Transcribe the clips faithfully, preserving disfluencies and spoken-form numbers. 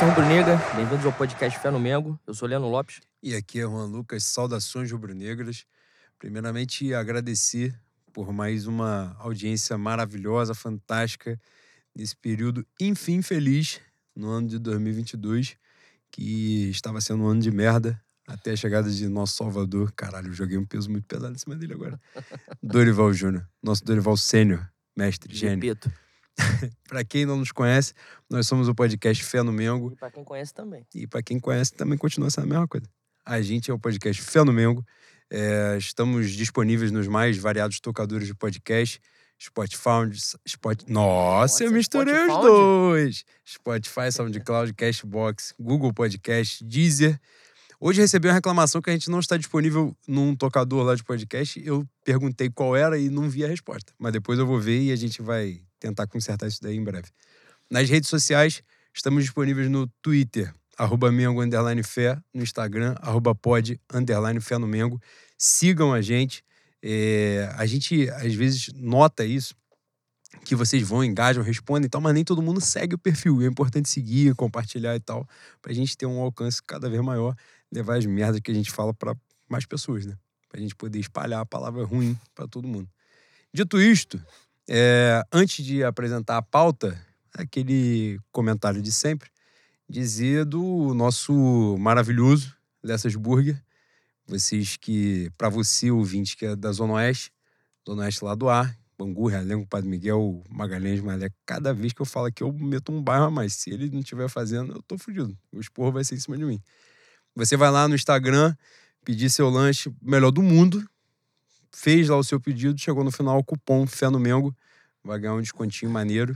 Nação Rubro-Negra, bem-vindos ao podcast Fé no Mengo. Eu sou Leandro Lopes. E aqui é Juan Lucas, saudações rubro-negras. Primeiramente, agradecer por mais uma audiência maravilhosa, fantástica, nesse período, enfim, feliz, no ano de dois mil e vinte e dois, que estava sendo um ano de merda, até a chegada de nosso Salvador. Caralho, eu joguei um peso muito pesado em cima dele agora. Dorival Júnior, nosso Dorival Sênior, mestre, gênio. Repito. Para quem não nos conhece, nós somos o podcast Fé no Mengo. E para quem conhece também. E para quem conhece, também continua sendo a mesma coisa. A gente é o podcast Fé no Mengo. É, estamos disponíveis nos mais variados tocadores de podcast. Spotify, Spot... Nossa, Nossa, eu misturei Spotify? os dois. Spotify, SoundCloud, Cashbox, Google Podcast, Deezer. Hoje recebi uma reclamação que a gente não está disponível num tocador lá de podcast. Eu perguntei qual era e não vi a resposta. Mas depois eu vou ver e a gente vai tentar consertar isso daí em breve. Nas redes sociais, estamos disponíveis no Twitter, arroba Mengo, underline Fé, no Instagram, arroba pod, underline Fé no Mengo. Sigam a gente. É, a gente, às vezes, nota isso, que vocês vão, engajam, respondem e tal, mas nem todo mundo segue o perfil. É importante seguir, compartilhar e tal, pra gente ter um alcance cada vez maior, levar as merdas que a gente fala pra mais pessoas, né? Pra gente poder espalhar a palavra ruim pra todo mundo. Dito isto, é, antes de apresentar a pauta, aquele comentário de sempre, dizer do nosso maravilhoso Lessas Burger. Vocês que, para você, ouvinte, que é da Zona Oeste, Zona Oeste lá do Ar, Bangu, Realengo, Padre Miguel, Magalhães, Malé, cada vez que eu falo aqui eu meto um bairro a mais. Se ele não estiver fazendo, eu tô fudido. O esporro vai ser em cima de mim. Você vai lá no Instagram, pedir seu lanche, melhor do mundo, fez lá o seu pedido, chegou no final, o cupom Fé no Mengo, vai ganhar um descontinho maneiro.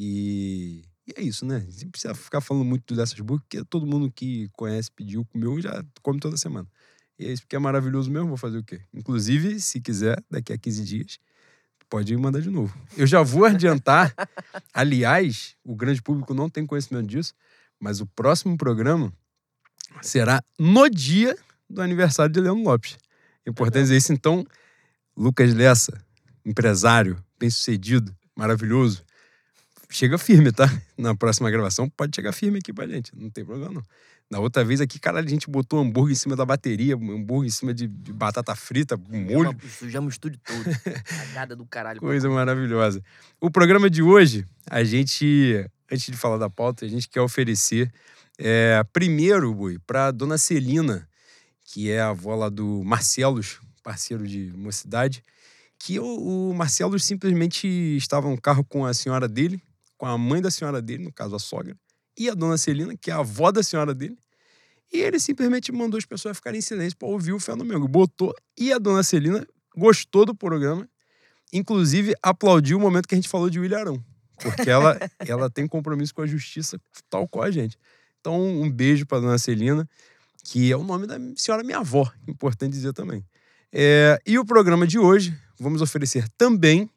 E, e é isso, né? Não precisa ficar falando muito dessas burgas, porque todo mundo que conhece, pediu, comeu, já come toda semana. E é isso, porque é maravilhoso mesmo, vou fazer o quê? Inclusive, se quiser, daqui a quinze dias, pode me mandar de novo. Eu já vou adiantar, aliás, o grande público não tem conhecimento disso, mas o próximo programa será no dia do aniversário de Leandro Lopes. Importante dizer isso, então, Lucas Lessa, empresário, bem-sucedido, maravilhoso, chega firme, tá? Na próxima gravação pode chegar firme aqui pra gente, não tem problema não. Na outra vez aqui, caralho, a gente botou hambúrguer em cima da bateria, hambúrguer em cima de, de batata frita, molho. Sujamos o estúdio todo. Cagada do caralho. Coisa maravilhosa. O programa de hoje, a gente, antes de falar da pauta, a gente quer oferecer, é, primeiro, Bui, pra dona Celina, que é a avó lá do Marcelos, parceiro de mocidade, que o, o Marcelos simplesmente estava no carro com a senhora dele, com a mãe da senhora dele, no caso a sogra, e a dona Celina, que é a avó da senhora dele, e ele simplesmente mandou as pessoas ficarem em silêncio para ouvir o Fé no Mengo. Botou, e a dona Celina gostou do programa, inclusive aplaudiu o momento que a gente falou de William Arão, porque ela, ela tem compromisso com a justiça tal qual a gente. Então, um beijo para dona Celina, que é o nome da senhora minha avó, importante dizer também. É, e o programa de hoje, vamos oferecer também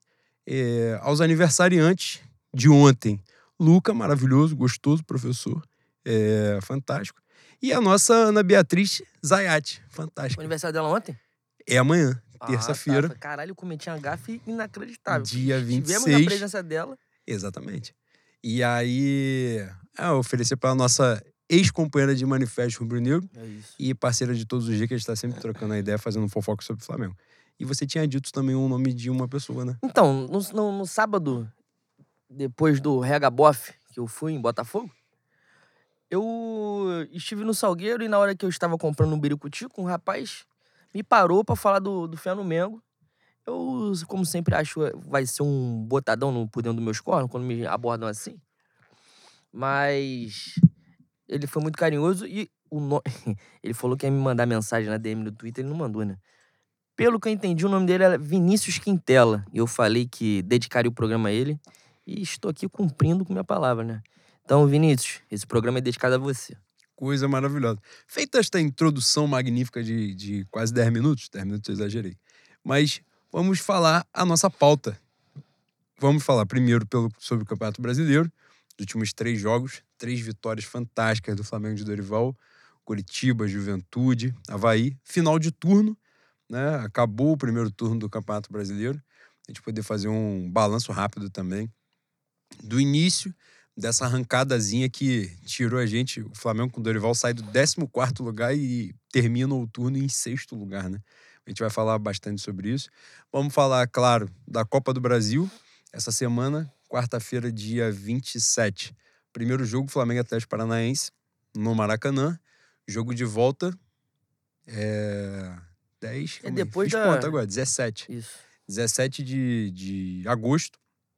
é, aos aniversariantes de ontem. Luca, maravilhoso, gostoso, professor, é, fantástico. E a nossa Ana Beatriz Zayati, O fantástica. aniversário dela ontem? É amanhã, Ah, terça-feira. tá. Caralho, eu cometi uma gafe inacreditável. Dia vinte e seis. Tivemos na presença dela. Exatamente. E aí, é, oferecer para a nossa ex-companheira de Manifesto Rubro-Negro É isso. e parceira de todos os dias, que a gente tá sempre trocando a ideia, fazendo fofoca sobre o Flamengo. E você tinha dito também o nome de uma pessoa, né? Então, no, no, no sábado, depois do Rega Boff, que eu fui em Botafogo, eu estive no Salgueiro e na hora que eu estava comprando um biricutico, um rapaz me parou pra falar do, do Fé no Mengo. Eu, como sempre, acho vai ser um botadão no, por dentro dos meus cornos quando me abordam assim. Mas ele foi muito carinhoso e o no... ele falou que ia me mandar mensagem na D M do Twitter, ele não mandou, né? Pelo que eu entendi, o nome dele era Vinícius Quintela. E eu falei que dedicaria o programa a ele. E estou aqui cumprindo com minha palavra, né? Então, Vinícius, esse programa é dedicado a você. Coisa maravilhosa. Feita esta introdução magnífica de, de quase dez minutos, dez minutos eu exagerei, mas vamos falar a nossa pauta. Vamos falar primeiro pelo, sobre o Campeonato Brasileiro, dos últimos três jogos, três vitórias fantásticas do Flamengo de Dorival, Coritiba, Juventude, Avaí, final de turno, né? Acabou o primeiro turno do Campeonato Brasileiro, a gente poder fazer um balanço rápido também do início dessa arrancadazinha que tirou a gente. O Flamengo com o Dorival sai do décimo quarto lugar e termina o turno em sexto lugar, né? A gente vai falar bastante sobre isso. Vamos falar, claro, da Copa do Brasil. Essa semana, quarta-feira, dia vinte e sete. Primeiro jogo, Flamengo e Atlético Paranaense, no Maracanã. Jogo de volta, é... dez... É depois Fiz da... conta agora, dezessete. Isso. dezessete de, de agosto,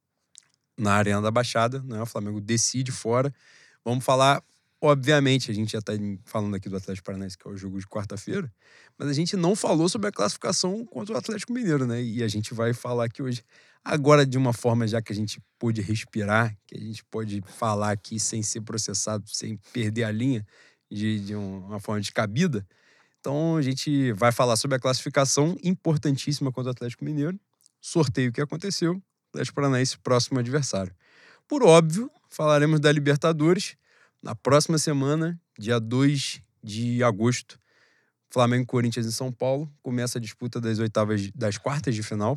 na Arena da Baixada, né? O Flamengo decide fora. Vamos falar, obviamente, a gente já está falando aqui do Atlético Paranaense, que é o jogo de quarta-feira, mas a gente não falou sobre a classificação contra o Atlético Mineiro, né? E a gente vai falar aqui hoje. Agora, de uma forma, já que a gente pôde respirar, que a gente pode falar aqui sem ser processado, sem perder a linha de, de uma forma descabida. Então, a gente vai falar sobre a classificação importantíssima contra o Atlético Mineiro, sorteio que aconteceu, Atlético Paranaense, próximo adversário. Por óbvio, falaremos da Libertadores na próxima semana, dia dois de agosto. Flamengo e Corinthians em São Paulo. Começa a disputa das oitavas, das quartas de final.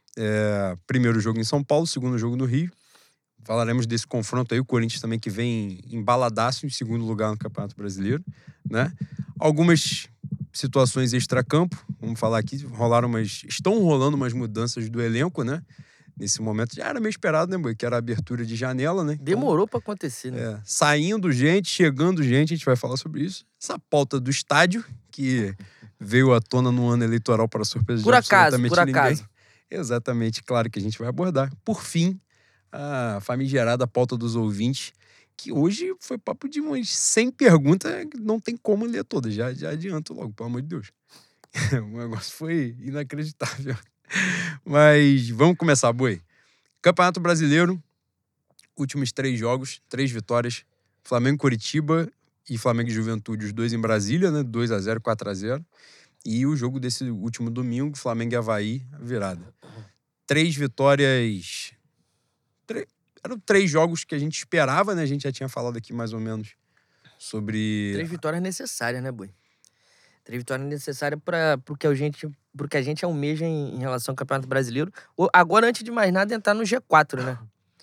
É, primeiro jogo em São Paulo, segundo jogo no Rio. Falaremos desse confronto aí. O Corinthians também que vem embaladaço em segundo lugar no Campeonato Brasileiro, né? Algumas situações extracampo, vamos falar aqui, rolaram umas, estão rolando umas mudanças do elenco, né? Nesse momento já era meio esperado, né, Boi? Que era a abertura de janela, né? Então, demorou pra acontecer, né? É, saindo gente, chegando gente, a gente vai falar sobre isso. Essa pauta do estádio, que veio à tona no ano eleitoral para surpresa Por de acaso, absolutamente por ninguém. acaso. Exatamente, claro que a gente vai abordar. Por fim, a famigerada pauta dos ouvintes, que hoje foi papo de umas cem perguntas, não tem como ler todas, já, já adianto logo, pelo amor de Deus. O negócio foi inacreditável. Mas vamos começar, Boi. Campeonato Brasileiro, últimos três jogos, três vitórias. Flamengo, Coritiba e Flamengo e Juventude, os dois em Brasília, né? dois a zero, quatro a zero. E o jogo desse último domingo, Flamengo e Avaí, a virada. Três vitórias... Tre... Eram três jogos que a gente esperava, né? A gente já tinha falado aqui mais ou menos sobre... Três vitórias necessárias, né, Boi? Três vitórias necessárias para o que a gente, pro que a gente almeja em, em relação ao Campeonato Brasileiro. O- Agora, antes de mais nada, entrar no G quatro, né?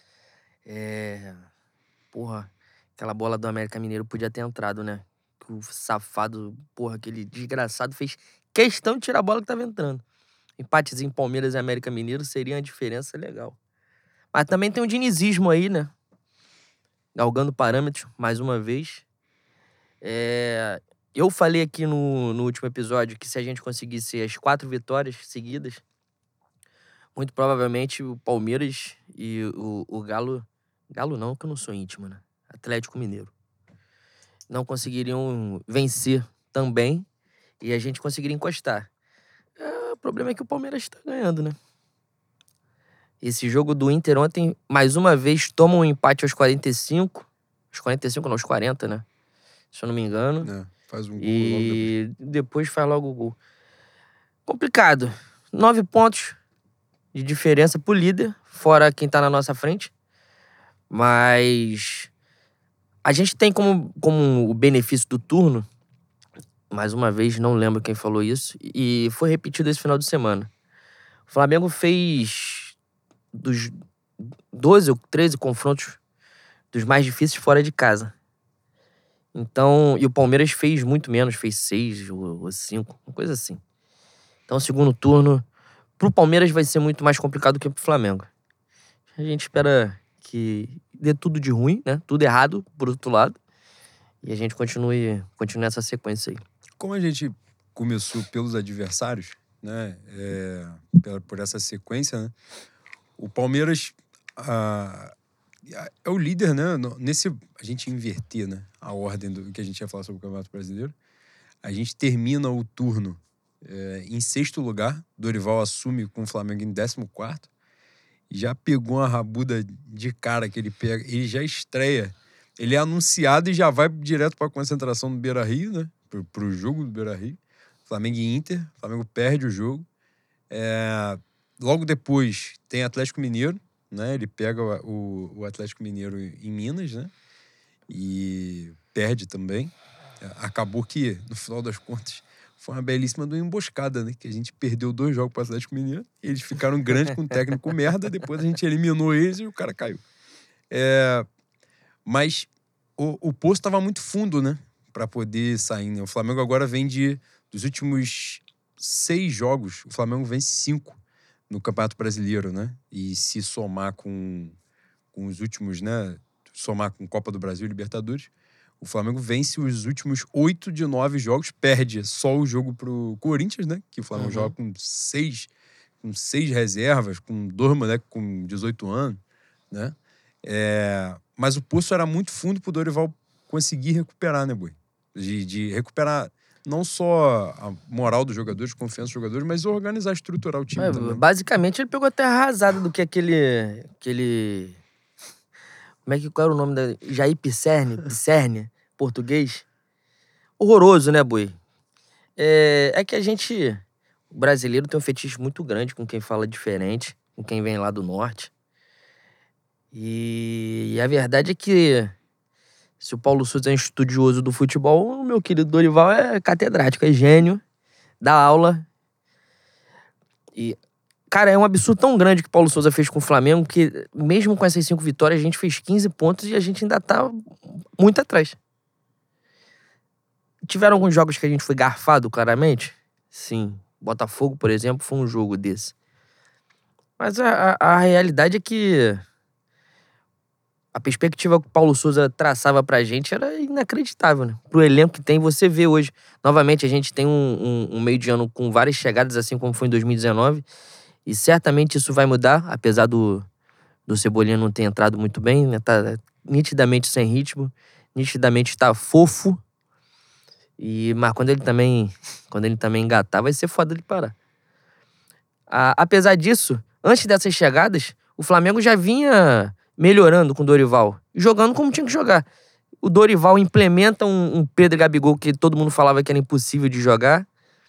É... Porra, aquela bola do América Mineiro podia ter entrado, né? Que o safado, porra, aquele desgraçado fez questão de tirar a bola que tava entrando. Empatezinho Palmeiras e América Mineiro seria uma diferença legal. Mas também tem um dinizismo aí, né? Galgando parâmetros, mais uma vez. É... Eu falei aqui no, no último episódio que se a gente conseguisse as quatro vitórias seguidas, muito provavelmente o Palmeiras e o, o Galo... Galo não, que eu não sou íntimo, né? Atlético Mineiro. Não conseguiriam vencer também e a gente conseguiria encostar. É, o problema é que o Palmeiras está ganhando, né? Esse jogo do Inter ontem, mais uma vez, toma um empate aos quarenta e cinco. Aos quarenta e cinco, não, aos quarenta, né? Se eu não me engano. É, faz um gol logo E depois. depois faz logo o gol. Complicado. Nove pontos de diferença pro líder, fora quem tá na nossa frente. Mas a gente tem como, como o benefício do turno, mais uma vez, não lembro quem falou isso, e foi repetido esse final de semana. O Flamengo fez dos doze ou treze confrontos dos mais difíceis fora de casa. Então, e o Palmeiras fez muito menos, fez seis ou, ou cinco, uma coisa assim. Então, o segundo turno, pro Palmeiras vai ser muito mais complicado do que pro Flamengo. A gente espera que dê tudo de ruim, né? Tudo errado, por outro lado. E a gente continue, continue essa sequência aí. Como a gente começou pelos adversários, né? É, pela- por essa sequência, né? O Palmeiras ah, é o líder, né? No- Nesse, a gente inverter, né? A ordem do que a gente ia falar sobre o Campeonato Brasileiro. A gente termina o turno é, em sexto lugar. Dorival assume com o Flamengo em décimo quarto. Já pegou uma rabuda de cara que ele pega. Ele já estreia. Ele é anunciado e já vai direto para a concentração no Beira-Rio, né? Pro, pro jogo do Beira-Rio. Flamengo e Inter. O Flamengo perde o jogo. É, logo depois tem Atlético Mineiro, né? Ele pega o, o Atlético Mineiro em Minas, né? E perde também. Acabou que, no final das contas, foi uma belíssima de uma emboscada, né? Que a gente perdeu dois jogos para o Atlético Mineiro. Eles ficaram grandes com o técnico merda. Depois a gente eliminou eles e o cara caiu. É, Mas o, o poço estava muito fundo, né? Para poder sair, né? O Flamengo agora vem de... Dos últimos seis jogos, o Flamengo vence cinco no Campeonato Brasileiro, né? E se somar com, com os últimos, né? Somar com Copa do Brasil e Libertadores, o Flamengo vence os últimos oito de nove jogos, perde só o jogo pro Corinthians, né? Que o Flamengo Uhum. joga com seis, com seis reservas, com dois moleques com dezoito anos, né? É, mas o poço era muito fundo pro Dorival conseguir recuperar, né, Boi? De, de recuperar não só a moral dos jogadores, confiança dos jogadores, mas organizar, estruturar o time É, também. basicamente, ele pegou a terra arrasada do que aquele... aquele... Como é que qual era o nome da... Jair Pisserni, Pisserni, português. Horroroso, né, Boi? É, é que a gente... O brasileiro tem um fetiche muito grande com quem fala diferente, com quem vem lá do norte. E, e a verdade é que se o Paulo Souza é um estudioso do futebol, o meu querido Dorival é catedrático, é gênio, dá aula. E, cara, é um absurdo tão grande que o Paulo Souza fez com o Flamengo que, mesmo com essas cinco vitórias, a gente fez quinze pontos e a gente ainda tá muito atrás. Tiveram alguns jogos que a gente foi garfado, claramente? Sim. Botafogo, por exemplo, foi um jogo desse. Mas a, a, a realidade é que a perspectiva que o Paulo Souza traçava pra gente era inacreditável, né? Pro elenco que tem, você vê hoje. Novamente, a gente tem um, um, um meio de ano com várias chegadas, assim como foi em dois mil e dezenove. E certamente isso vai mudar, apesar do, do Cebolinha não ter entrado muito bem, né? Tá nitidamente sem ritmo, nitidamente tá fofo. E, mas quando ele também, quando ele também engatar, vai ser foda de parar. A, apesar disso, antes dessas chegadas, o Flamengo já vinha melhorando com o Dorival, jogando como tinha que jogar. O Dorival implementa um, um Pedro Gabigol que todo mundo falava que era impossível de jogar.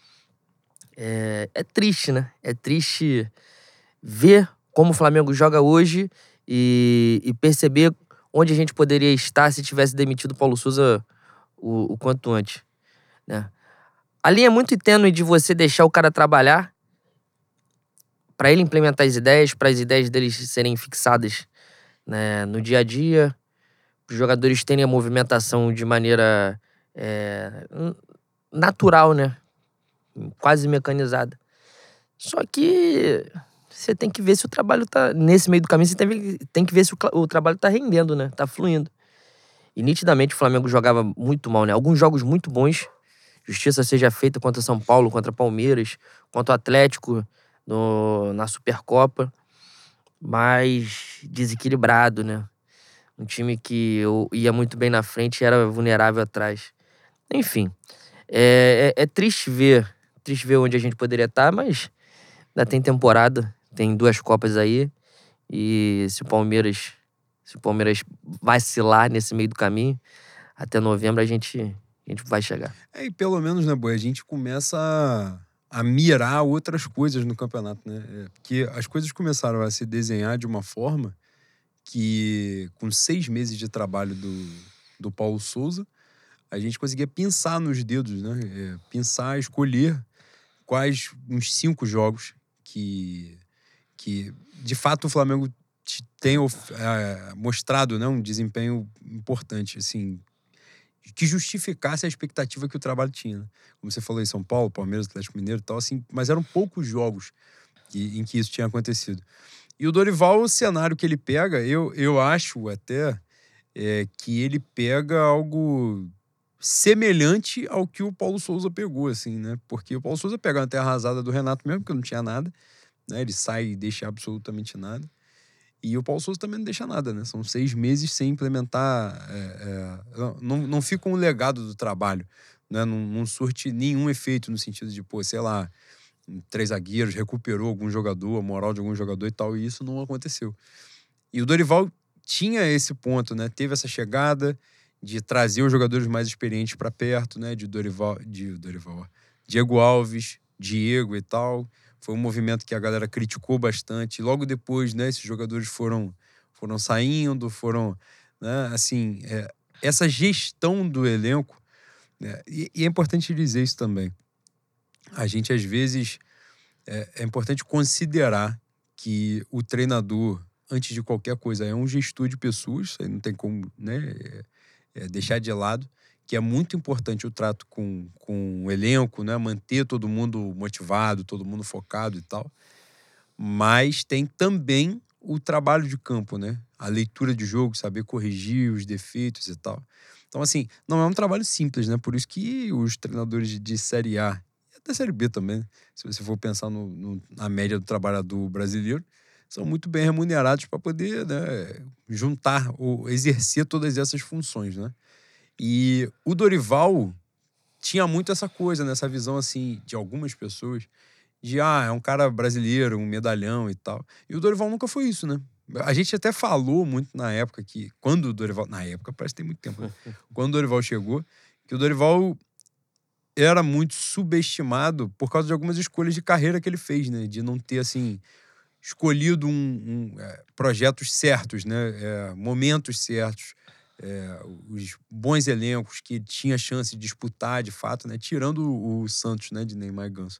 É, é triste, né? É triste ver como o Flamengo joga hoje e, e perceber onde a gente poderia estar se tivesse demitido o Paulo Souza o, o quanto antes, né? A linha é muito tênue de você deixar o cara trabalhar para ele implementar as ideias, para as ideias deles serem fixadas, né, no dia a dia, os jogadores terem a movimentação de maneira é, natural, né? Quase mecanizada. Só que você tem que ver se o trabalho tá... Nesse meio do caminho, você tem, tem que ver se o, o trabalho tá rendendo, né? Tá fluindo. E nitidamente o Flamengo jogava muito mal, né? Alguns jogos muito bons. Justiça seja feita contra São Paulo, contra Palmeiras, contra o Atlético no, na Supercopa. Mas desequilibrado, né? Um time que eu ia muito bem na frente e era vulnerável atrás. Enfim, é, é, é triste ver, triste ver onde a gente poderia estar, mas ainda tem temporada, tem duas Copas aí. E se o Palmeiras, se o Palmeiras vacilar nesse meio do caminho, até novembro a gente, a gente vai chegar. É, e pelo menos, né, Boi, a gente começa a, a mirar outras coisas no campeonato, né? É, porque as coisas começaram a se desenhar de uma forma que, com seis meses de trabalho do, do Paulo Souza, a gente conseguia pensar nos dedos, né? É, pensar, escolher quais uns cinco jogos que, que de fato, o Flamengo tem é, mostrado, né, um desempenho importante, assim, que justificasse a expectativa que o trabalho tinha, né? Como você falou em São Paulo, Palmeiras, Atlético Mineiro e tal, assim, mas eram poucos jogos que, em que isso tinha acontecido. E o Dorival, o cenário que ele pega, eu, eu acho até é, que ele pega algo semelhante ao que o Paulo Souza pegou, assim, né? Porque o Paulo Souza pega uma terra arrasada do Renato mesmo, porque não tinha nada, né? Ele sai e deixa absolutamente nada. E o Paulo Souza também não deixa nada, né? São seis meses sem implementar... É, é, não, não fica um legado do trabalho, né? Não, não surte nenhum efeito no sentido de, pô, sei lá, três zagueiros, recuperou algum jogador, a moral de algum jogador e tal, e isso não aconteceu. E o Dorival tinha esse ponto, né? Teve essa chegada de trazer os jogadores mais experientes para perto, né? De Dorival, de Dorival, Diego Alves, Diego e tal. Foi um movimento que a galera criticou bastante. Logo depois, né? Esses jogadores foram, foram saindo, foram, né? Assim, é, essa gestão do elenco, né? E, e é importante dizer isso também. A gente, às vezes, é, é importante considerar que o treinador antes de qualquer coisa, é um gestor de pessoas, isso aí não tem como, né, é, é deixar de lado, que é muito importante o trato com, com o elenco, né, manter todo mundo motivado, todo mundo focado e tal. Mas tem também o trabalho de campo, né? A leitura de jogo, saber corrigir os defeitos e tal. Então, assim, não é um trabalho simples, né? Por isso que os treinadores de, de Série A e até Série B também, né? Se você for pensar no, no- na média do trabalhador brasileiro, são muito bem remunerados para poder, né, juntar ou exercer todas essas funções, né? E o Dorival tinha muito essa coisa, né? Essa visão, assim, de algumas pessoas de, ah, é um cara brasileiro, um medalhão e tal. E o Dorival nunca foi isso, né? A gente até falou muito na época que, quando o Dorival, na época parece que tem muito tempo, né? Quando o Dorival chegou, que o Dorival era muito subestimado por causa de algumas escolhas de carreira que ele fez, né? De não ter, assim, escolhido um, um, é, projetos certos, né? É, momentos certos, é, os bons elencos que tinha chance de disputar de fato, né? Tirando o, o Santos, né? De Neymar e Ganso.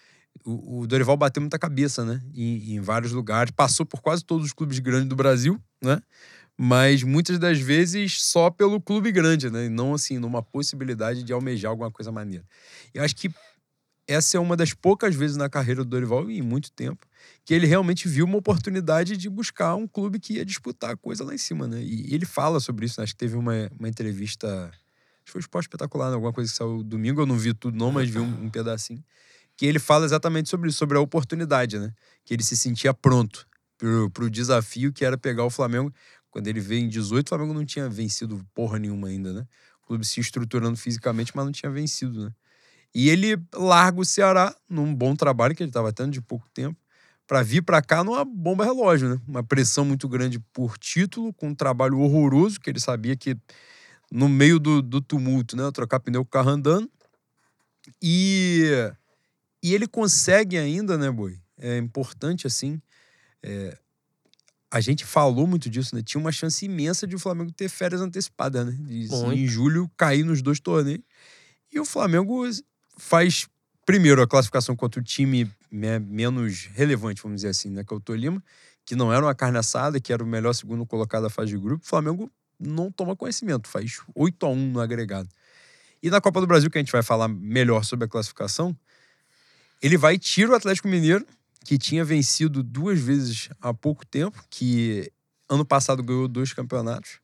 O, o Dorival bateu muita cabeça, né? Em, em vários lugares. Passou por quase todos os clubes grandes do Brasil, né? Mas muitas das vezes só pelo clube grande, né? E não, assim, numa possibilidade de almejar alguma coisa maneira. Eu acho que essa é uma das poucas vezes na carreira do Dorival, em muito tempo, que ele realmente viu uma oportunidade de buscar um clube que ia disputar a coisa lá em cima, né? E ele fala sobre isso, né? Acho que teve uma, uma entrevista... Acho que foi o Esporte Espetacular, né? Alguma coisa que saiu domingo, eu não vi tudo não, mas vi um, um pedacinho. Que ele fala exatamente sobre isso, sobre a oportunidade, né? Que ele se sentia pronto pro, pro desafio que era pegar o Flamengo. Quando ele veio em dezoito, o Flamengo não tinha vencido porra nenhuma ainda, né? O clube se estruturando fisicamente, mas não tinha vencido, né? E ele larga o Ceará num bom trabalho que ele estava tendo de pouco tempo, para vir para cá numa bomba relógio, né? Uma pressão muito grande por título, com um trabalho horroroso, que ele sabia que no meio do, do tumulto, né? Trocar pneu com o carro andando. E, e ele consegue ainda, né, Boi? É importante, assim, é, a gente falou muito disso, né? Tinha uma chance imensa de o Flamengo ter férias antecipadas, né? De, em Muito. julho, cair nos dois torneios. E o Flamengo faz, primeiro, a classificação contra o time, né, menos relevante, vamos dizer assim, né? Que é o Tolima, que não era uma carne assada, que era o melhor segundo colocado da fase de grupo. O Flamengo não toma conhecimento, faz oito a um no agregado. E na Copa do Brasil, que a gente vai falar melhor sobre a classificação, ele vai e tira o Atlético Mineiro, que tinha vencido duas vezes há pouco tempo, que ano passado ganhou dois campeonatos,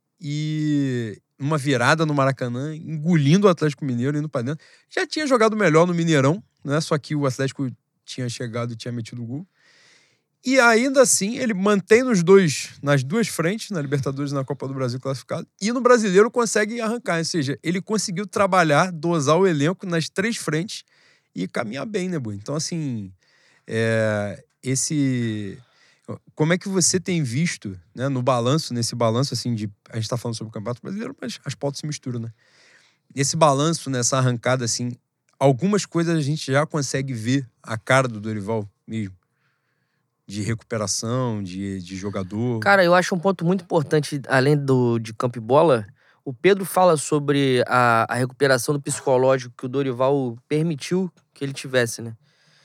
e uma virada no Maracanã, engolindo o Atlético Mineiro, indo pra dentro. Já tinha jogado melhor no Mineirão, né? Só que o Atlético tinha chegado e tinha metido gol. E ainda assim, ele mantém nos dois, nas duas frentes, na Libertadores e na Copa do Brasil classificado, e no Brasileiro consegue arrancar. Ou seja, ele conseguiu trabalhar, dosar o elenco nas três frentes e caminhar bem, né, Bui? Então, assim, é, esse... Como é que você tem visto, né, no balanço, nesse balanço, assim, de... A gente tá falando sobre o Campeonato Brasileiro, mas as pautas se misturam, né? Nesse balanço, nessa arrancada, assim, algumas coisas a gente já consegue ver a cara do Dorival mesmo. De recuperação, de, de jogador. Cara, eu acho um ponto muito importante, além do de campo e bola, o Pedro fala sobre a, a recuperação do psicológico que o Dorival permitiu que ele tivesse, né?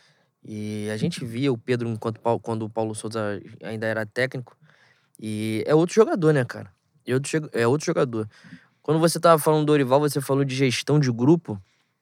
E a gente via o Pedro enquanto, Pau- quando o Paulo Souza ainda era técnico, e é outro jogador, né, cara? É outro, jo- é outro jogador. Quando você tava falando do Dorival, você falou de gestão de grupo,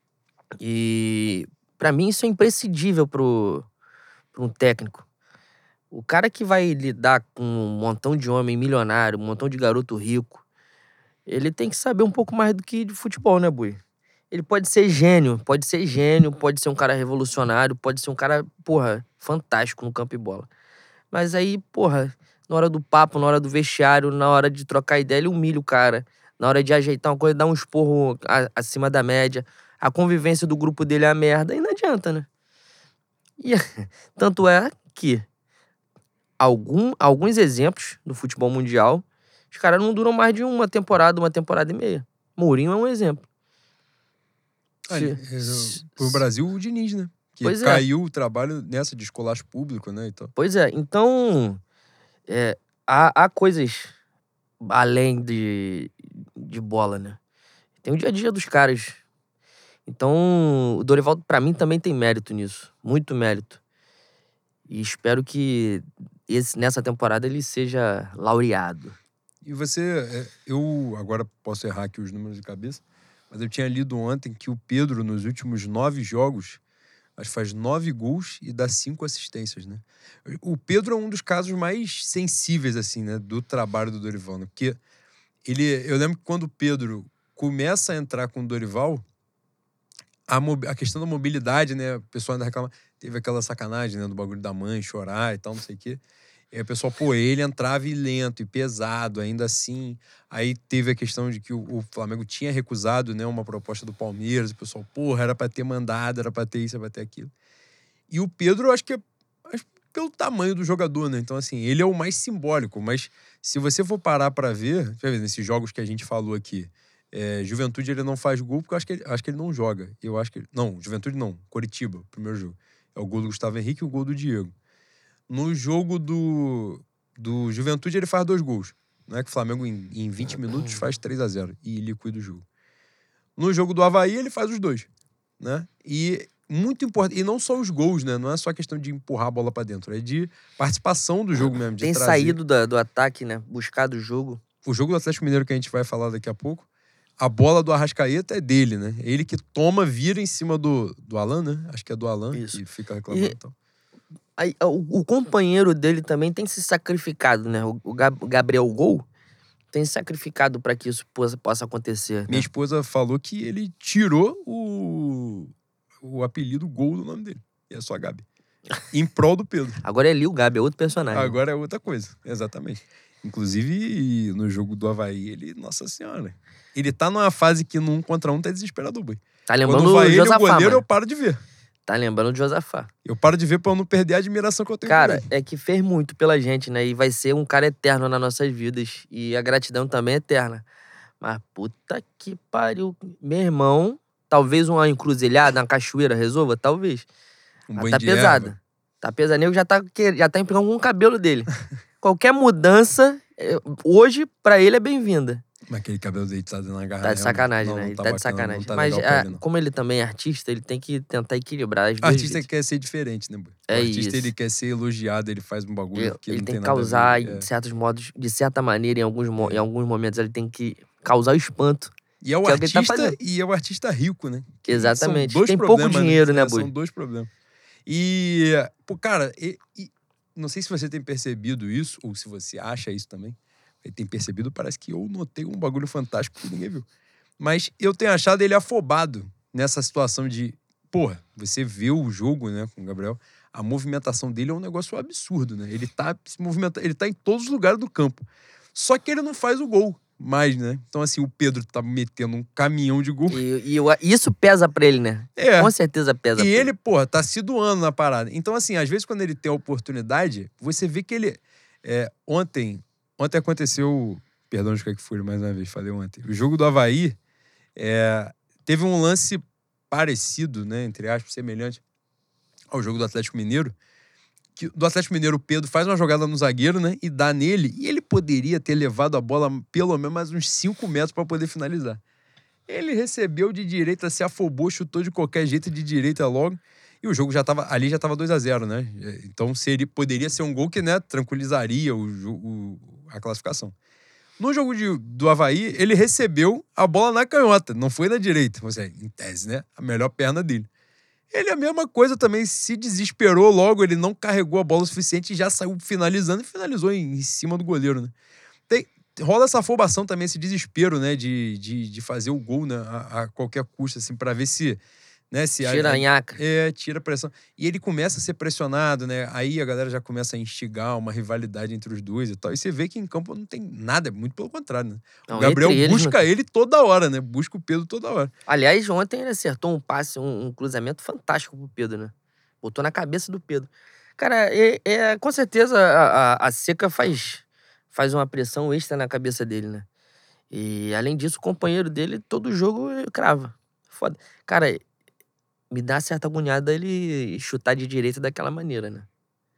e pra mim isso é imprescindível pro, pro um técnico. O cara que vai lidar com um montão de homem milionário, um montão de garoto rico, ele tem que saber um pouco mais do que de futebol, né, Bui? Ele pode ser gênio, pode ser gênio, pode ser um cara revolucionário, pode ser um cara, porra, fantástico no campo e bola. Mas aí, porra, na hora do papo, na hora do vestiário, na hora de trocar ideia, ele humilha o cara. Na hora de ajeitar uma coisa, dá um esporro a- acima da média. A convivência do grupo dele é a merda, e não adianta, né? E tanto é que algum, alguns exemplos do futebol mundial, os caras não duram mais de uma temporada, uma temporada e meia. Mourinho é um exemplo. Ali, Se- é, se- pro se- Brasil, o Diniz, né? Que pois é, caiu o trabalho nessa de esculacho público, né? Então, pois é. Então, é, há, há coisas além de, de bola, né? Tem o dia a dia dos caras. Então, o Dorival, pra mim, também tem mérito nisso. Muito mérito. E espero que esse, nessa temporada ele seja laureado. E você, eu agora posso errar aqui os números de cabeça, mas eu tinha lido ontem que o Pedro, nos últimos nove jogos, acho que faz nove gols e dá cinco assistências, né? O Pedro é um dos casos mais sensíveis, assim, né, do trabalho do Dorival, né? Porque ele, eu lembro que quando o Pedro começa a entrar com o Dorival, a, mob, a questão da mobilidade, né? O pessoal ainda reclama, teve aquela sacanagem, né, do bagulho da mãe chorar e tal, não sei o quê. E aí o pessoal, pô, ele entrava e lento e pesado, ainda assim. Aí teve a questão de que o, o Flamengo tinha recusado, né, uma proposta do Palmeiras. O pessoal, porra, era pra ter mandado, era pra ter isso, era pra ter aquilo. E o Pedro, eu acho que é acho, pelo tamanho do jogador, né? Então, assim, ele é o mais simbólico. Mas se você for parar pra ver, deixa eu ver, nesses jogos que a gente falou aqui, é, Juventude ele não faz gol porque eu acho que ele, acho que ele não joga. Eu acho que ele, não, Juventude não, Coritiba, primeiro jogo. É o gol do Gustavo Henrique e o gol do Diego. No jogo do, do Juventude, ele faz dois gols. Não é que o Flamengo, em, em vinte minutos, faz três a zero e liquida o jogo. No jogo do Avaí, ele faz os dois, né? E muito importante. E não só os gols, né? Não é só questão de empurrar a bola pra dentro. É de participação do jogo mesmo, de Tem trazer. saído da, do ataque, né? Buscado o jogo. O jogo do Atlético Mineiro que a gente vai falar daqui a pouco, a bola do Arrascaeta é dele, né? É ele que toma, vira em cima do, do Alan, né? Acho que é do Alan, Isso. que fica reclamando e E- tal. Aí, o, o companheiro dele também tem se sacrificado, né? O, o Gab- o Gabriel Gol tem se sacrificado para que isso possa, possa acontecer. Minha Né? esposa falou que ele tirou o, o apelido Gol do nome dele. E é só Gabi. Em prol do Pedro. Agora é Lil Gabi, é outro personagem. Agora é outra coisa. Exatamente. Inclusive, no jogo do Avaí, ele... Nossa Senhora. Ele tá numa fase que no um contra um tá desesperador, boy. Tá lembrando Quando vai o ele, o Josafá, goleiro, mano. eu paro de ver. Tá lembrando o Josafá. Eu paro de ver pra eu não perder a admiração que eu tenho Cara, por ele. é que fez muito pela gente, né? E vai ser um cara eterno nas nossas vidas. E a gratidão também é eterna. Mas puta que pariu. Meu irmão, talvez uma encruzilhada, uma cachoeira resolva? Talvez. Um Mas banho tá de pesada. erva. Tá pesada. Nego já tá, que- já tá empregando com o cabelo dele. Qualquer mudança, é, hoje, pra ele é bem-vinda. Mas aquele cabelo dele tá dando uma garra. Tá de sacanagem, não, né? Não Ele tá tá de bacana, sacanagem. Não tá Mas legal pra ah, ele, não. como ele também é artista, ele tem que tentar equilibrar as O duas artista vidas. quer ser diferente, né, boy? O É artista, isso. ele quer ser elogiado, ele faz um bagulho Ele, que ele não tem tem que nada causar, a ver. É. de certos modos, de certa maneira, em alguns, mo- É. em alguns momentos, ele tem que causar o espanto. E é o Que é o que ele tá artista, fazendo. e é o artista rico, né? Que Exatamente. São dois Tem pouco problemas, dinheiro, né, É, Bui? São dois problemas. E, pô, cara, e, e não sei se você tem percebido isso, ou se você acha isso também. Ele tem percebido, parece que eu notei um bagulho fantástico que ninguém viu. Mas eu tenho achado ele afobado nessa situação de, porra, você vê o jogo, né, com o Gabriel, a movimentação dele é um negócio absurdo, né? Ele tá se movimentando, ele tá em todos os lugares do campo. Só que ele não faz o gol mais, né? Então, assim, o Pedro tá metendo um caminhão de gol. E, e eu- isso pesa pra ele, né? É. Com certeza pesa E pra ele, porra, tá se doando na parada. Então, assim, às vezes quando ele tem a oportunidade, você vê que ele... É, ontem, ontem aconteceu... Perdão de ficar que fui mais uma vez, falei ontem. O jogo do Avaí é, teve um lance parecido, né, entre aspas, semelhante ao jogo do Atlético Mineiro. Que, do Atlético Mineiro, o Pedro faz uma jogada no zagueiro, né, e dá nele. E ele poderia ter levado a bola pelo menos mais uns cinco metros para poder finalizar. Ele recebeu de direita, se afobou, chutou de qualquer jeito de direita logo. E o jogo já tava, ali já tava dois a zero, né? Então seria, poderia ser um gol que, né, tranquilizaria o, o, a classificação. No jogo de, do Avaí, ele recebeu a bola na canhota, não foi na direita. Você, em tese, né? A melhor perna dele. Ele a mesma coisa também, se desesperou logo, ele não carregou a bola o suficiente e já saiu finalizando e finalizou em, em cima do goleiro, né? Tem, rola essa afobação também, esse desespero, né, de, de, de fazer o gol, né, a, a qualquer custo, assim, pra ver se... Né, se Tira a nhaca. É, tira a pressão. E ele começa a ser pressionado, né, aí a galera já começa a instigar uma rivalidade entre os dois e tal, e você vê que em campo não tem nada, muito pelo contrário, né? Não, o Gabriel entre eles busca não tem. ele toda hora, né, busca o Pedro toda hora. Aliás, ontem ele acertou um passe, um, um cruzamento fantástico pro Pedro, né? Botou na cabeça do Pedro. Cara, é, é- com certeza a, a, a Seca faz, faz uma pressão extra na cabeça dele, né? E, além disso, o companheiro dele, todo jogo, ele crava. Foda. Cara, me dá certa agoniada ele chutar de direita daquela maneira, né?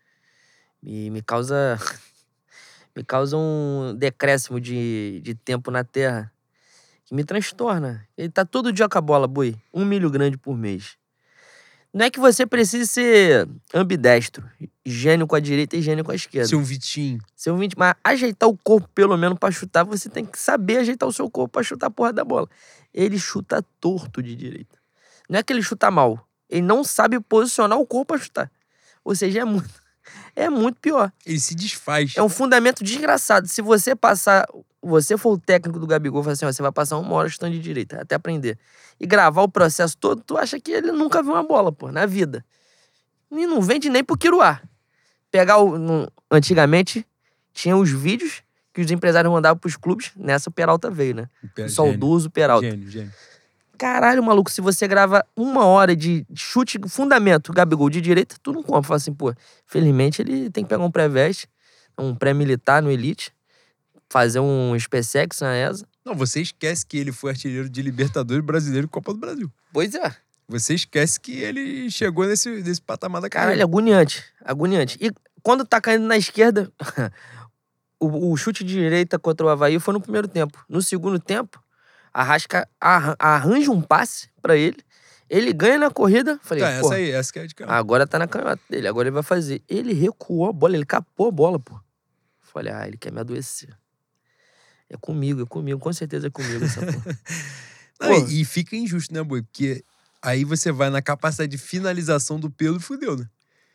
Me, me causa... me causa um decréscimo de, de tempo na terra que me transtorna. Ele tá todo dia com a bola, boi. Um milho grande por mês. Não é que você precise ser ambidestro, gênio com a direita e gênio com a esquerda. Ser um Vitinho. Ser um vinte, mas ajeitar o corpo pelo menos pra chutar, você tem que saber ajeitar o seu corpo pra chutar a porra da bola. Ele chuta torto de direita. Não é que ele chuta mal, ele não sabe posicionar o corpo pra chutar. Ou seja, é muito, é muito pior. Ele se desfaz. É um fundamento desgraçado. Se você passar, você for o técnico do Gabigol, fala assim, ó, você vai passar uma hora chutando de direita, até aprender. E gravar o processo todo, tu acha que ele nunca viu uma bola, pô, na vida. E não vende nem pro Quiruá. Pegar o... No, antigamente, tinha os vídeos que os empresários mandavam pros clubes, nessa o Peralta veio, né? O, o saudoso Peralta. Gênio, gênio. Caralho, maluco, se você grava uma hora de chute, fundamento, Gabigol de direita, tu não compra. Fala assim, pô, felizmente ele tem que pegar um pré-veste, um pré-militar no Elite, fazer um SpaceX na E S A. Não, você esquece que ele foi artilheiro de Libertadores Brasileiro e Copa do Brasil. Pois é. Você esquece que ele chegou nesse, nesse patamar da carreira. Caralho, agoniante, agoniante. E quando tá caindo na esquerda, o, o chute de direita contra o Avaí foi no primeiro tempo. No segundo tempo, a Arrasca arranja um passe pra ele, ele ganha na corrida. Falei, tá, essa aí, essa que é de cara. Agora tá na canhota dele, agora ele vai fazer. Ele recuou a bola, ele capou a bola, pô. Falei, ah, ele quer me adoecer. É comigo, é comigo, com certeza é comigo essa porra. Não, e, e fica injusto, né, Boi? Porque aí você vai na capacidade de finalização do Pelo e fudeu, né?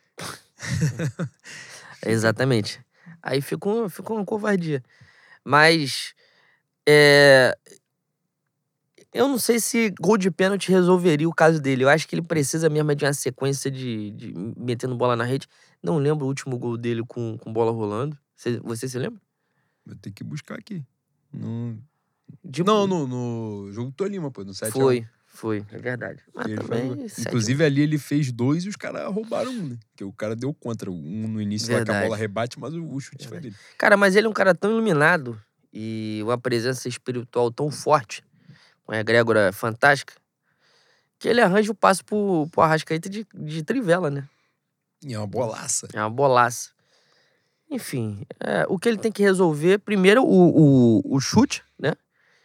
Exatamente. Aí fica, um, fica uma covardia. Mas, é... eu não sei se gol de pênalti resolveria o caso dele. Eu acho que ele precisa mesmo de uma sequência de, de metendo bola na rede. Não lembro o último gol dele com, com bola rolando. Você, você se lembra? Vou ter que buscar aqui. No... De... Não, no, no jogo do Tolima, pô, no sete a um. Foi, foi, é verdade. Mas Ele também... foi... Inclusive, ali ele fez dois e os caras roubaram um, né? Porque o cara deu contra. Um no início lá que a bola rebate, mas o, o chute verdade. Foi dele. Cara, mas ele é um cara tão iluminado e uma presença espiritual tão forte, uma egrégora fantástica, que ele arranja o passo pro, pro Arrascaeta de, de trivela, né? E é uma bolaça. É uma bolaça. Enfim, é, o que ele tem que resolver, primeiro, o, o, o chute, né?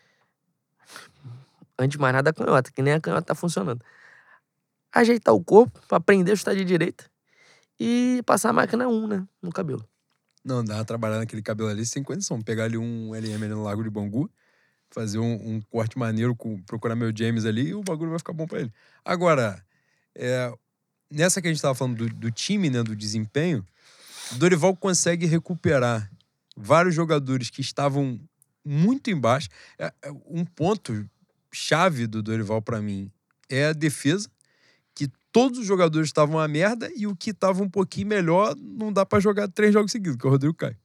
Antes de mais nada, a canhota, que nem a canhota tá funcionando. Ajeitar o corpo pra aprender a chutar de direita e passar a máquina um, né? No cabelo. Não, dá uma trabalhar naquele cabelo ali sem condição. Pegar ali um L M ali no Lago de Bangu, fazer um, um corte maneiro, com, procurar meu James ali e o bagulho vai ficar bom pra ele. Agora, é, nessa que a gente tava falando do, do time, né? Do desempenho, o Dorival consegue recuperar vários jogadores que estavam muito embaixo. É, é, um ponto chave do Dorival pra mim é a defesa, que todos os jogadores estavam uma merda e o que estava um pouquinho melhor não dá pra jogar três jogos seguidos, que é o Rodrigo Caio.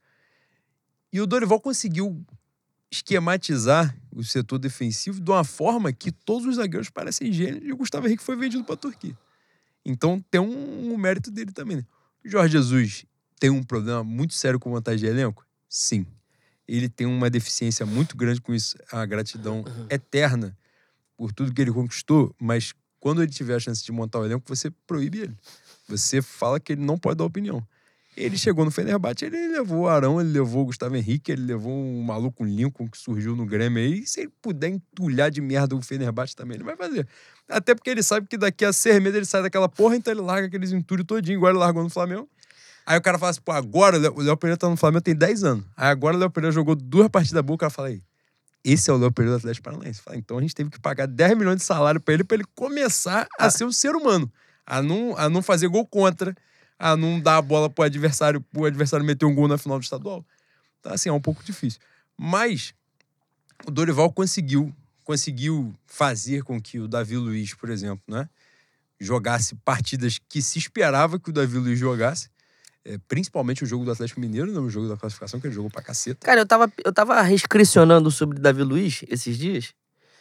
E o Dorival conseguiu esquematizar o setor defensivo de uma forma que todos os zagueiros parecem gênios e o Gustavo Henrique foi vendido pra Turquia. Então tem um, um mérito dele também, né? O Jorge Jesus tem um problema muito sério com vantagem de elenco? Sim. Ele tem uma deficiência muito grande com isso, a gratidão eterna por tudo que ele conquistou, mas quando ele tiver a chance de montar o elenco, você proíbe ele. Você fala que ele não pode dar opinião. Ele chegou no Fenerbahçe, ele levou o Arão, ele levou o Gustavo Henrique, ele levou um maluco Lincoln que surgiu no Grêmio aí, e se ele puder entulhar de merda o Fenerbahçe também, ele vai fazer. Até porque ele sabe que daqui a seis meses ele sai daquela porra, então ele larga aqueles entulhos todinho, igual ele largou no Flamengo. Aí o cara fala assim, pô, agora o Léo Pereira tá no Flamengo tem dez anos. Aí agora o Léo Pereira jogou duas partidas boas, o cara fala aí, esse é o Léo Pereira do Atlético Paranaense. Fala, então a gente teve que pagar dez milhões de salário pra ele, pra ele começar a ser um ser humano. A não, a não fazer gol contra, a não dar a bola pro adversário, pro adversário meter um gol na final do estadual. Então, assim, é um pouco difícil. Mas o Dorival conseguiu, conseguiu fazer com que o Davi Luiz, por exemplo, né, jogasse partidas que se esperava que o Davi Luiz jogasse. É, principalmente o jogo do Atlético Mineiro, né, o jogo da classificação, que ele jogou pra caceta. Cara, eu tava, eu tava rescricionando sobre o Davi Luiz esses dias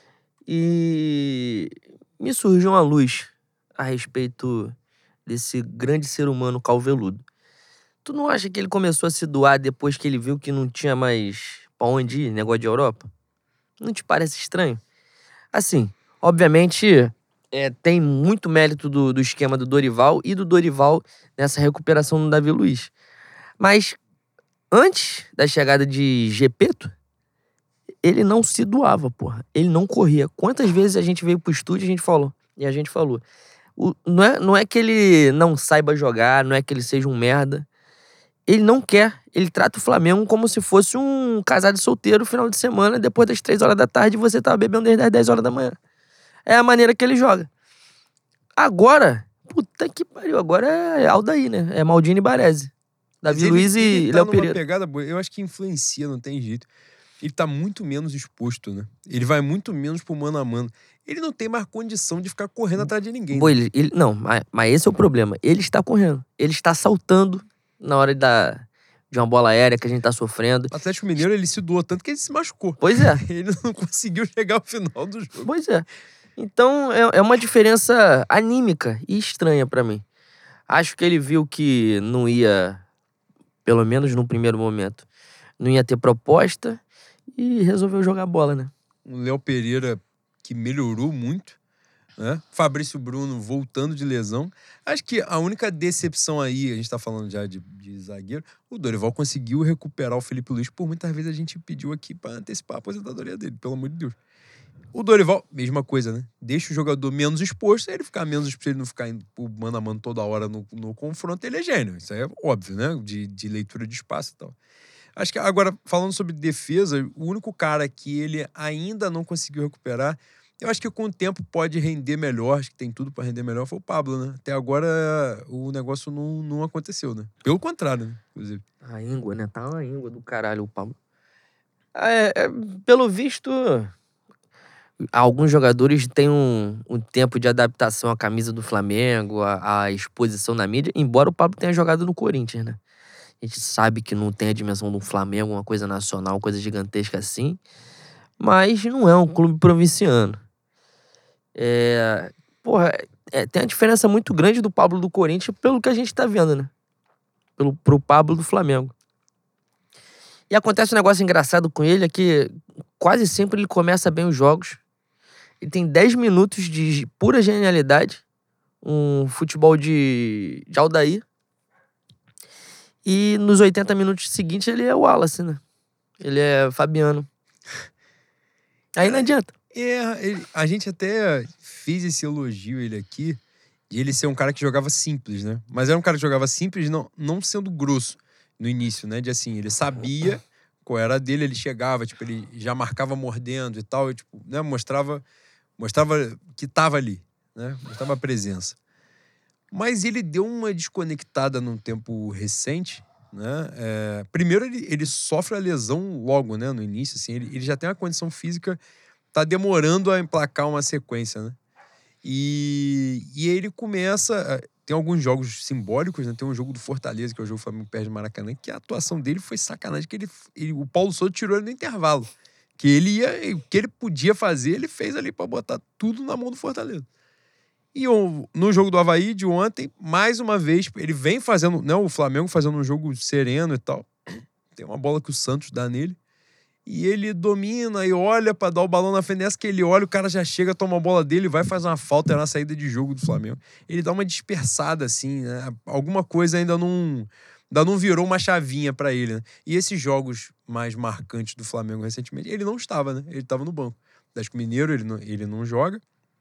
e me surgiu uma luz a respeito desse grande ser humano calveludo. Tu não acha que ele começou a se doar depois que ele viu que não tinha mais pra onde ir, negócio de Europa? Não te parece estranho? Assim, obviamente... É, tem muito mérito do, do esquema do Dorival e do Dorival nessa recuperação do Davi Luiz. Mas antes da chegada de Gepeto, ele não se doava, porra. Ele não corria. Quantas vezes a gente veio pro estúdio e a gente falou? E a gente falou. O, não, é, não é que ele não saiba jogar, não é que ele seja um merda. Ele não quer. Ele trata o Flamengo como se fosse um casado solteiro final de semana, depois das três horas da tarde, você tá bebendo desde as dez horas da manhã. É a maneira que ele joga. Agora, puta que pariu, agora é Aldair, né? É Maldini e Baresi. Davi Mas Luiz ele, e ele tá Léo numa Pereira. pegada boa. Eu acho que influencia, não tem jeito. Ele tá muito menos exposto, né? Ele vai muito menos pro mano a mano. Ele não tem mais condição de ficar correndo atrás de ninguém. Pô, né? ele, ele- não, mas, mas esse é o problema. Ele está correndo. Ele está saltando na hora da, de uma bola aérea que a gente tá sofrendo. O Atlético Mineiro, ele se doou tanto que ele se machucou. Pois é. Ele não conseguiu chegar ao final do jogo. Pois é. Então, é, é uma diferença anímica e estranha pra mim. Acho que ele viu que não ia, pelo menos no primeiro momento, não ia ter proposta e resolveu jogar bola, né? O Léo Pereira, que melhorou muito, né? Fabrício Bruno voltando de lesão. Acho que a única decepção aí, a gente tá falando já de, de zagueiro, o Dorival conseguiu recuperar o Felipe Luiz, por muitas vezes a gente pediu aqui pra antecipar a aposentadoria dele, pelo amor de Deus. O Dorival, mesma coisa, né? Deixa o jogador menos exposto, aí ele ficar menos exposto, ele não ficar indo pro mano a mano toda hora no, no confronto, ele é gênio. Isso aí é óbvio, né? De, de leitura de espaço e tal. Acho que agora, falando sobre defesa, o único cara que ele ainda não conseguiu recuperar, eu acho que com o tempo pode render melhor, acho que tem tudo pra render melhor, foi o Pablo, né? Até agora o negócio não, não aconteceu, né? Pelo contrário, né? Inclusive. A íngua, né? Tá uma íngua do caralho o Pablo. É, é, pelo visto, alguns jogadores têm um, um tempo de adaptação à camisa do Flamengo, à, à exposição na mídia, embora o Pablo tenha jogado no Corinthians, né? A gente sabe que não tem a dimensão do Flamengo, uma coisa nacional, coisa gigantesca assim, mas não é um clube provinciano. É, porra, é, tem uma diferença muito grande do Pablo do Corinthians pelo que a gente tá vendo, né? Pelo, pro Pablo do Flamengo. E acontece um negócio engraçado com ele, é que quase sempre ele começa bem os jogos. Ele tem dez minutos de pura genialidade, um futebol de, de Aldair. E nos oitenta minutos seguintes ele é o Wallace, né? Ele é Fabiano. Aí não adianta. É, ele- a gente até fez esse elogio ele aqui, de ele ser um cara que jogava simples, né? Mas era um cara que jogava simples, não, não sendo grosso no início, né? De assim, ele sabia qual era a dele, ele chegava, tipo, ele já marcava mordendo e tal, e, tipo, né? Mostrava, mostrava que tava ali, né? Mostrava a presença. Mas ele deu uma desconectada num tempo recente, né? É, primeiro, ele, ele sofre a lesão logo, né? No início, assim, ele, ele já tem uma condição física, tá demorando a emplacar uma sequência, né? E, e ele começa. Tem alguns jogos simbólicos, né? Tem um jogo do Fortaleza, que é o jogo do Flamengo perde do Maracanã, que a atuação dele foi sacanagem, que ele, ele, o Paulo Souto tirou ele no intervalo. Que ele ia. O que ele podia fazer, ele fez ali pra botar tudo na mão do Fortaleza. E o- no jogo do Avaí de ontem, mais uma vez, ele vem fazendo, né, o Flamengo fazendo um jogo sereno e tal. Tem uma bola que o Santos dá nele. E ele domina e olha pra dar o balão na frente. Nessa que ele olha, o cara já chega, toma a bola dele, vai fazer uma falta na saída de jogo do Flamengo. Ele dá uma dispersada, assim, né? Alguma coisa ainda não, ainda não virou uma chavinha pra ele, né? E esses jogos mais marcantes do Flamengo recentemente, ele não estava, né? Ele estava no banco. Atlético Mineiro, ele não, ele não joga.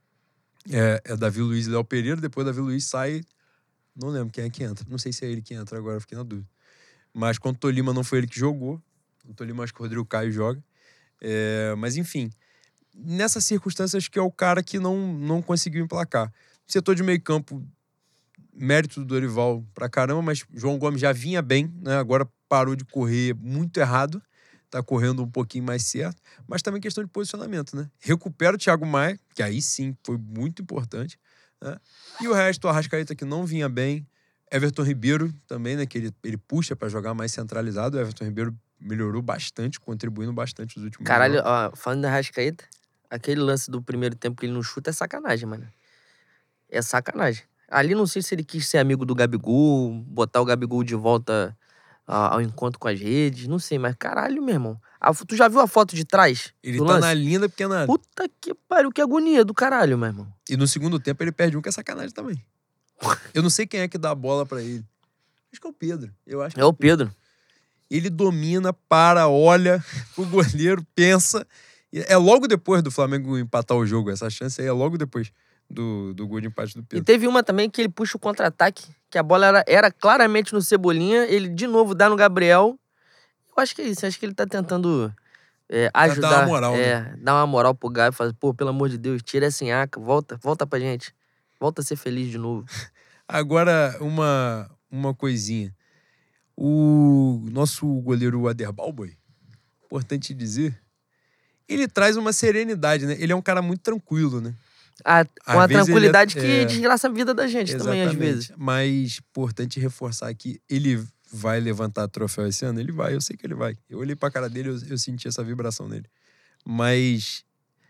É, é Davi Luiz e Léo Pereira. Depois Davi Luiz sai. Não lembro quem é que entra. Não sei se é ele que entra agora, fiquei na dúvida. Mas contra o Tolima não foi ele que jogou. O Tolima acho que o Rodrigo Caio joga. É, mas enfim, nessas circunstâncias que é o cara que não, não conseguiu emplacar. Setor de meio campo, mérito do Dorival pra caramba, mas João Gomes já vinha bem, né? Agora parou de correr muito errado. Tá correndo um pouquinho mais certo, mas também questão de posicionamento, né? Recupera o Thiago Maia, que aí sim foi muito importante, né? E o resto, o Arrascaeta que não vinha bem, Everton Ribeiro também, né? Que ele, ele puxa pra jogar mais centralizado. O Everton Ribeiro melhorou bastante, contribuindo bastante nos últimos Caralho, jogos. ó, falando da Rascaeta, aquele lance do primeiro tempo que ele não chuta é sacanagem, mano. É sacanagem. Ali não sei se ele quis ser amigo do Gabigol, botar o Gabigol de volta ah, ao encontro com as redes, não sei, mas caralho, meu irmão. A fo- tu já viu a foto de trás Ele do tá lance? na linda pequena área. Puta que pariu, que agonia do caralho, meu irmão. E no segundo tempo ele perde um que é sacanagem também. Eu não sei quem é que dá a bola pra ele. Acho que é o Pedro. Eu acho que É o Pedro. Ele domina, para, olha o goleiro, pensa. E é logo depois do Flamengo empatar o jogo. Essa chance aí é logo depois do, do gol de empate do E Pedro. teve uma também que ele puxa o contra-ataque, que a bola era, era claramente no Cebolinha, ele de novo dá no Gabriel. Eu acho que é isso, acho que ele tá tentando é, ajudar. dar uma moral, é, né? Dar uma moral pro Gabi, fazer, pô, pelo amor de Deus, tira essa nhaca, volta, volta pra gente. Volta a ser feliz de novo. Agora, uma, uma coisinha. O nosso goleiro Aderbal, boy, importante dizer, ele traz uma serenidade, né? Ele é um cara muito tranquilo, né? A, com Às a vezes ele tranquilidade é- que é- desgraça a vida da gente também, às vezes. Mas importante reforçar que ele vai levantar troféu esse ano? Ele vai, eu sei que ele vai. Eu olhei pra cara dele, eu, eu senti essa vibração nele. Mas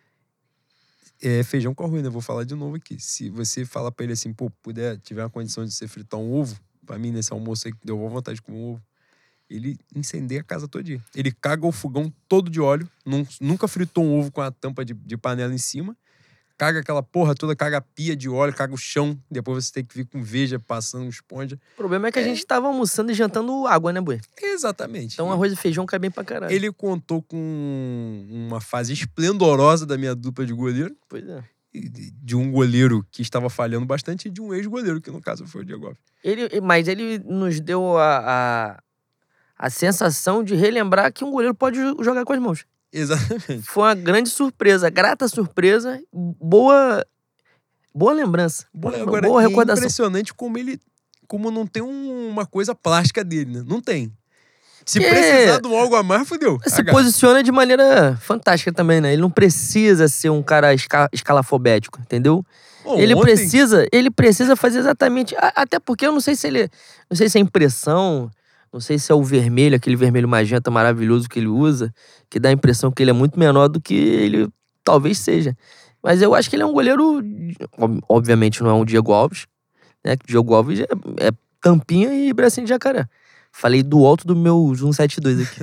é feijão com arroz, né? Vou falar de novo aqui. Se você falar pra ele assim, pô, puder, tiver uma condição de você fritar um ovo, pra mim, nesse almoço aí que deu boa vontade de comer um ovo, ele incendeia a casa todinha. Ele caga o fogão todo de óleo, num- nunca fritou um ovo com a tampa de, de panela em cima, caga aquela porra toda, caga a pia de óleo, caga o chão, depois você tem que vir com veja passando esponja. O problema é que É. a gente tava almoçando e jantando água, né, boi? Exatamente. Então arroz e feijão cai bem pra caralho. Ele contou com uma fase esplendorosa da minha dupla de goleiro, Pois é. e de de um goleiro que estava falhando bastante e de um ex-goleiro, que no caso foi o Diego Alves. Ele, mas ele nos deu a, a, a sensação de relembrar que um goleiro pode jo- jogar com as mãos. Exatamente. Foi uma grande surpresa, grata surpresa, boa, boa lembrança. Boa, Boa, agora, boa e é recordação. impressionante como ele como não tem um- uma coisa plástica dele, né? Não tem. Se Que- precisar de um algo a mais, fodeu. Se Agarra. posiciona de maneira fantástica também, né? Ele não precisa ser um cara esca escalafobético, entendeu? Bom, ele ontem- precisa, ele precisa fazer exatamente, a- até porque eu não sei se ele, não sei se é impressão, não sei se é o vermelho, aquele vermelho magenta maravilhoso que ele usa, que dá a impressão que ele é muito menor do que ele talvez seja. Mas eu acho que ele é um goleiro, ob- obviamente não é um Diego Alves, né? Que o Diego Alves é, é tampinha e bracinho de jacaré. Falei do alto do meu Zoom setenta e dois aqui.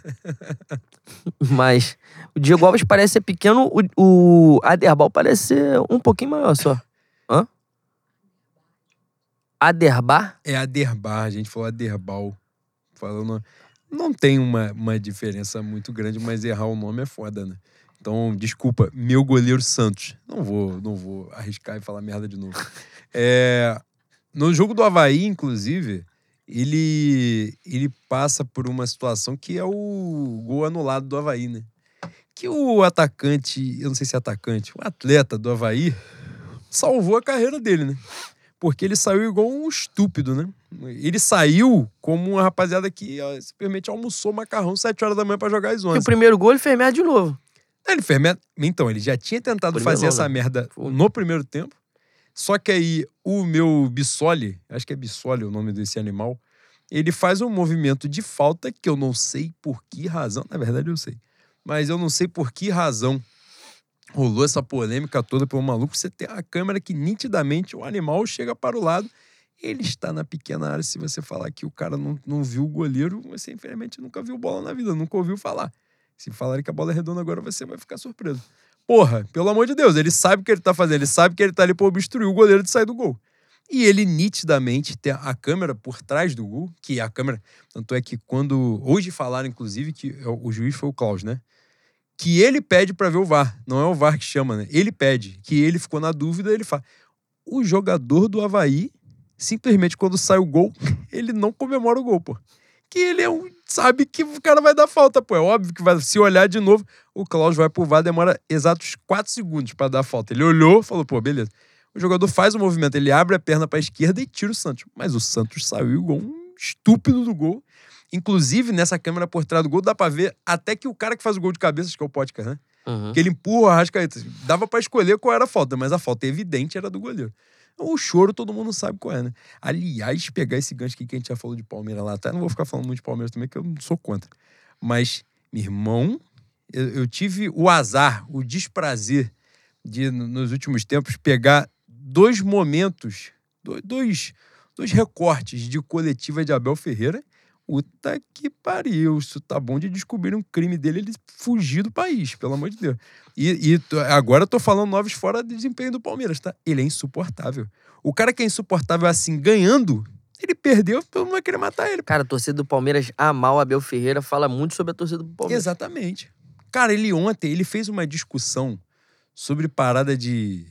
Mas o Diego Alves parece ser pequeno, o, o Aderbal parece ser um pouquinho maior só. Hã? Aderbar? É Aderbar, a gente falou Aderbal. Falando, não tem uma, uma diferença muito grande, mas errar o nome é foda, né? Então, desculpa, meu goleiro Santos. Não vou, não vou arriscar e falar merda de novo. É, no jogo do Avaí, inclusive, ele, ele passa por uma situação que é o gol anulado do Avaí, né? Que o atacante, eu não sei se é atacante, o atleta do Avaí salvou a carreira dele, né? Porque ele saiu igual um estúpido, né? Ele saiu como uma rapaziada que ó, simplesmente almoçou macarrão sete horas da manhã pra jogar às E onze. o primeiro gol ele fez merda de novo. Ele fez merda. Então, ele já tinha tentado Primeiro fazer não, essa né? merda Foi. no primeiro tempo. Só que aí o meu Bissoli, acho que é Bissoli o nome desse animal, ele faz um movimento de falta que eu não sei por que razão. Na verdade, eu sei. Mas eu não sei por que razão rolou essa polêmica toda pelo maluco. Você tem a câmera que nitidamente o animal chega para o lado. Ele está na pequena área. Se você falar que o cara não, não viu o goleiro, você infelizmente nunca viu bola na vida, nunca ouviu falar. Se falarem que a bola é redonda agora, você vai ficar surpreso. Porra, pelo amor de Deus, ele sabe o que ele tá fazendo, ele sabe que ele tá ali pra obstruir o goleiro de sair do gol. E ele nitidamente tem a câmera por trás do gol, que é a câmera. Tanto é que quando. Hoje falaram, inclusive, que o juiz foi o Klaus, né? Que ele pede pra ver o V A R. Não é o V A R que chama, né? Ele pede. Que ele ficou na dúvida, ele fala. O jogador do Avaí, simplesmente quando sai o gol, ele não comemora o gol, pô. Que ele é um. Sabe que o cara vai dar falta, pô. É óbvio que vai. Se olhar de novo, o Klaus vai pro V A R, demora exatos quatro segundos pra dar falta. Ele olhou, falou, pô, beleza. O jogador faz o movimento, ele abre a perna pra esquerda e tira o Santos. Mas o Santos saiu igual um estúpido do gol. Inclusive, nessa câmera por trás do gol, dá pra ver até que o cara que faz o gol de cabeça, acho que é o Potker, né? Uhum. Que ele empurra o Arrascaeta. Dava pra escolher qual era a falta, mas a falta evidente era do goleiro. O choro todo mundo sabe qual é, né? Aliás, pegar esse gancho aqui que a gente já falou de Palmeiras lá atrás, não vou ficar falando muito de Palmeiras também, que eu não sou contra. Mas, meu irmão, eu, eu tive o azar, o desprazer de, nos últimos tempos, pegar dois momentos, dois, dois, dois recortes de coletiva de Abel Ferreira. Puta que pariu, isso tá bom de descobrir um crime dele, ele fugir do país, pelo amor de Deus. E, e tô, agora eu tô falando noves fora de desempenho do Palmeiras, tá? Ele é insuportável. O cara que é insuportável assim, ganhando, ele perdeu, todo mundo vai querer matar ele. Cara, a torcida do Palmeiras ama o Abel Ferreira, fala muito sobre a torcida do Palmeiras. Exatamente. Cara, ele ontem, ele fez uma discussão sobre parada de...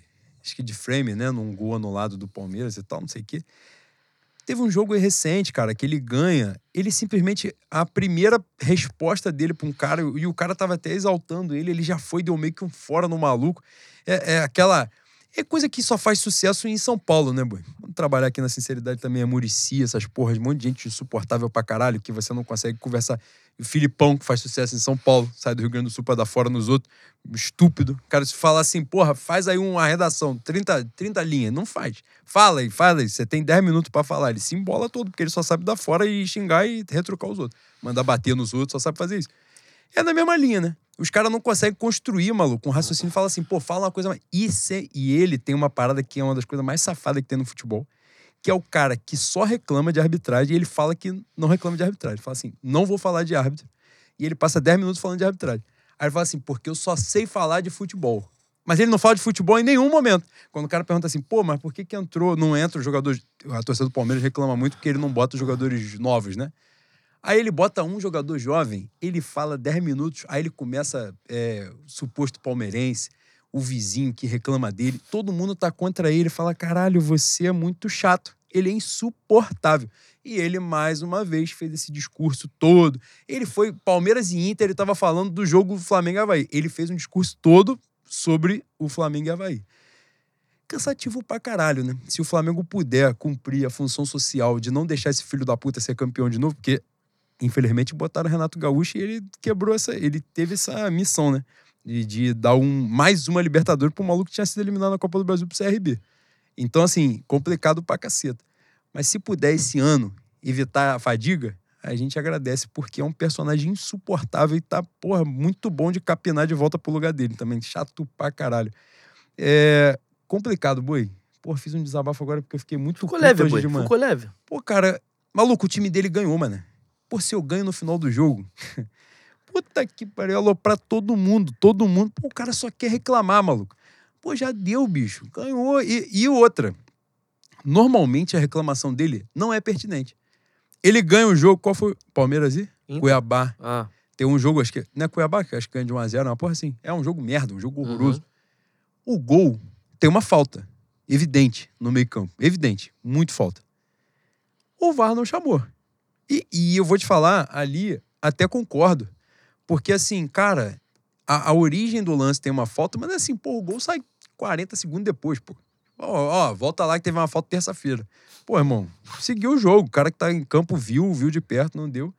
acho que de frame, né? Num gol anulado do Palmeiras e tal, não sei o quê. Teve um jogo recente, cara, que ele ganha. Ele simplesmente, a primeira resposta dele pra um cara, e o cara tava até exaltando ele, ele já foi, deu meio que um fora no maluco. É, é aquela... É coisa que só faz sucesso em São Paulo, né, boy? Vamos trabalhar aqui na sinceridade também, é Muricy, essas porras, um monte de gente insuportável pra caralho, que você não consegue conversar. O Filipão, que faz sucesso em São Paulo, sai do Rio Grande do Sul pra dar fora nos outros. Estúpido. O cara se falar assim, porra, faz aí uma redação, trinta, trinta linhas. Não faz. Fala aí, fala aí. Você tem dez minutos pra falar. Ele se embola todo, porque ele só sabe dar fora e xingar e retrucar os outros. Mandar bater nos outros, só sabe fazer isso. É na mesma linha, né? Os caras não conseguem construir, maluco, um raciocínio. Fala assim, pô, fala uma coisa mais... Isso é... E ele tem uma parada que é uma das coisas mais safadas que tem no futebol, que é o cara que só reclama de arbitragem e ele fala que não reclama de arbitragem. Ele fala assim, não vou falar de árbitro. E ele passa dez minutos falando de arbitragem. Aí ele fala assim, porque eu só sei falar de futebol. Mas ele não fala de futebol em nenhum momento. Quando o cara pergunta assim, pô, mas por que que entrou, não entra o jogador... A torcida do Palmeiras reclama muito porque ele não bota os jogadores novos, né? Aí ele bota um jogador jovem, ele fala dez minutos, aí ele começa, é, suposto palmeirense, o vizinho que reclama dele, todo mundo tá contra ele, fala, caralho, você é muito chato. Ele é insuportável. E ele, mais uma vez, fez esse discurso todo. Ele foi, Palmeiras e Inter, ele tava falando do jogo Flamengo e Avaí. Ele fez um discurso todo sobre o Flamengo e Avaí. Cansativo pra caralho, né? Se o Flamengo puder cumprir a função social de não deixar esse filho da puta ser campeão de novo, porque... Infelizmente, botaram o Renato Gaúcho e ele quebrou essa... Ele teve essa missão, né? De, de dar um, mais uma Libertadores pro maluco que tinha sido eliminado na Copa do Brasil pro C R B. Então, assim, complicado pra caceta. Mas se puder esse ano evitar a fadiga, a gente agradece, porque é um personagem insuportável e tá, porra, muito bom de capinar de volta pro lugar dele também. Chato pra caralho. É complicado, boi. Pô, fiz um desabafo agora porque eu fiquei muito... Ficou leve, boi. Ficou leve. Pô, cara, maluco, o time dele ganhou, mano. Pô, se eu ganho no final do jogo, puta que pariu, aloprar todo mundo, todo mundo. Pô, o cara só quer reclamar, maluco. Pô, já deu, bicho, ganhou. E, e outra, normalmente a reclamação dele não é pertinente. Ele ganha o jogo, qual foi? Palmeiras e? Inter. Cuiabá. Ah. Tem um jogo, acho que... Não é Cuiabá, que acho que ganha de um a zero, uma porra assim. É um jogo merda, um jogo horroroso. Uhum. O gol tem uma falta, evidente, no meio campo. Evidente, muito falta. O V A R não chamou. E, e eu vou te falar, ali, até concordo. Porque, assim, cara, a, a origem do lance tem uma falta, mas assim, pô, o gol sai quarenta segundos depois, pô. Ó, ó, volta lá que teve uma falta terça-feira. Pô, irmão, seguiu o jogo. O cara que tá em campo viu, viu de perto, não deu.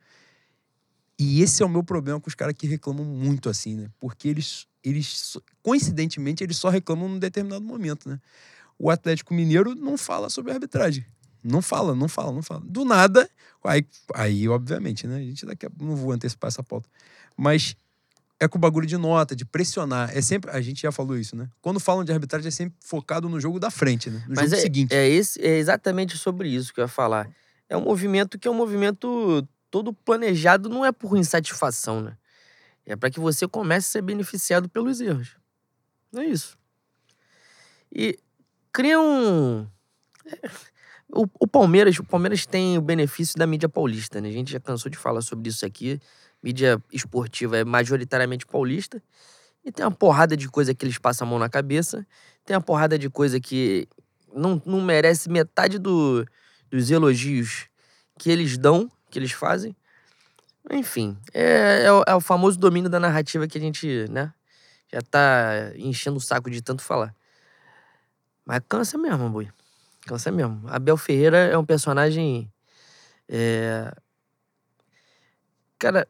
E esse é o meu problema com os caras que reclamam muito assim, né? Porque eles, eles, coincidentemente, eles só reclamam num determinado momento, né? O Atlético Mineiro não fala sobre arbitragem. Não fala, não fala, não fala. Do nada, aí, aí obviamente, né? A gente daqui a pouco, não vou antecipar essa pauta. Mas é com o bagulho de nota, de pressionar. É sempre, a gente já falou isso, né? Quando falam de arbitragem é sempre focado no jogo da frente, né? No Mas jogo é, seguinte. É, esse, é exatamente sobre isso que eu ia falar. É um movimento que é um movimento todo planejado, não é por insatisfação, né? É para que você comece a ser beneficiado pelos erros. É isso. E cria um... O, o Palmeiras, o Palmeiras tem o benefício da mídia paulista, né? A gente já cansou de falar sobre isso aqui. Mídia esportiva é majoritariamente paulista. E tem uma porrada de coisa que eles passam a mão na cabeça. Tem uma porrada de coisa que não, não merece metade do, dos elogios que eles dão, que eles fazem. Enfim, é, é, o, é o famoso domínio da narrativa que a gente, né, já tá enchendo o saco de tanto falar. Mas cansa mesmo, boi. Cansa mesmo. Abel Ferreira é um personagem... É... Cara...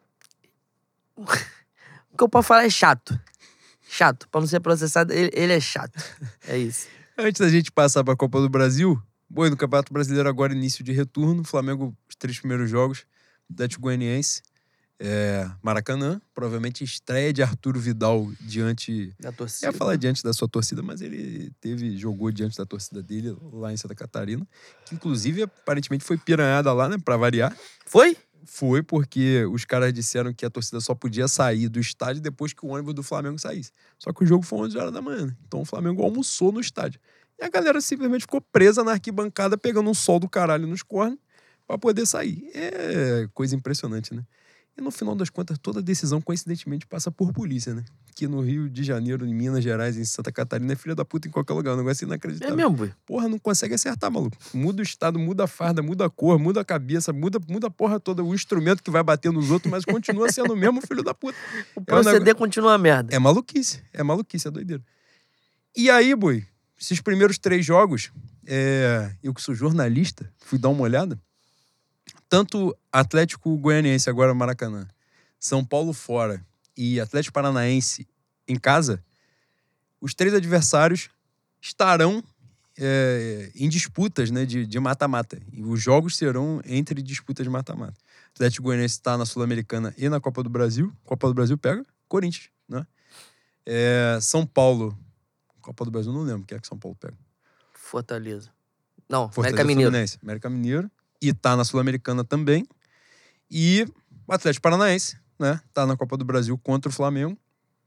O que eu posso falar é chato. Chato. Pra não ser processado, ele, ele é chato. É isso. Antes da gente passar pra Copa do Brasil, boi, no Campeonato Brasileiro agora, início de retorno. Flamengo, os três primeiros jogos. Atlético Goianiense. É, Maracanã, provavelmente estreia de Arturo Vidal diante... Da torcida. Eu ia falar diante da sua torcida, mas ele teve, jogou diante da torcida dele lá em Santa Catarina, que inclusive aparentemente foi piranhada lá, né, pra variar. Foi? Foi porque os caras disseram que a torcida só podia sair do estádio depois que o ônibus do Flamengo saísse. Só que o jogo foi onze horas da manhã, né? Então o Flamengo almoçou no estádio. E a galera simplesmente ficou presa na arquibancada, pegando um sol do caralho nos cornos pra poder sair. É coisa impressionante, né? E no final das contas, toda decisão, coincidentemente, passa por polícia, né? aqui no Rio de Janeiro, em Minas Gerais, em Santa Catarina, é filha da puta em qualquer lugar. Um negócio É inacreditável. mesmo, boi? Porra, não consegue acertar, maluco. Muda o estado, muda a farda, muda a cor, muda a cabeça, muda, muda a porra toda. O instrumento que vai bater nos outros, mas continua sendo o mesmo filho da puta. O É um proceder negócio- continua a merda. É maluquice. É maluquice, é doideira. E aí, boi, esses primeiros três jogos, é, eu que sou jornalista, fui dar uma olhada. Tanto Atlético Goianiense, agora Maracanã, São Paulo fora e Atlético Paranaense em casa, os três adversários estarão é, em disputas, né, de de mata-mata. E os jogos serão entre disputas de mata-mata. O Atlético Goianiense está na Sul-Americana e na Copa do Brasil. Copa do Brasil pega Corinthians, né? É, São Paulo, Copa do Brasil não lembro quem é que São Paulo pega. Fortaleza. Não, Fortaleza América Mineiro. Fluminense, América Mineiro. E tá na Sul-Americana também. E o Atlético Paranaense, né? Tá na Copa do Brasil contra o Flamengo.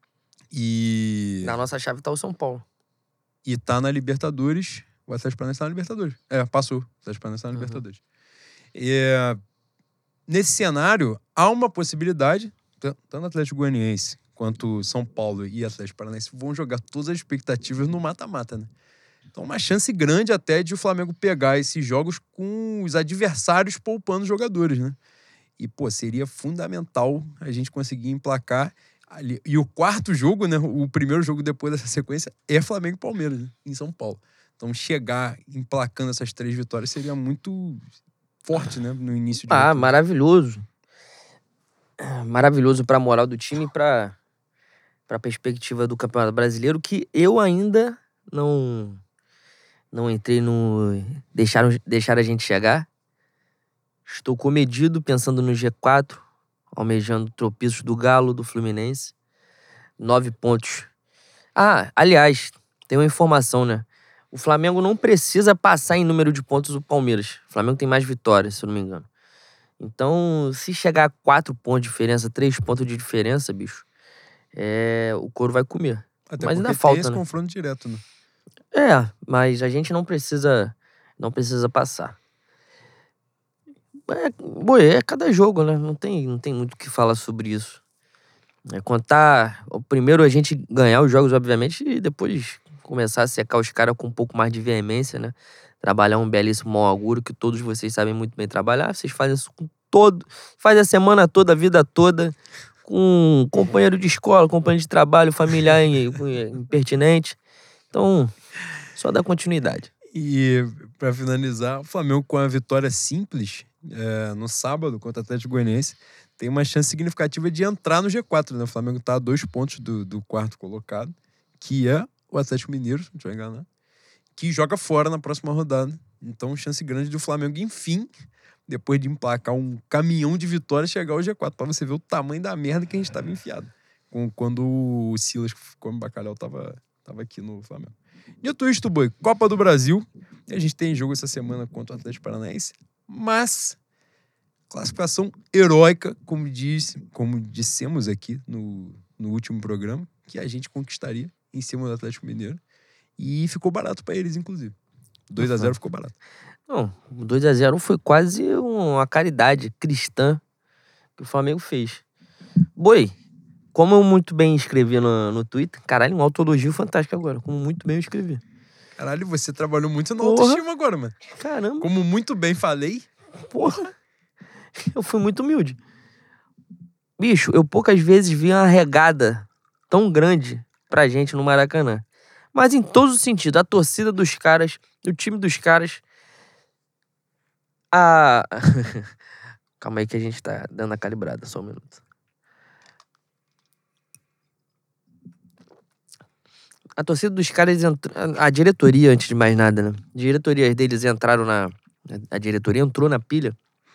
E... Na nossa chave tá o São Paulo. E tá na Libertadores. O Atlético Paranaense tá na Libertadores. É, passou. O Atlético Paranaense tá na Uhum. Libertadores. E, nesse cenário, há uma possibilidade, tanto o Atlético Goianiense quanto São Paulo e Atlético Paranaense vão jogar todas as expectativas no mata-mata, né? Então, uma chance grande até de o Flamengo pegar esses jogos com os adversários poupando jogadores, né? E, pô, seria fundamental a gente conseguir emplacar ali. E o quarto jogo, né? O primeiro jogo depois dessa sequência é Flamengo e Palmeiras, né? Em São Paulo. Então, chegar emplacando essas três vitórias seria muito forte, né? No início de Ah, retorno. maravilhoso. Maravilhoso pra moral do time e pra, pra perspectiva do Campeonato Brasileiro, que eu ainda não, não entrei no... Deixaram, deixaram a gente chegar. Estou comedido, pensando no G quatro, almejando tropeços do Galo, do Fluminense. Nove pontos. Ah, aliás, tem uma informação, né? O Flamengo não precisa passar em número de pontos o Palmeiras. O Flamengo tem mais vitórias, se eu não me engano. Então, se chegar a quatro pontos de diferença, três pontos de diferença, bicho, é... o couro vai comer. Até Mas porque ainda tem falta, esse né? confronto direto, né? É, mas a gente não precisa, não precisa passar. É, boi, é cada jogo, né? Não tem, não tem muito o que falar sobre isso. É contar... Primeiro a gente ganhar os jogos, obviamente, e depois começar a secar os caras com um pouco mais de veemência, né? Trabalhar um belíssimo mau agouro que todos vocês sabem muito bem trabalhar. Vocês fazem isso com todo... Fazem a semana toda, a vida toda, com companheiro de escola, companheiro de trabalho, familiar impertinente. Então, só dá continuidade. E, pra finalizar, o Flamengo com a vitória simples é, no sábado contra o Atlético Goianiense tem uma chance significativa de entrar no G quatro, né? O Flamengo tá a dois pontos do, do quarto colocado, que é o Atlético Mineiro, se não estiver enganado, que joga fora na próxima rodada. Então, chance grande do Flamengo, enfim, depois de emplacar um caminhão de vitórias, chegar ao G quatro, pra você ver o tamanho da merda que a gente tava enfiado. Com, quando o Silas, como bacalhau, tava, tava aqui no Flamengo. Dito isto, boi, Copa do Brasil. A gente tem jogo essa semana contra o Atlético Paranaense, mas classificação heróica, como, disse, como dissemos aqui no, no último programa, que a gente conquistaria em cima do Atlético Mineiro. E ficou barato pra eles, inclusive. dois a zero ficou barato. Não, o dois a zero foi quase uma caridade cristã que o Flamengo fez. Boi, como eu muito bem escrevi no, no Twitter, caralho, um autoelogio fantástico agora, como muito bem eu escrevi. Caralho, você trabalhou muito na Porra. autoestima agora, mano. Caramba, Como muito bem falei. porra, eu fui muito humilde. Bicho, eu poucas vezes vi uma regada tão grande pra gente no Maracanã. Mas em todos os sentidos, a torcida dos caras, o time dos caras, a... Calma aí que a gente tá dando a calibrada, só um minuto. A torcida dos caras, entr... a diretoria, antes de mais nada, né? A diretoria deles entraram na... A diretoria entrou na pilha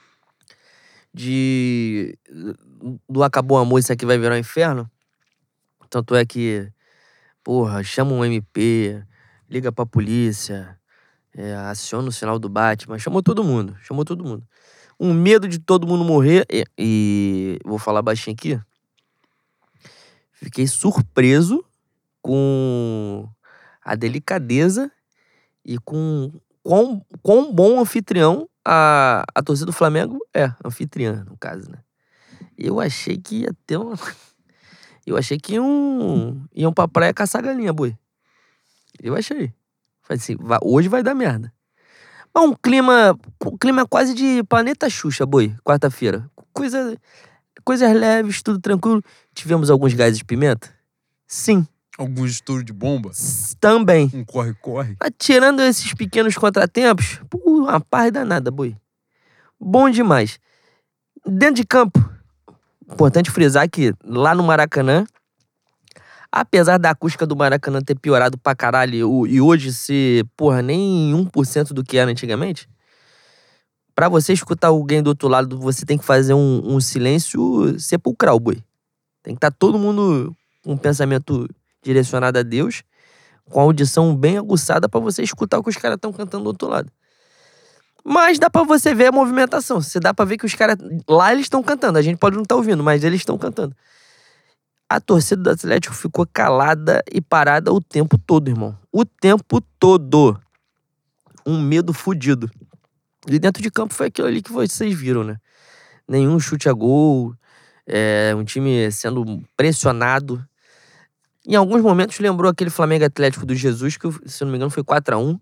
de... do acabou amor, isso aqui vai virar um inferno. Tanto é que, porra, chama um M P, liga pra polícia, é, aciona o sinal do Batman, chamou todo mundo, chamou todo mundo. Um medo de todo mundo morrer e, e vou falar baixinho aqui, fiquei surpreso com a delicadeza e com quão, quão bom anfitrião a, a torcida do Flamengo é, anfitriã, no caso, né? Eu achei que ia ter uma... Eu achei que iam, iam pra praia caçar galinha, boi. Eu achei. Falei assim, vai- hoje vai dar merda. Mas um clima, um clima quase de planeta Xuxa, boi, quarta-feira. Coisa, coisas leves, tudo tranquilo. Tivemos alguns gases de pimenta? Sim. Alguns estouros de bomba? S- Também. Um corre-corre? Mas tirando esses pequenos contratempos, pô, uma paz danada, boi. Bom demais. Dentro de campo, importante frisar que lá no Maracanã, apesar da acústica do Maracanã ter piorado pra caralho o- e hoje ser, porra, nem um por cento do que era antigamente, pra você escutar alguém do outro lado, você tem que fazer um, um silêncio sepulcral, boi. Tem que estar todo mundo com um pensamento direcionado a Deus, com a audição bem aguçada pra você escutar o que os caras estão cantando do outro lado. Mas dá pra você ver a movimentação. Você dá pra ver que os caras lá eles estão cantando. A gente pode não estar ouvindo, mas eles estão cantando. A torcida do Atlético ficou calada e parada o tempo todo, irmão. O tempo todo. Um medo fudido. E dentro de campo foi aquilo ali que vocês viram, né? Nenhum chute a gol. É, um time sendo pressionado. Em alguns momentos lembrou aquele Flamengo Atlético do Jesus, que, se eu não me engano, foi quatro a um.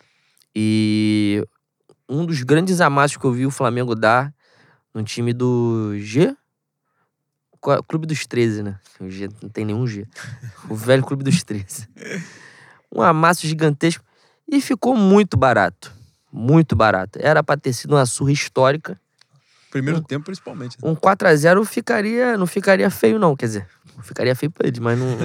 E um dos grandes amassos que eu vi o Flamengo dar no time do G? Qual- Clube dos treze, né? O G não tem nenhum G. O velho Clube dos treze. Um amasso gigantesco. E ficou muito barato. Muito barato. Era pra ter sido uma surra histórica. Primeiro Um- tempo, principalmente. Né? Um quatro a zero ficaria, não ficaria feio, não. Quer dizer, ficaria feio pra eles, mas não.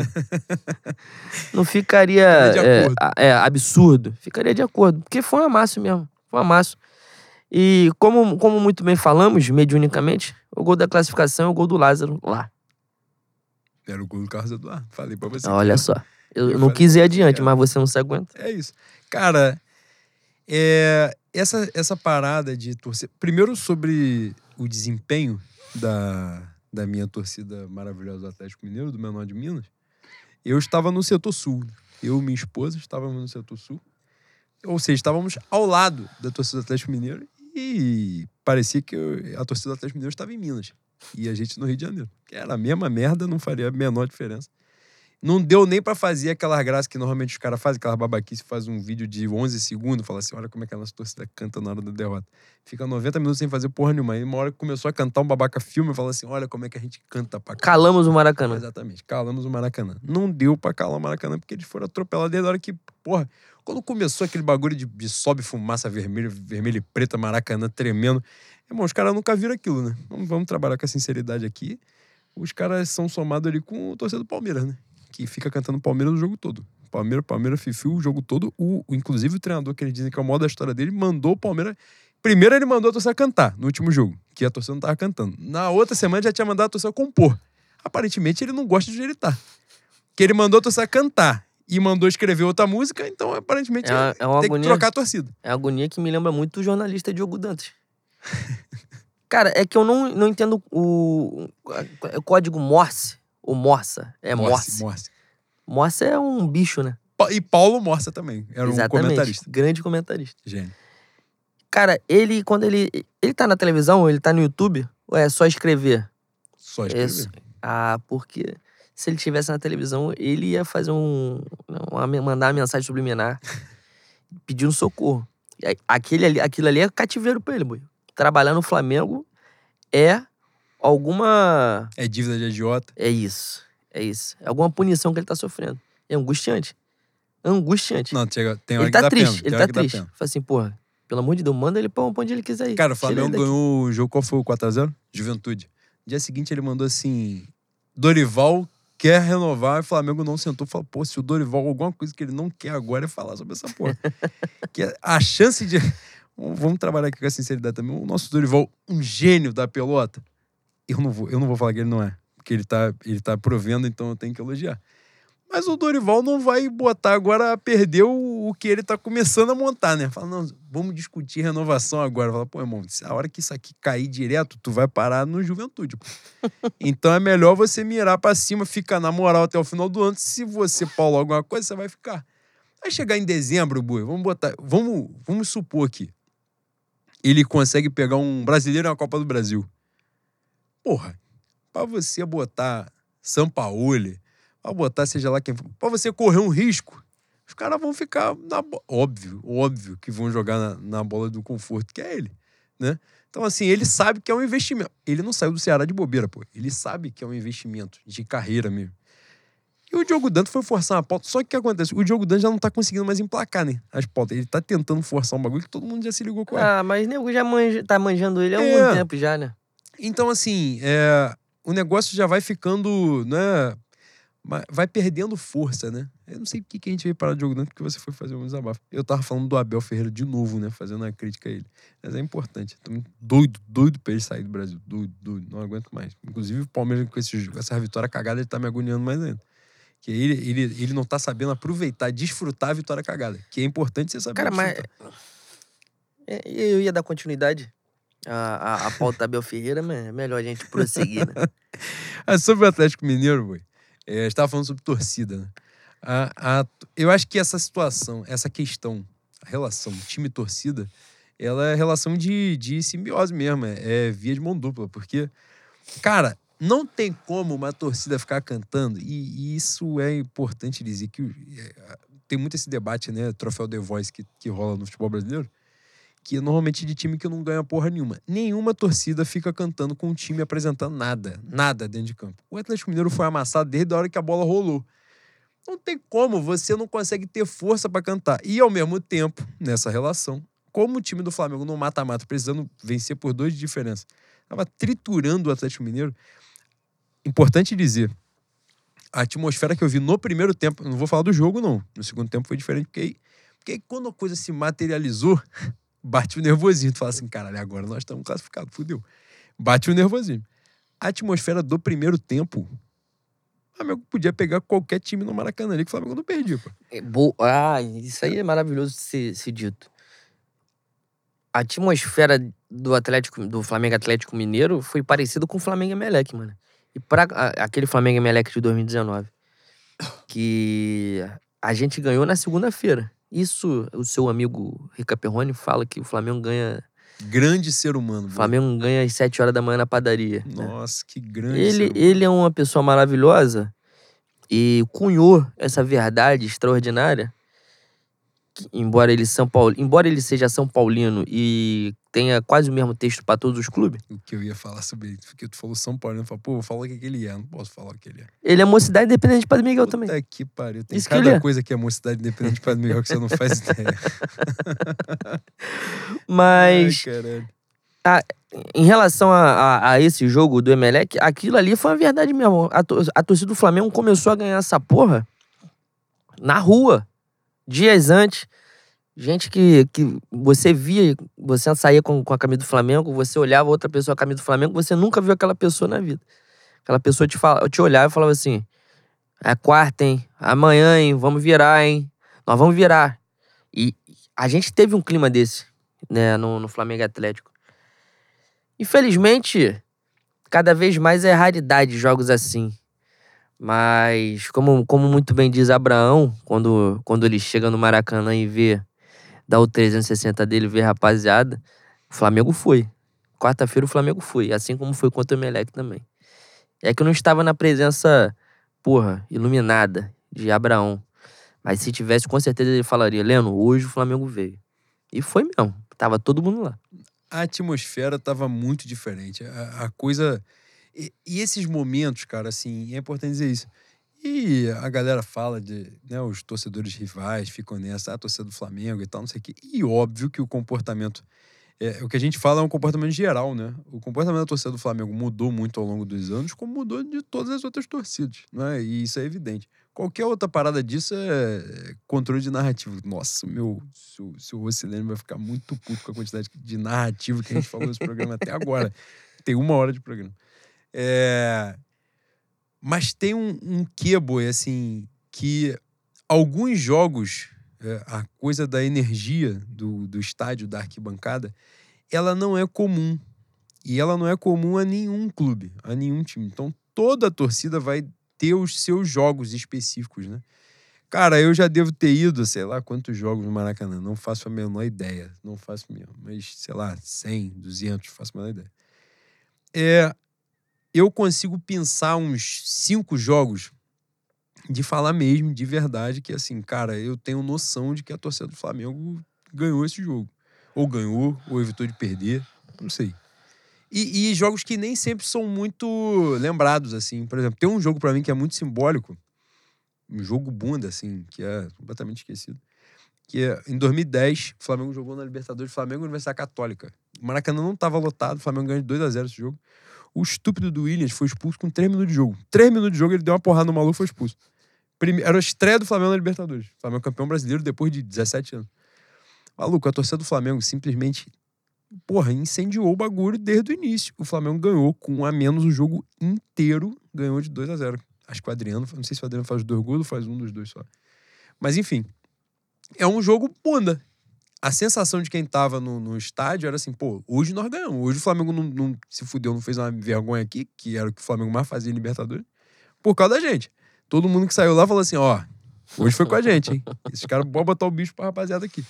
Não ficaria Ficaria de é, acordo. a- é, absurdo. Ficaria de acordo. Porque foi um amasso mesmo. Foi um amasso. E como, como muito bem falamos, mediunicamente, o gol da classificação é o gol do Lázaro lá. Era o gol do Carlos Eduardo. Falei pra você. Olha que só. Eu, Eu não falei quis ir pra você adiante, que era. mas você não se aguenta. É isso. Cara, é, essa, essa parada de torcer... Primeiro sobre o desempenho da, da minha torcida maravilhosa do Atlético Mineiro, do Menor de Minas. Eu estava no setor sul. Eu e minha esposa estávamos no setor sul. Ou seja, estávamos ao lado da torcida do Atlético Mineiro e parecia que eu- a torcida do Atlético Mineiro estava em Minas. E a gente no Rio de Janeiro. Que era a mesma merda, não faria a menor diferença. Não deu nem pra fazer aquelas graças que normalmente os caras fazem, aquelas babaquice, faz um vídeo de onze segundos, fala assim, olha como é que a nossa torcida canta na hora da derrota. Fica noventa minutos sem fazer porra nenhuma. Aí uma hora que começou a cantar um babaca filme, fala assim, olha como é que a gente canta pra caralho. Calamos o Maracanã. Exatamente, calamos o Maracanã. Não deu pra calar o Maracanã, porque eles foram atropelados desde a hora que, porra, quando começou aquele bagulho de, de sobe fumaça vermelha, vermelha e preta, Maracanã tremendo. Irmão, os caras nunca viram aquilo, né? Vamos, vamos trabalhar com a sinceridade aqui. Os caras são somados ali com o torcedor do Palmeiras, né? Que fica cantando Palmeiras o jogo todo. Palmeiras, Palmeiras, Fifi, o jogo todo. O, o, inclusive o treinador, que eles dizem que é o maior da história dele, mandou o Palmeiras... Primeiro ele mandou a torcida cantar, no último jogo, que a torcida não tava cantando. Na outra semana já tinha mandado a torcida compor. Aparentemente ele não gosta de onde ele tá. Que ele mandou a torcida cantar e mandou escrever outra música, então aparentemente É uma- é uma tem que agonia. trocar a torcida. É uma agonia que me lembra muito o jornalista Diogo Dantas. Cara, é que eu não, não entendo o, o código Morse. Ou Morsa. É Morse. Morse. Morse é um bicho, né? Pa- E Paulo Morsa também, era um Exatamente. comentarista. Grande comentarista. Gênio. Cara, ele, quando ele... Ele tá na televisão, ele tá no YouTube, ou é só escrever? Só escrever. Isso. Ah, porque se ele estivesse na televisão, ele ia fazer um... Uma, mandar uma mensagem subliminar pedindo socorro. E aí, Aquele ali, aquilo ali é cativeiro pra ele, boy. Trabalhar no Flamengo é alguma... É dívida de agiota. É isso. É isso. É alguma punição que ele tá sofrendo. É angustiante. Angustiante. Não, chega, tem hora Ele que tá dá triste. pena. Ele tem tá hora que dá triste. pena. Fala assim, porra, pelo amor de Deus, manda ele pra onde ele quiser ir. Cara, o Tira ele Flamengo daqui. ganhou o jogo, qual foi o quatro a zero? Juventude. No dia seguinte ele mandou assim, Dorival quer renovar, e o Flamengo não sentou e falou, pô, se o Dorival, alguma coisa que ele não quer agora é falar sobre essa porra. Que a chance de... Vamos trabalhar aqui com a sinceridade também. O nosso Dorival, um gênio da pelota, eu não vou, eu não vou falar que ele não é, porque ele tá, ele tá provendo, então eu tenho que elogiar. Mas o Dorival não vai botar agora a perder o, o que ele tá começando a montar, né? Fala, não, vamos discutir renovação agora. Fala, pô, irmão, a hora que isso aqui cair direto, tu vai parar no Juventude. Pô. Então é melhor você mirar pra cima, ficar na moral até o final do ano. Se você paular alguma coisa, você vai ficar. Vai chegar em dezembro, Bui, vamos botar... Vamos, vamos supor aqui. Ele consegue pegar um brasileiro na Copa do Brasil. Porra, pra você botar Sampaoli, pra botar seja lá quem for, pra você correr um risco, os caras vão ficar na bola. Óbvio, óbvio que vão jogar na, na bola do conforto, que é ele, né? Então, assim, ele sabe que é um investimento. Ele não saiu do Ceará de bobeira, pô. Ele sabe que é um investimento de carreira mesmo. E o Diogo Dantas foi forçar uma pauta. Só que o que acontece? O Diogo Dantas já não tá conseguindo mais emplacar, né? As pautas. Ele tá tentando forçar um bagulho que todo mundo já se ligou com ele. Ah, mas nego já manja, tá manjando ele há É. algum tempo já, né? Então, assim, é, o negócio já vai ficando, né? Vai perdendo força, né? Eu não sei por que a gente veio parar de Diogo Dantas, porque você foi fazer um desabafo. Eu tava falando do Abel Ferreira de novo, né? Fazendo uma crítica a ele. Mas é importante. Tô doido, doido pra ele sair do Brasil. Doido, doido. Não aguento mais. Inclusive, o Palmeiras, com, esse, com essa vitória cagada, ele tá me agoniando mais ainda. Que ele, ele, ele não tá sabendo aproveitar, desfrutar a vitória cagada. Que é importante você saber Cara, mas desfrutar. é, eu ia dar continuidade à, à, à pauta Abel Ferreira, mas é melhor a gente prosseguir, né? Ah, sobre o Atlético Mineiro, boy, é, a gente tava falando sobre torcida, né? A, a, eu acho que essa situação, essa questão, a relação time-torcida, ela é relação de, de simbiose mesmo, é, é via de mão dupla, porque, cara, não tem como uma torcida ficar cantando, e, e isso é importante dizer, que é, tem muito esse debate, né, troféu The Voice que, que rola no futebol brasileiro, que é normalmente de time que não ganha porra nenhuma. Nenhuma torcida fica cantando com o time apresentando nada, nada dentro de campo. O Atlético Mineiro foi amassado desde a hora que a bola rolou. Não tem como, você não consegue ter força pra cantar. E, ao mesmo tempo, nessa relação, como o time do Flamengo no mata-mata, precisando vencer por dois de diferença, tava triturando o Atlético Mineiro. Importante dizer, a atmosfera que eu vi no primeiro tempo, eu não vou falar do jogo, não. No segundo tempo foi diferente, porque aí, porque aí quando a coisa se materializou, bate o nervosismo. Tu fala assim, caralho, agora nós estamos classificados, fudeu. Bate o nervosismo. A atmosfera do primeiro tempo, o Flamengo podia pegar qualquer time no Maracanã ali, que o Flamengo não perdia, pô. É bo... Ah, isso aí é maravilhoso de ser, ser dito. A atmosfera do Atlético, do Flamengo Atlético Mineiro foi parecido com o Flamengo Emelec, mano. E pra a, aquele Flamengo Emelec de dois mil e dezenove, que a gente ganhou na segunda-feira. Isso, o seu amigo Rica Perrone fala que o Flamengo ganha... Grande ser humano. O Flamengo ganha às sete horas da manhã na padaria. Nossa, né? que grande Ele, ser humano. ele é uma pessoa maravilhosa e cunhou essa verdade extraordinária. Que, embora ele São Paulo, embora ele seja São Paulino e tenha quase o mesmo texto para todos os clubes, O que eu ia falar sobre ele, porque tu falou São Paulo, eu falei, pô, vou falar o que, que ele é, não posso falar o que ele é. ele é Mocidade Independente de Padre Miguel Puta também. que pariu, tem Isso que cada ele é. coisa que é Mocidade Independente de Padre Miguel que você não faz ideia. Mas Ai, caralho. a, em relação a, a, a esse jogo do Emelec, aquilo ali foi uma verdade mesmo. A, to, a torcida do Flamengo começou a ganhar essa porra na rua, dias antes. Gente que, que você via, você saía com, com a camisa do Flamengo, você olhava outra pessoa com a camisa do Flamengo, você nunca viu aquela pessoa na vida. Aquela pessoa te, fala, te olhava e falava assim, é quarta, hein? Amanhã, hein? Vamos virar, hein? Nós vamos virar. E a gente teve um clima desse, né, no, no Flamengo Atlético. Infelizmente, cada vez mais é raridade jogos assim. Mas, como, como muito bem diz Abraão, quando, quando ele chega no Maracanã e vê, dá o trezentos e sessenta dele, vê a rapaziada, o Flamengo foi. Quarta-feira o Flamengo foi, assim como foi contra o Emelec também. É que eu não estava na presença, porra, iluminada de Abraão. Mas se tivesse, com certeza ele falaria, Leno, hoje o Flamengo veio. E foi mesmo, tava todo mundo lá. A atmosfera tava muito diferente. A, a coisa... E, e esses momentos, cara, assim, é importante dizer isso. E a galera fala de, né, os torcedores rivais ficam nessa, a torcida do Flamengo e tal, não sei o quê. E óbvio que o comportamento... É, o que a gente fala é um comportamento geral, né? O comportamento da torcida do Flamengo mudou muito ao longo dos anos, como mudou de todas as outras torcidas, né? E isso é evidente. Qualquer outra parada disso é controle de narrativa. Nossa, o meu, se o, se o Rossilene vai ficar muito puto com a quantidade de narrativa que a gente falou nesse programa até agora. Tem uma hora de programa. É... Mas tem um, um quê, boi, assim, que alguns jogos, é, a coisa da energia do, do estádio, da arquibancada, ela não é comum. E ela não é comum a nenhum clube, a nenhum time. Então, toda a torcida vai ter os seus jogos específicos, né? Cara, eu já devo ter ido, sei lá, quantos jogos no Maracanã. Não faço a menor ideia. Não faço mesmo. Mas, sei lá, cem, duzentos, faço a menor ideia. É... eu consigo pensar uns cinco jogos de falar mesmo, de verdade, que assim, cara, eu tenho noção de que a torcida do Flamengo ganhou esse jogo. Ou ganhou, ou evitou de perder, não sei. E, e jogos que nem sempre são muito lembrados, assim. Por exemplo, tem um jogo pra mim que é muito simbólico, um jogo bunda, assim, que é completamente esquecido, que é, em dois mil e dez, o Flamengo jogou na Libertadores, Flamengo e Universidade Católica. O Maracanã não tava lotado, o Flamengo ganhou de dois a zero esse jogo. O estúpido do Williams foi expulso com três minutos de jogo. três minutos de jogo, ele deu uma porrada no maluco e foi expulso. Prime... Era a estreia do Flamengo na Libertadores. O Flamengo campeão brasileiro depois de dezessete anos. Maluco, a torcida do Flamengo simplesmente, porra, incendiou o bagulho desde o início. O Flamengo ganhou com um a menos o jogo inteiro, ganhou de dois a zero. Acho que o Adriano, não sei se o Adriano faz dois gols ou faz um dos dois só. Mas enfim, é um jogo bunda. A sensação de quem tava no, no estádio era assim, pô, hoje nós ganhamos. Hoje o Flamengo não, não se fudeu, não fez uma vergonha aqui, que era o que o Flamengo mais fazia em Libertadores, por causa da gente. Todo mundo que saiu lá falou assim, ó, hoje foi com a gente, hein? Esses caras vão botar o bicho pra rapaziada aqui.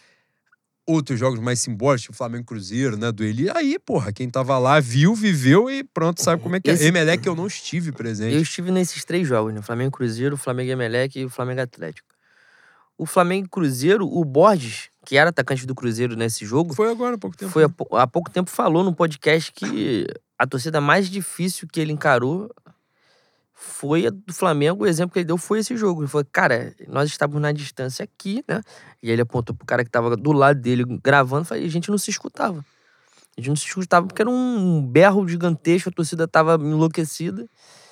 Outros jogos mais simbólicos, tipo Flamengo Cruzeiro, né, do Eli. Aí, porra, quem tava lá viu, viveu e pronto, sabe como é que Esse... é. Emelec eu não estive presente. Eu estive nesses três jogos, né? Flamengo Cruzeiro, Flamengo Emelec e o Flamengo Atlético. O Flamengo Cruzeiro, o Borges, que era atacante do Cruzeiro nesse jogo... Foi agora, há pouco tempo. Foi há, há pouco tempo falou no podcast que a torcida mais difícil que ele encarou foi a do Flamengo. O exemplo que ele deu foi esse jogo. Ele falou, cara, nós estávamos na distância aqui, né? E ele apontou pro cara que tava do lado dele gravando e a gente não se escutava. A gente não se escutava porque era um berro gigantesco, a torcida tava enlouquecida.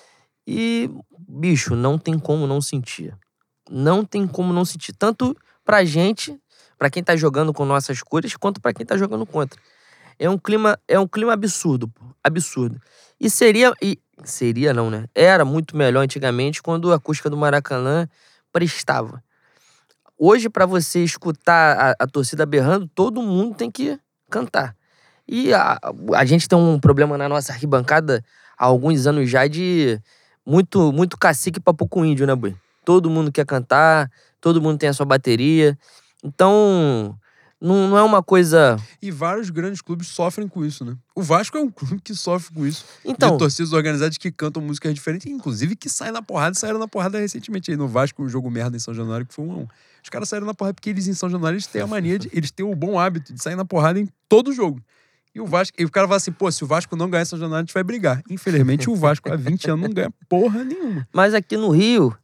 E, bicho, não tem como não sentir. Não tem como não sentir. Tanto pra gente, pra quem tá jogando com nossas cores, quanto pra quem tá jogando contra. É um clima, é um clima absurdo, pô. Absurdo. E seria... E, seria não, né? Era muito melhor antigamente quando a acústica do Maracanã prestava. Hoje, pra você escutar a, a torcida berrando, todo mundo tem que cantar. E a, a gente tem um problema na nossa arquibancada há alguns anos já de muito, muito cacique pra pouco índio, né, boi? Todo mundo quer cantar, todo mundo tem a sua bateria. Então, não, não é uma coisa... E vários grandes clubes sofrem com isso, né? O Vasco é um clube que sofre com isso. Então, de torcidas organizadas que cantam músicas diferentes, inclusive que saem na porrada, saíram na porrada recentemente aí no Vasco, um jogo merda em São Januário, que foi um a um. Os caras saíram na porrada porque eles em São Januário, eles têm a mania de... Eles têm o bom hábito de sair na porrada em todo jogo. E o Vasco... E o cara fala assim, pô, se o Vasco não ganhar em São Januário, a gente vai brigar. Infelizmente, o Vasco há vinte anos não ganha porra nenhuma. Mas aqui no Rio,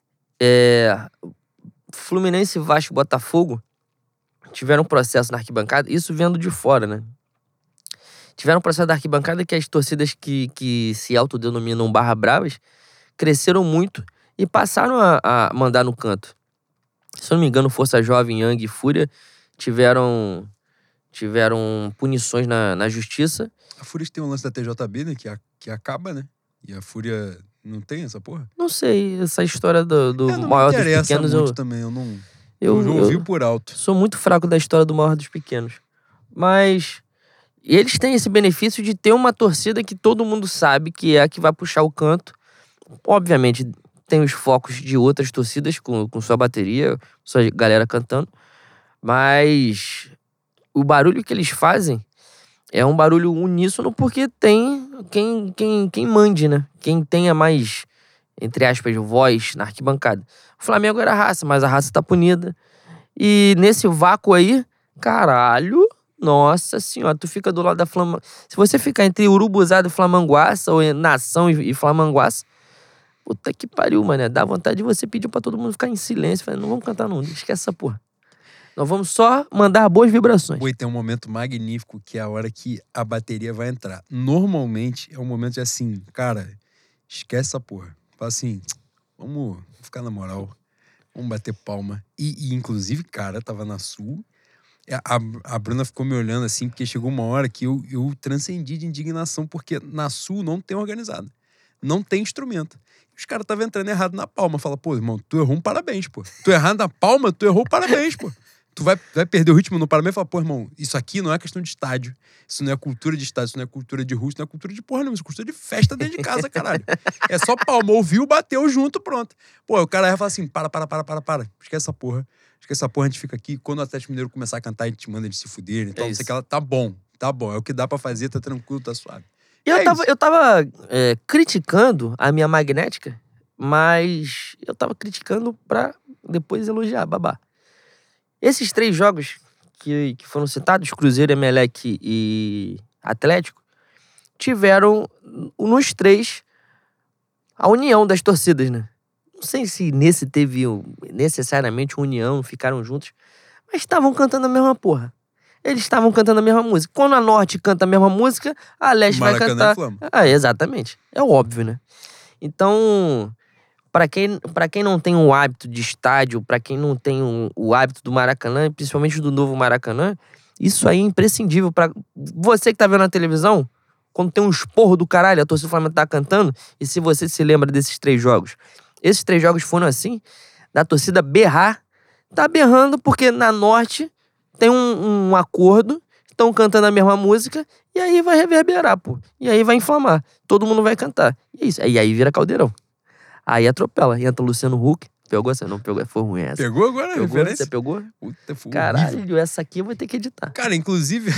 é... Fluminense, Vasco e Botafogo tiveram um processo na arquibancada, isso vendo de fora, né? Tiveram um processo da arquibancada que as torcidas que, que se autodenominam barra bravas cresceram muito e passaram a, a mandar no canto. Se eu não me engano, Força Jovem, Yang e Fúria tiveram, tiveram punições na, na justiça. A Fúria tem um lance da T J B, né? Que, a, que acaba, né? E a Fúria não tem essa porra? Não sei, essa história do, do é, não maior me dos pequenos... muito eu também, eu não... Eu, eu ouvi por alto. Sou muito fraco da história do maior dos pequenos. Mas eles têm esse benefício de ter uma torcida que todo mundo sabe que é a que vai puxar o canto. Obviamente, tem os focos de outras torcidas com, com sua bateria, sua galera cantando. Mas o barulho que eles fazem é um barulho uníssono porque tem quem, quem, quem mande, né? Quem tenha mais, entre aspas, voz na arquibancada. O Flamengo era raça, mas a raça tá punida. E nesse vácuo aí, caralho, nossa senhora, tu fica do lado da Flamanguaça. Se você ficar entre Urubuzada e Flamanguaça, ou Nação e Flamanguaça, puta que pariu, mano. Dá vontade de você pedir pra todo mundo ficar em silêncio. Falei, não vamos cantar não, esquece essa porra. Nós vamos só mandar boas vibrações. Oi, tem um momento magnífico que é a hora que a bateria vai entrar. Normalmente é um momento de assim, cara, esquece essa porra. Fala assim, vamos ficar na moral, vamos bater palma. E, e inclusive, cara, tava na Sul, a, a Bruna ficou me olhando assim, porque chegou uma hora que eu, eu transcendi de indignação, porque na Sul não tem organizado, não tem instrumento. Os caras estavam entrando errado na palma. Fala, pô, irmão, tu errou um parabéns, pô. Tu errado na palma, tu errou parabéns, pô. Tu vai, vai perder o ritmo no parabéns e fala, pô, irmão, isso aqui não é questão de estádio. Isso não é cultura de estádio, isso não é cultura de rua, isso não é cultura de porra nenhuma. Isso é cultura de festa dentro de casa, caralho. É só palma, ouviu, bateu junto, pronto. Pô, o cara vai falar assim, para, para, para, para, para. Esquece essa porra. Esquece essa porra, a gente fica aqui. Quando o Atlético Mineiro começar a cantar, a gente manda eles se fuderem. Então, É não sei isso. que ela tá bom, tá bom. É o que dá pra fazer, tá tranquilo, tá suave. E eu É tava, isso. eu tava é, criticando a minha magnética, mas eu tava criticando pra depois elogiar, babá. Esses três jogos que, que foram citados, Cruzeiro, Emelec e Atlético, tiveram nos três a união das torcidas, né? Não sei se nesse teve necessariamente união, ficaram juntos, mas estavam cantando a mesma porra. Eles estavam cantando a mesma música. Quando a Norte canta a mesma música, a Leste vai Maracanã cantar. inflama. Ah, exatamente. É óbvio, né? Então, pra quem, pra quem não tem o hábito de estádio, pra quem não tem o, o hábito do Maracanã, principalmente do novo Maracanã, isso aí é imprescindível. Pra você que tá vendo na televisão, quando tem um esporro do caralho, a torcida do Flamengo tá cantando, e se você se lembra desses três jogos. Esses três jogos foram assim, da torcida berrar. Tá berrando porque na Norte tem um, um acordo, estão cantando a mesma música, e aí vai reverberar, pô. E aí vai inflamar. Todo mundo vai cantar. E é isso. E aí vira caldeirão. Aí atropela. Entra o Luciano Huck. Pegou essa? Não pegou. Foi ruim essa. Pegou agora a Pegou? referência? Você pegou? Puta, foi Caralho, horrível. essa aqui eu vou ter que editar. Cara, inclusive...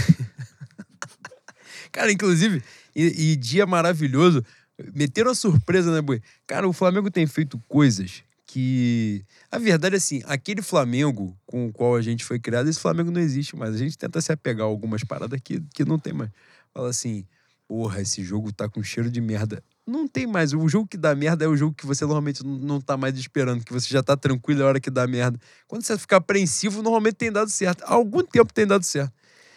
Cara, inclusive, e, e dia maravilhoso, meteram a surpresa, né, boi? Cara, o Flamengo tem feito coisas que... A verdade é assim, aquele Flamengo com o qual a gente foi criado, esse Flamengo não existe mais. A gente tenta se apegar a algumas paradas que, que não tem mais. Fala assim, porra, esse jogo tá com cheiro de merda. Não tem mais. O jogo que dá merda é o jogo que você normalmente não tá mais esperando, que você já tá tranquilo na hora que dá merda. Quando você fica apreensivo, normalmente tem dado certo. Há algum tempo tem dado certo.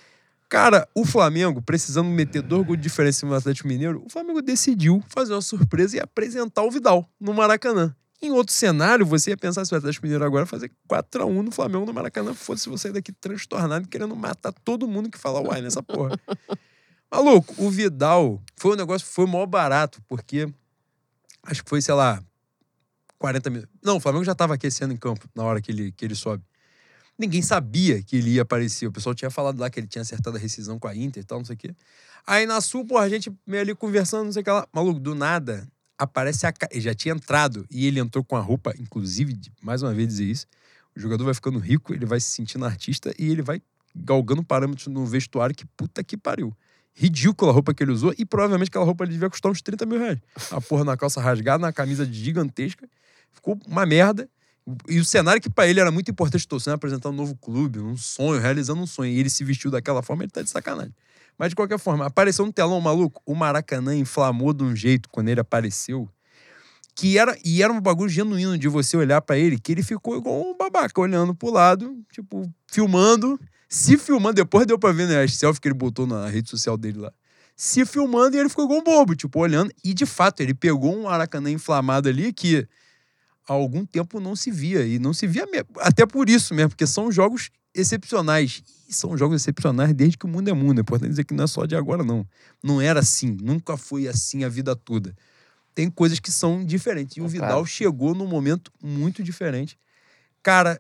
Cara, o Flamengo, precisando meter dois gols de diferença no Atlético Mineiro, o Flamengo decidiu fazer uma surpresa e apresentar o Vidal no Maracanã. Em outro cenário, você ia pensar se o Atlético Mineiro agora fazer quatro a um no Flamengo no Maracanã, fosse você daqui transtornado querendo matar todo mundo que fala uai nessa porra. Maluco, o Vidal foi um negócio, foi o maior barato, porque acho que foi, sei lá, quarenta minutos. Não, o Flamengo já tava aquecendo em campo na hora que ele, que ele sobe. Ninguém sabia que ele ia aparecer. O pessoal tinha falado lá que ele tinha acertado a rescisão com a Inter e tal, não sei o quê. Aí na Sul, porra, a gente meio ali conversando, não sei o que lá. Maluco, do nada, aparece a... Ele já tinha entrado e ele entrou com a roupa, inclusive, de, mais uma vez dizer isso, o jogador vai ficando rico, ele vai se sentindo artista e ele vai galgando parâmetros no vestuário que puta que pariu. Ridícula a roupa que ele usou e provavelmente aquela roupa ele devia custar uns trinta mil reais. A porra na calça rasgada, na camisa gigantesca. Ficou uma merda. E o cenário que pra ele era muito importante, torcendo, apresentar um novo clube, um sonho, realizando um sonho. E ele se vestiu daquela forma, ele tá de sacanagem. Mas de qualquer forma, apareceu no telão, maluco, o Maracanã inflamou de um jeito quando ele apareceu, que era, e era um bagulho genuíno de você olhar pra ele, que ele ficou igual um babaca, olhando pro lado, tipo, filmando, se filmando, depois deu pra ver, né, as selfies que ele botou na rede social dele lá. Se filmando e ele ficou igual um bobo, tipo, olhando. E de fato, ele pegou um Maracanã inflamado ali que há algum tempo não se via. E não se via mesmo. Até por isso mesmo, porque são jogos excepcionais. E são jogos excepcionais desde que o mundo é mundo. É importante dizer que não é só de agora, não. Não era assim. Nunca foi assim a vida toda. Tem coisas que são diferentes. E o Vidal Claro. chegou num momento muito diferente. Cara,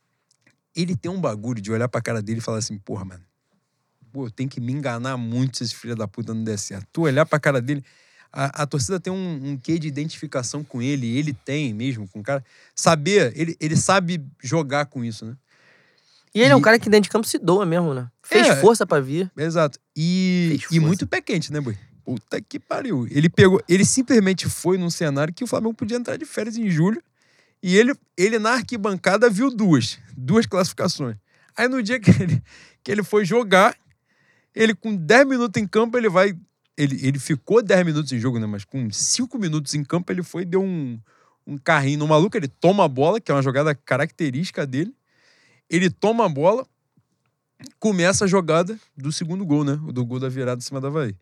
ele tem um bagulho de olhar pra cara dele e falar assim, porra, mano, pô, eu tenho que me enganar muito se esse filho da puta não der certo. Tu olhar pra cara dele... A, a torcida tem um, um quê de identificação com ele, ele tem mesmo, com o cara. Saber, ele, ele sabe jogar com isso, né? E ele é um E- cara que dentro de campo se doa mesmo, né? Fez É. força pra vir. Exato. E, Fez e força. muito pé quente, né, boi? Puta que pariu. Ele pegou, ele simplesmente foi num cenário que o Flamengo podia entrar de férias em julho e ele, ele na arquibancada viu duas, duas classificações. Aí no dia que ele, que ele foi jogar, ele com dez minutos em campo, ele vai... Ele, ele ficou dez minutos em jogo, né? Mas com cinco minutos em campo, ele foi e deu um, um carrinho no maluco. Ele toma a bola, que é uma jogada característica dele. Ele toma a bola, começa a jogada do segundo gol, né? O do gol da virada em cima da Avaí.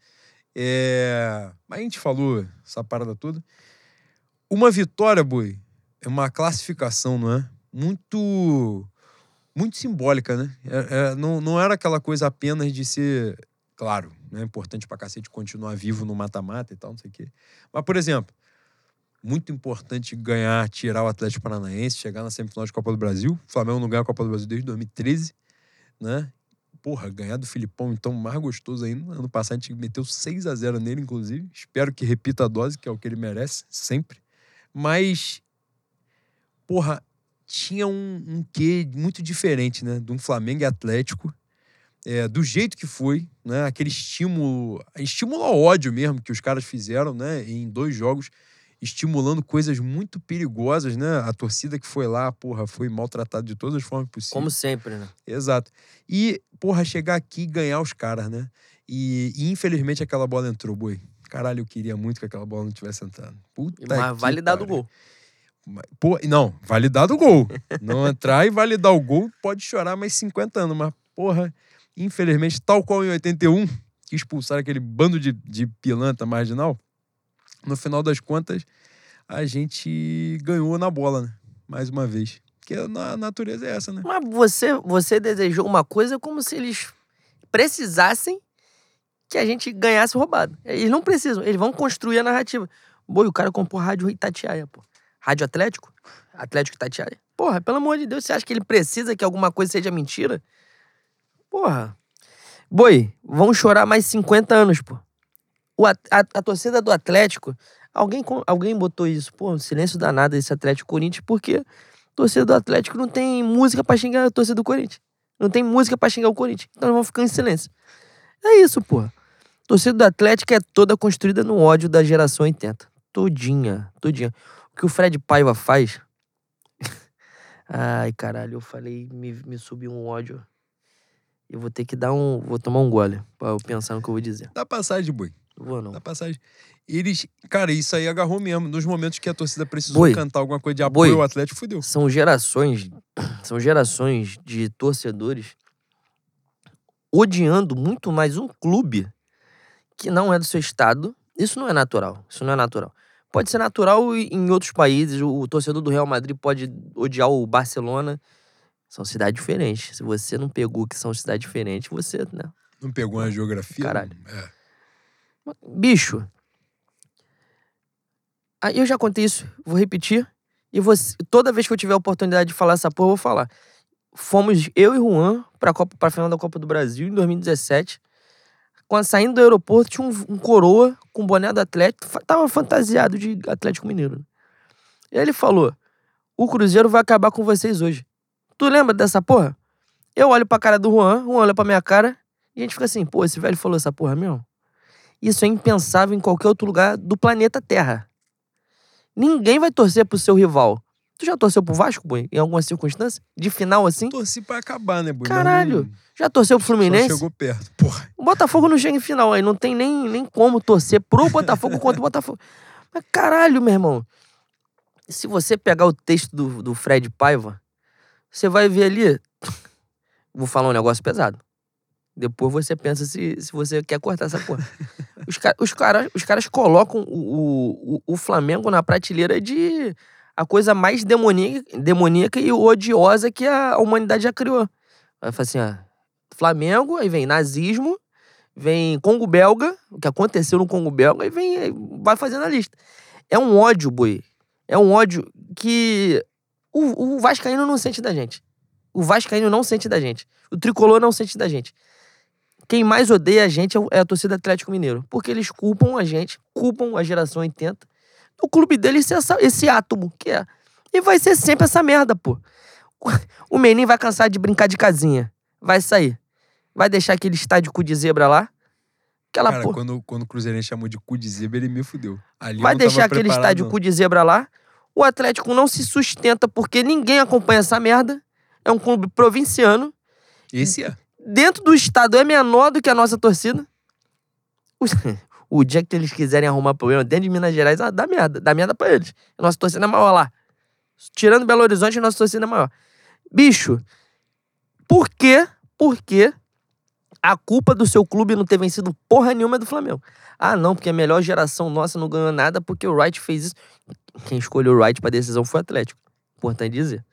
É... Mas a gente falou essa parada toda. Uma vitória, boi, é uma classificação, não é? Muito... Muito simbólica, né? É, é, não, não era aquela coisa apenas de ser... Claro, né? É importante pra cacete continuar vivo no mata-mata e tal, não sei o quê. Mas, por exemplo, muito importante ganhar, tirar o Atlético Paranaense, chegar na semifinal de Copa do Brasil. O Flamengo não ganha a Copa do Brasil desde dois mil e treze, né? Porra, ganhar do Filipão, então, mais gostoso ainda. Ano passado a gente meteu seis a zero nele, inclusive. Espero que repita a dose, que é o que ele merece, sempre. Mas, porra, tinha um, um quê muito diferente, né? De um Flamengo e Atlético é, do jeito que foi, né? Aquele estímulo, estímulo ao ódio mesmo que os caras fizeram, né? Em dois jogos, estimulando coisas muito perigosas, né? A torcida que foi lá, porra, foi maltratada de todas as formas possíveis. Como sempre, né? Exato. E, porra, chegar aqui e ganhar os caras, né? E, e infelizmente aquela bola entrou, boi. Caralho, eu queria muito que aquela bola não tivesse entrado. Puta Mas que validado o pariu. gol. Pô, não, validado o gol. Não entrar e validar o gol, pode chorar mais cinquenta anos. Mas, porra, infelizmente, tal qual em oitenta e um, que expulsaram aquele bando de, de pilantra marginal, no final das contas, a gente ganhou na bola, né? Mais uma vez. Porque a natureza é essa, né? Mas você, você desejou uma coisa como se eles precisassem que a gente ganhasse roubado. Eles não precisam, eles vão construir a narrativa. Boi, o cara comprou rádio Itatiaia, pô. Rádio Atlético? Atlético Itatiaia. Porra, pelo amor de Deus, você acha que ele precisa que alguma coisa seja mentira? Porra. Boi, vão chorar mais cinquenta anos, pô. O, a, a, a torcida do Atlético, alguém, alguém botou isso, pô, um silêncio danado esse Atlético Corinthians, porque a torcida do Atlético não tem música pra xingar a torcida do Corinthians. Não tem música pra xingar o Corinthians. Então eles vão ficar em silêncio. É isso, pô. A torcida do Atlético é toda construída no ódio da geração oitenta. Todinha, todinha. O que o Fred Paiva faz... Ai, caralho, eu falei, me, me subiu um ódio. Eu vou ter que dar um... Vou tomar um gole pra eu pensar no que eu vou dizer. Dá passagem, boi. Vou não. Dá passagem. Eles... Cara, isso aí agarrou mesmo. Nos momentos que a torcida precisou Boi. cantar alguma coisa de apoio, Boi. o Atlético fudeu. São gerações... São gerações de torcedores odiando muito mais um clube que não é do seu estado. Isso não é natural. Isso não é natural. Pode ser natural em outros países. O torcedor do Real Madrid pode odiar o Barcelona. São cidades diferentes. Se você não pegou que são cidades diferentes, você, né? Não pegou uma geografia? Caralho. É. Bicho. Aí eu já contei isso. Vou repetir. E você, toda vez que eu tiver a oportunidade de falar essa porra, eu vou falar. Fomos eu e Juan pra, Copa, pra final da Copa do Brasil em dois mil e dezessete. Quando saindo do aeroporto, tinha um, um coroa com boné do Atlético. Tava fantasiado de Atlético Mineiro. E aí ele falou: o Cruzeiro vai acabar com vocês hoje. Tu lembra dessa porra? Eu olho pra cara do Juan, Juan olha pra minha cara, e a gente fica assim, pô, esse velho falou essa porra mesmo? Isso é impensável em qualquer outro lugar do planeta Terra. Ninguém vai torcer pro seu rival. Tu já torceu pro Vasco, boi? Em alguma circunstância? De final assim? Torci pra acabar, né, boi? Caralho. Não... Já torceu pro Fluminense? Só chegou perto, porra. O Botafogo não chega em final aí. Não tem nem, nem como torcer pro Botafogo contra o Botafogo. Mas caralho, meu irmão. Se você pegar o texto do, do Fred Paiva, você vai ver ali... Vou falar um negócio pesado. Depois você pensa se, se você quer cortar essa porra. Os, car os, cara os caras colocam o, o, o Flamengo na prateleira de a coisa mais demoníaca, demoníaca e odiosa que a humanidade já criou. Vai falar assim, ó, Flamengo, aí vem nazismo, vem Congo belga, o que aconteceu no Congo belga, e vem, aí vai fazendo a lista. É um ódio, boi. É um ódio que o, o vascaíno não sente da gente. O vascaíno não sente da gente. O tricolor não sente da gente. Quem mais odeia a gente é a torcida Atlético Mineiro. Porque eles culpam a gente, culpam a geração oitenta. O clube deles é essa, esse átomo que é. E vai ser sempre essa merda, pô. O Menin vai cansar de brincar de casinha. Vai sair. Vai deixar aquele estádio cu de zebra lá. Aquela Cara, porra. quando, quando o Cruzeirense chamou de cu de zebra, ele me fudeu. Ali Vai eu não deixar tava aquele preparado, estádio não. cu de zebra lá. O Atlético não se sustenta porque ninguém acompanha essa merda. É um clube provinciano. Esse é. Dentro do estado é menor do que a nossa torcida. O, o dia que eles quiserem arrumar problema dentro de Minas Gerais, ah, dá merda. Dá merda pra eles. A nossa torcida é maior lá. Tirando Belo Horizonte, a nossa torcida é maior. Bicho, por quê? Por quê a culpa do seu clube não ter vencido porra nenhuma é do Flamengo? Ah, não, porque a melhor geração nossa não ganhou nada porque o Wright fez isso. Quem escolheu o Wright pra decisão foi o Atlético. Importante dizer.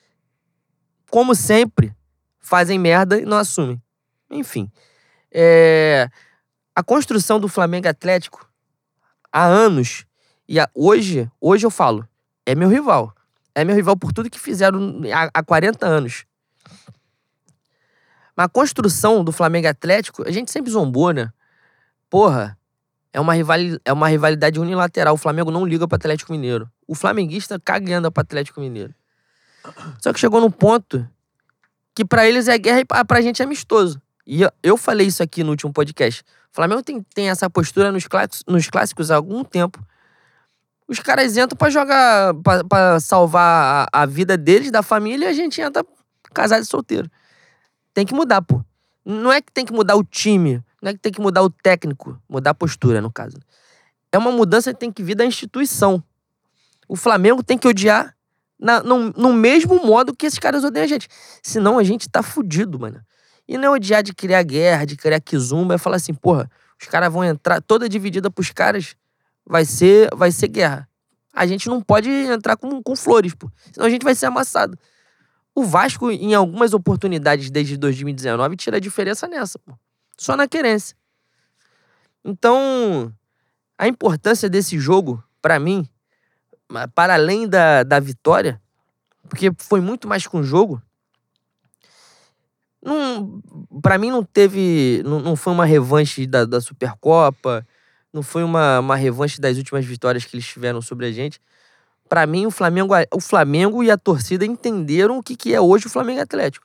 Como sempre, fazem merda e não assumem. Enfim. É... A construção do Flamengo Atlético há anos, e a... hoje, hoje eu falo, é meu rival. É meu rival por tudo que fizeram há, há quarenta anos. Mas a construção do Flamengo Atlético, a gente sempre zombou, né? Porra, é uma, rival... é uma rivalidade unilateral. O Flamengo não liga pro Atlético Mineiro. O flamenguista caga e anda pro Atlético Mineiro. Só que chegou num ponto que pra eles é guerra e pra gente é amistoso. E eu, eu falei isso aqui no último podcast. O Flamengo tem, tem essa postura nos clássicos, nos clássicos há algum tempo. Os caras entram pra jogar, pra, pra salvar a, a vida deles, da família, e a gente entra casado e solteiro. Tem que mudar, pô. Não é que tem que mudar o time, não é que tem que mudar o técnico, mudar a postura, no caso. É uma mudança que tem que vir da instituição. O Flamengo tem que odiar na, no, no mesmo modo que esses caras odeiam a gente. Senão a gente tá fudido, mano. E não é odiar de criar guerra, de criar quizumba, é falar assim, porra, os caras vão entrar toda dividida pros caras, vai ser, vai ser guerra. A gente não pode entrar com, com flores, pô. Senão a gente vai ser amassado. O Vasco, em algumas oportunidades desde dois mil e dezenove, tira a diferença nessa, pô. Só na querência. Então, a importância desse jogo, pra mim, para além da, da vitória, porque foi muito mais que um jogo, não, pra mim não teve, não, não foi uma revanche da, da Supercopa, não foi uma, uma revanche das últimas vitórias que eles tiveram sobre a gente. Pra mim, o Flamengo, o Flamengo e a torcida entenderam o que, que é hoje o Flamengo Atlético.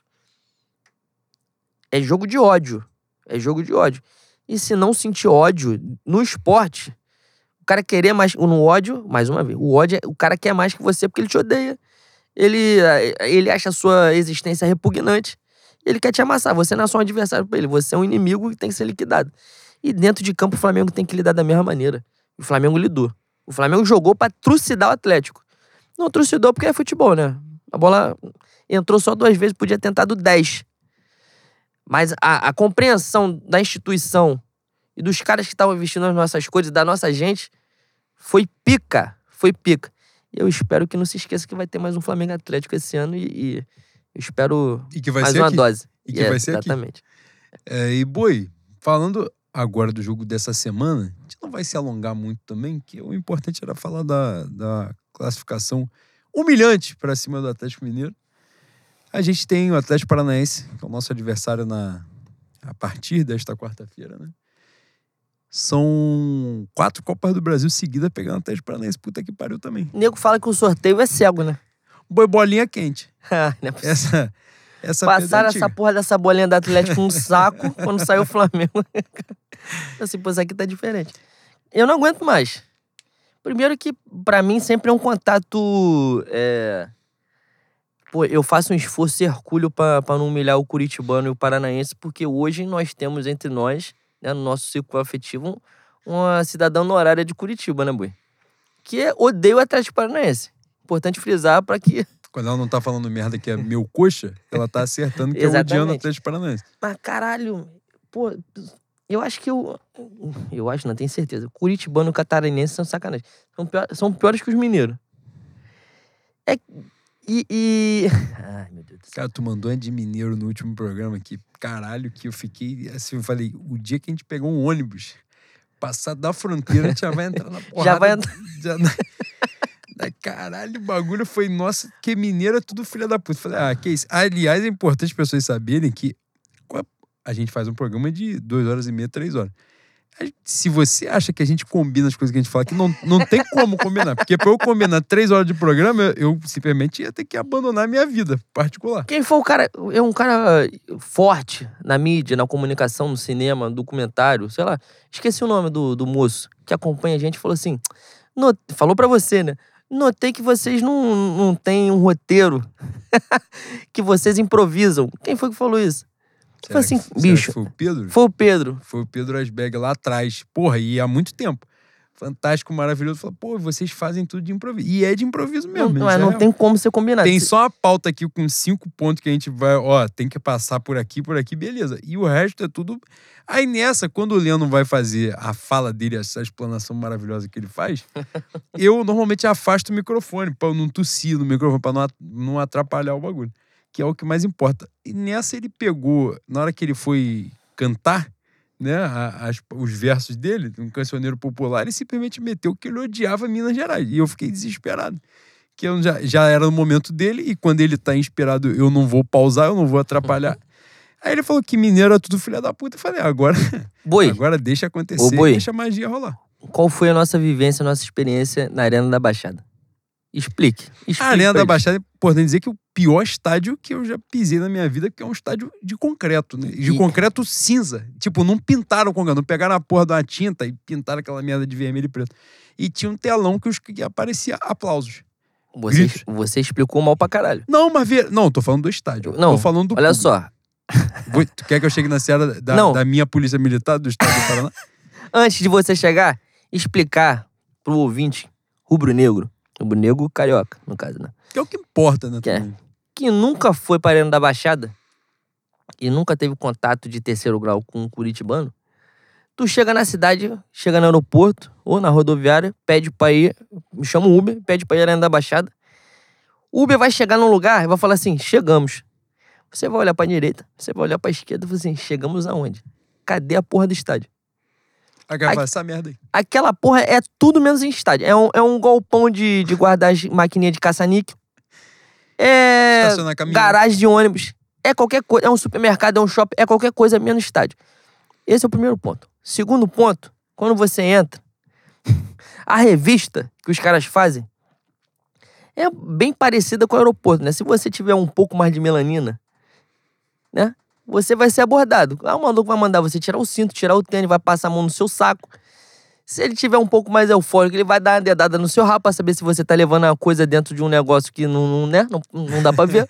É jogo de ódio. É jogo de ódio. E se não sentir ódio no esporte, o cara querer mais... No ódio, mais uma vez, o ódio, o cara quer mais que você porque ele te odeia. Ele, ele acha a sua existência repugnante. Ele quer te amassar. Você não é só um adversário pra ele. Você é um inimigo que tem que ser liquidado. E dentro de campo, o Flamengo tem que lidar da mesma maneira. O Flamengo lidou. O Flamengo jogou pra trucidar o Atlético. Não trucidou porque é futebol, né? A bola entrou só duas vezes, podia ter tentado dez. Mas a, a compreensão da instituição e dos caras que estavam vestindo as nossas coisas, da nossa gente, foi pica. Foi pica. E eu espero que não se esqueça que vai ter mais um Flamengo Atlético esse ano e, e eu espero e que vai mais ser uma aqui. dose. E que é, vai ser exatamente. aqui. É, e, Boi, falando agora do jogo dessa semana, a gente não vai se alongar muito também, que o importante era falar da, da classificação humilhante para cima do Atlético Mineiro. A gente tem o Atlético Paranaense, que é o nosso adversário na, a partir desta quarta-feira, né? São quatro Copas do Brasil seguidas pegando o Atlético Paranaense. Puta que pariu também. O nego fala que o sorteio é cego, né? Boi, bolinha quente. Não é possível. Essa, essa Passaram essa porra dessa bolinha do Atlético no saco quando saiu o Flamengo. Assim, pô, isso aqui tá diferente. Eu não aguento mais. Primeiro que, pra mim, sempre é um contato... É... Pô, eu faço um esforço hercúleo pra, pra não humilhar o curitibano e o paranaense, porque hoje nós temos entre nós, né, no nosso círculo afetivo, uma cidadã honorária de Curitiba, né, Boi? Que odeia o Atlético Paranaense. Importante frisar pra que... Quando ela não tá falando merda que é meu coxa, ela tá acertando que é odiando o Atlético Paranaense. Mas, caralho, pô... Eu acho que eu... Eu acho, não tenho certeza. Curitibano e catarinense são sacanagem. São, pior, são piores que os mineiros. É... E... e... Ai, meu Deus do céu. Cara, tu mandou é de mineiro no último programa aqui. Caralho, que eu fiquei... Assim, eu falei, o dia que a gente pegou um ônibus, passar da fronteira, a gente já vai entrar na porrada. Já vai entrar... Já... Caralho, o bagulho foi... Nossa, que mineiro é tudo filha da puta. Falei, ah, que isso? Aliás, é importante as pessoas saberem que... A gente faz um programa de duas horas e meia, três horas. Se você acha que a gente combina as coisas que a gente fala, que não, não tem como combinar. Porque pra eu combinar três horas de programa, eu simplesmente ia ter que abandonar a minha vida particular. Quem for o cara... É um cara forte na mídia, na comunicação, no cinema, no documentário, sei lá. Esqueci o nome do, do moço que acompanha a gente. Falou assim... Not, falou pra você, né? Notei que vocês não, não têm um roteiro. Que vocês improvisam. Quem foi que falou isso? Foi assim, que, bicho. Foi o Pedro? Foi o Pedro. Foi o Pedro Asberg lá atrás. Porra, e há muito tempo. Fantástico, maravilhoso. Falou, pô, vocês fazem tudo de improviso. E é de improviso mesmo. Não, não, é, não é... tem como ser combinado. Tem só a pauta aqui com cinco pontos que a gente vai, ó, tem que passar por aqui, por aqui, beleza. E o resto é tudo... Aí nessa, quando o Leandro vai fazer a fala dele, essa explanação maravilhosa que ele faz, eu normalmente afasto o microfone pra eu não tossir no microfone, pra não, não atrapalhar o bagulho. Que é o que mais importa. E nessa ele pegou, na hora que ele foi cantar, né, as, os versos dele, um cancioneiro popular, ele simplesmente meteu que ele odiava Minas Gerais. E eu fiquei desesperado. Que eu já, já era no momento dele, e quando ele tá inspirado, eu não vou pausar, eu não vou atrapalhar. Aí ele falou que mineiro é tudo filha da puta. Eu falei, agora, Boi. agora deixa acontecer, Ô, Boi. deixa a magia rolar. Qual foi a nossa vivência, a nossa experiência na Arena da Baixada? Explique. Explique A Arena da eles. Baixada é importante dizer que o pior estádio que eu já pisei na minha vida, que é um estádio de concreto, né? De E- concreto cinza. Tipo, não pintaram o concreto, não pegaram a porra de uma tinta e pintaram aquela merda de vermelho e preto. E tinha um telão que, os, que aparecia aplausos. Você, Gritos. você explicou mal pra caralho. Não, mas... Ver... Não, tô falando do estádio. Não, tô falando do olha público. só. Vou- Tu quer que eu chegue na seara da, Não. da minha polícia militar do estado do Paraná? Antes de você chegar, explicar pro ouvinte rubro-negro, rubro-negro carioca, no caso, né? Que é o que importa, né? Que é. também. Que nunca foi para Arena da Baixada e nunca teve contato de terceiro grau com um curitibano, tu chega na cidade, chega no aeroporto ou na rodoviária, pede pra ir, me chama o Uber, pede pra ir à Arena da Baixada. O Uber vai chegar num lugar e vai falar assim, chegamos. Você vai olhar pra direita, você vai olhar pra esquerda e fala assim, chegamos aonde? Cadê a porra do estádio? Aí cara Aqui- fala, essa merda aí. Aquela porra é tudo menos em estádio. É um, é um galpão de, de guardar as maquininhas de caça-níquel. É Estacionar caminhão. garagem de ônibus. É qualquer coisa. É um supermercado, é um shopping. É qualquer coisa menos estádio. Esse é o primeiro ponto. Segundo ponto, quando você entra, a revista que os caras fazem é bem parecida com o aeroporto, né? Se você tiver um pouco mais de melanina, né? Você vai ser abordado. Ah, o maluco vai mandar você tirar o cinto, tirar o tênis, vai passar a mão no seu saco. Se ele tiver um pouco mais eufórico, ele vai dar uma dedada no seu rabo pra saber se você tá levando uma coisa dentro de um negócio que não, não, né? não, não dá pra ver.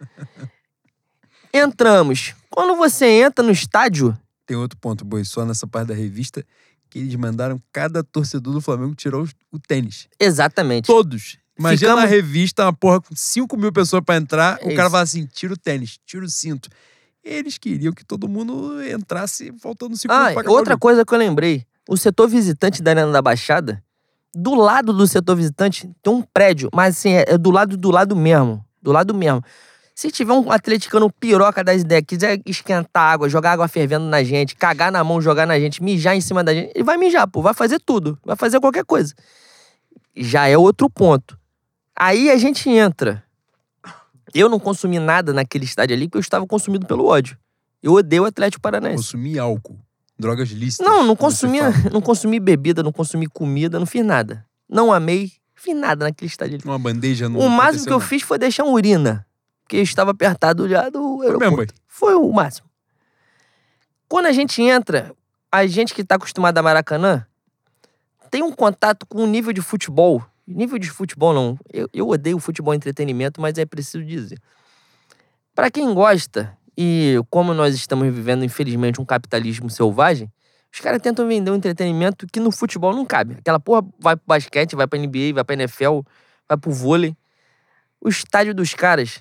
Entramos. Quando você entra no estádio, Tem outro ponto, Boi, só nessa parte da revista, que eles mandaram cada torcedor do Flamengo tirar o, o tênis. exatamente. Todos. Imagina Ficamos- na revista, uma porra com cinco mil pessoas pra entrar, É o cara isso. fala assim, tira o tênis, tira o cinto. Eles queriam que todo mundo entrasse faltando cinco Ah, minutos pra acabar o outra jogo. coisa que eu lembrei. O setor visitante da Arena da Baixada, do lado do setor visitante tem um prédio, mas assim, é, é do lado do lado mesmo. Do lado mesmo. Se tiver um atleticano piroca das ideias, quiser esquentar água, jogar água fervendo na gente, cagar na mão, jogar na gente, mijar em cima da gente, ele vai mijar, pô. Vai fazer tudo. Vai fazer qualquer coisa. Já é outro ponto. Aí a gente entra. Eu não consumi nada naquele estádio ali, porque eu estava consumido pelo ódio. Eu odeio o Atlético Paranaense. Consumir álcool, drogas lícitas. Não, não como você consumi, fala. não consumi bebida, não consumi comida, não fiz nada. Não amei, fiz nada naquele estádio ali. Uma bandeja não O máximo aconteceu que eu nada. fiz foi deixar uma urina, porque eu estava apertado já do Foi mesmo, Boi? aeroporto. Foi o máximo. Quando a gente entra, a gente que está acostumado a Maracanã tem um contato com o nível de futebol. Nível de futebol não. Eu, eu odeio futebol entretenimento, mas é preciso dizer. Para quem gosta, e como nós estamos vivendo, infelizmente, um capitalismo selvagem, os caras tentam vender um entretenimento que no futebol não cabe. Aquela porra vai pro basquete, vai pra N B A, vai pra N F L, vai pro vôlei. O estádio dos caras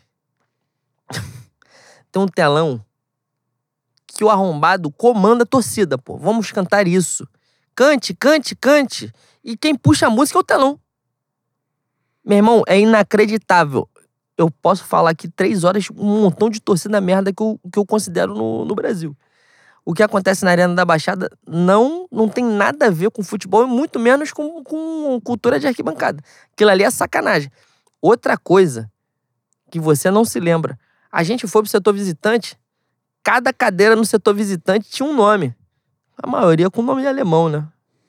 tem um telão que o arrombado comanda a torcida, pô. Vamos cantar isso. Cante, cante, cante. E quem puxa a música é o telão. Meu irmão, é inacreditável. Eu posso falar aqui três horas, um montão de torcida merda que eu, que eu considero no, no Brasil. O que acontece na Arena da Baixada não, não tem nada a ver com futebol e muito menos com, com cultura de arquibancada. Aquilo ali é sacanagem. Outra coisa que você não se lembra. A gente foi pro setor visitante, cada cadeira no setor visitante tinha um nome. A maioria com nome de alemão, né?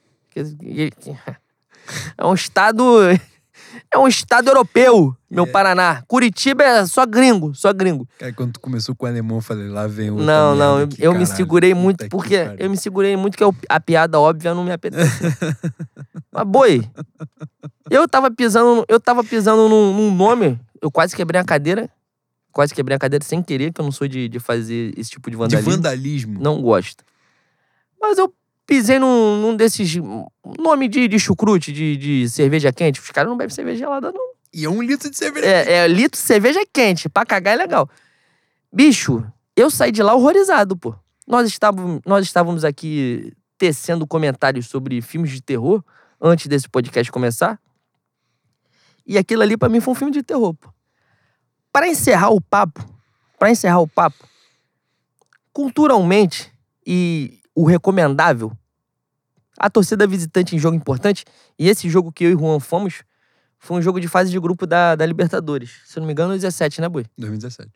É um estado... É um estado europeu, meu É. Paraná. Curitiba é só gringo, só gringo. Cara, quando tu começou com o alemão, eu falei, lá vem outra Não, não, merda eu, aqui, eu me caralho. segurei Puta muito, que porque pariu. eu me segurei muito que eu- a piada óbvia não me apetece. Mas, boi, eu tava pisando, eu tava pisando num, num nome, eu quase quebrei a cadeira, quase quebrei a cadeira sem querer, que eu não sou de, de fazer esse tipo de De vandalismo. vandalismo. Não gosto. Mas eu pisei num, num desses, nome de, de chucrute, de, de cerveja quente, os caras não bebem cerveja gelada, não. E é um litro de cerveja. É, é litro de cerveja quente. Pra cagar é legal. Bicho, eu saí de lá horrorizado, pô. Nós estávamos, nós estávamos aqui tecendo comentários sobre filmes de terror antes desse podcast começar. E aquilo ali pra mim foi um filme de terror, pô. Pra encerrar o papo, pra encerrar o papo, culturalmente e o recomendável, a torcida visitante em jogo importante, e esse jogo que eu e o Juan fomos, foi um jogo de fase de grupo da, da Libertadores. Se eu não me engano, dezessete, né, Boi? dois mil e dezessete.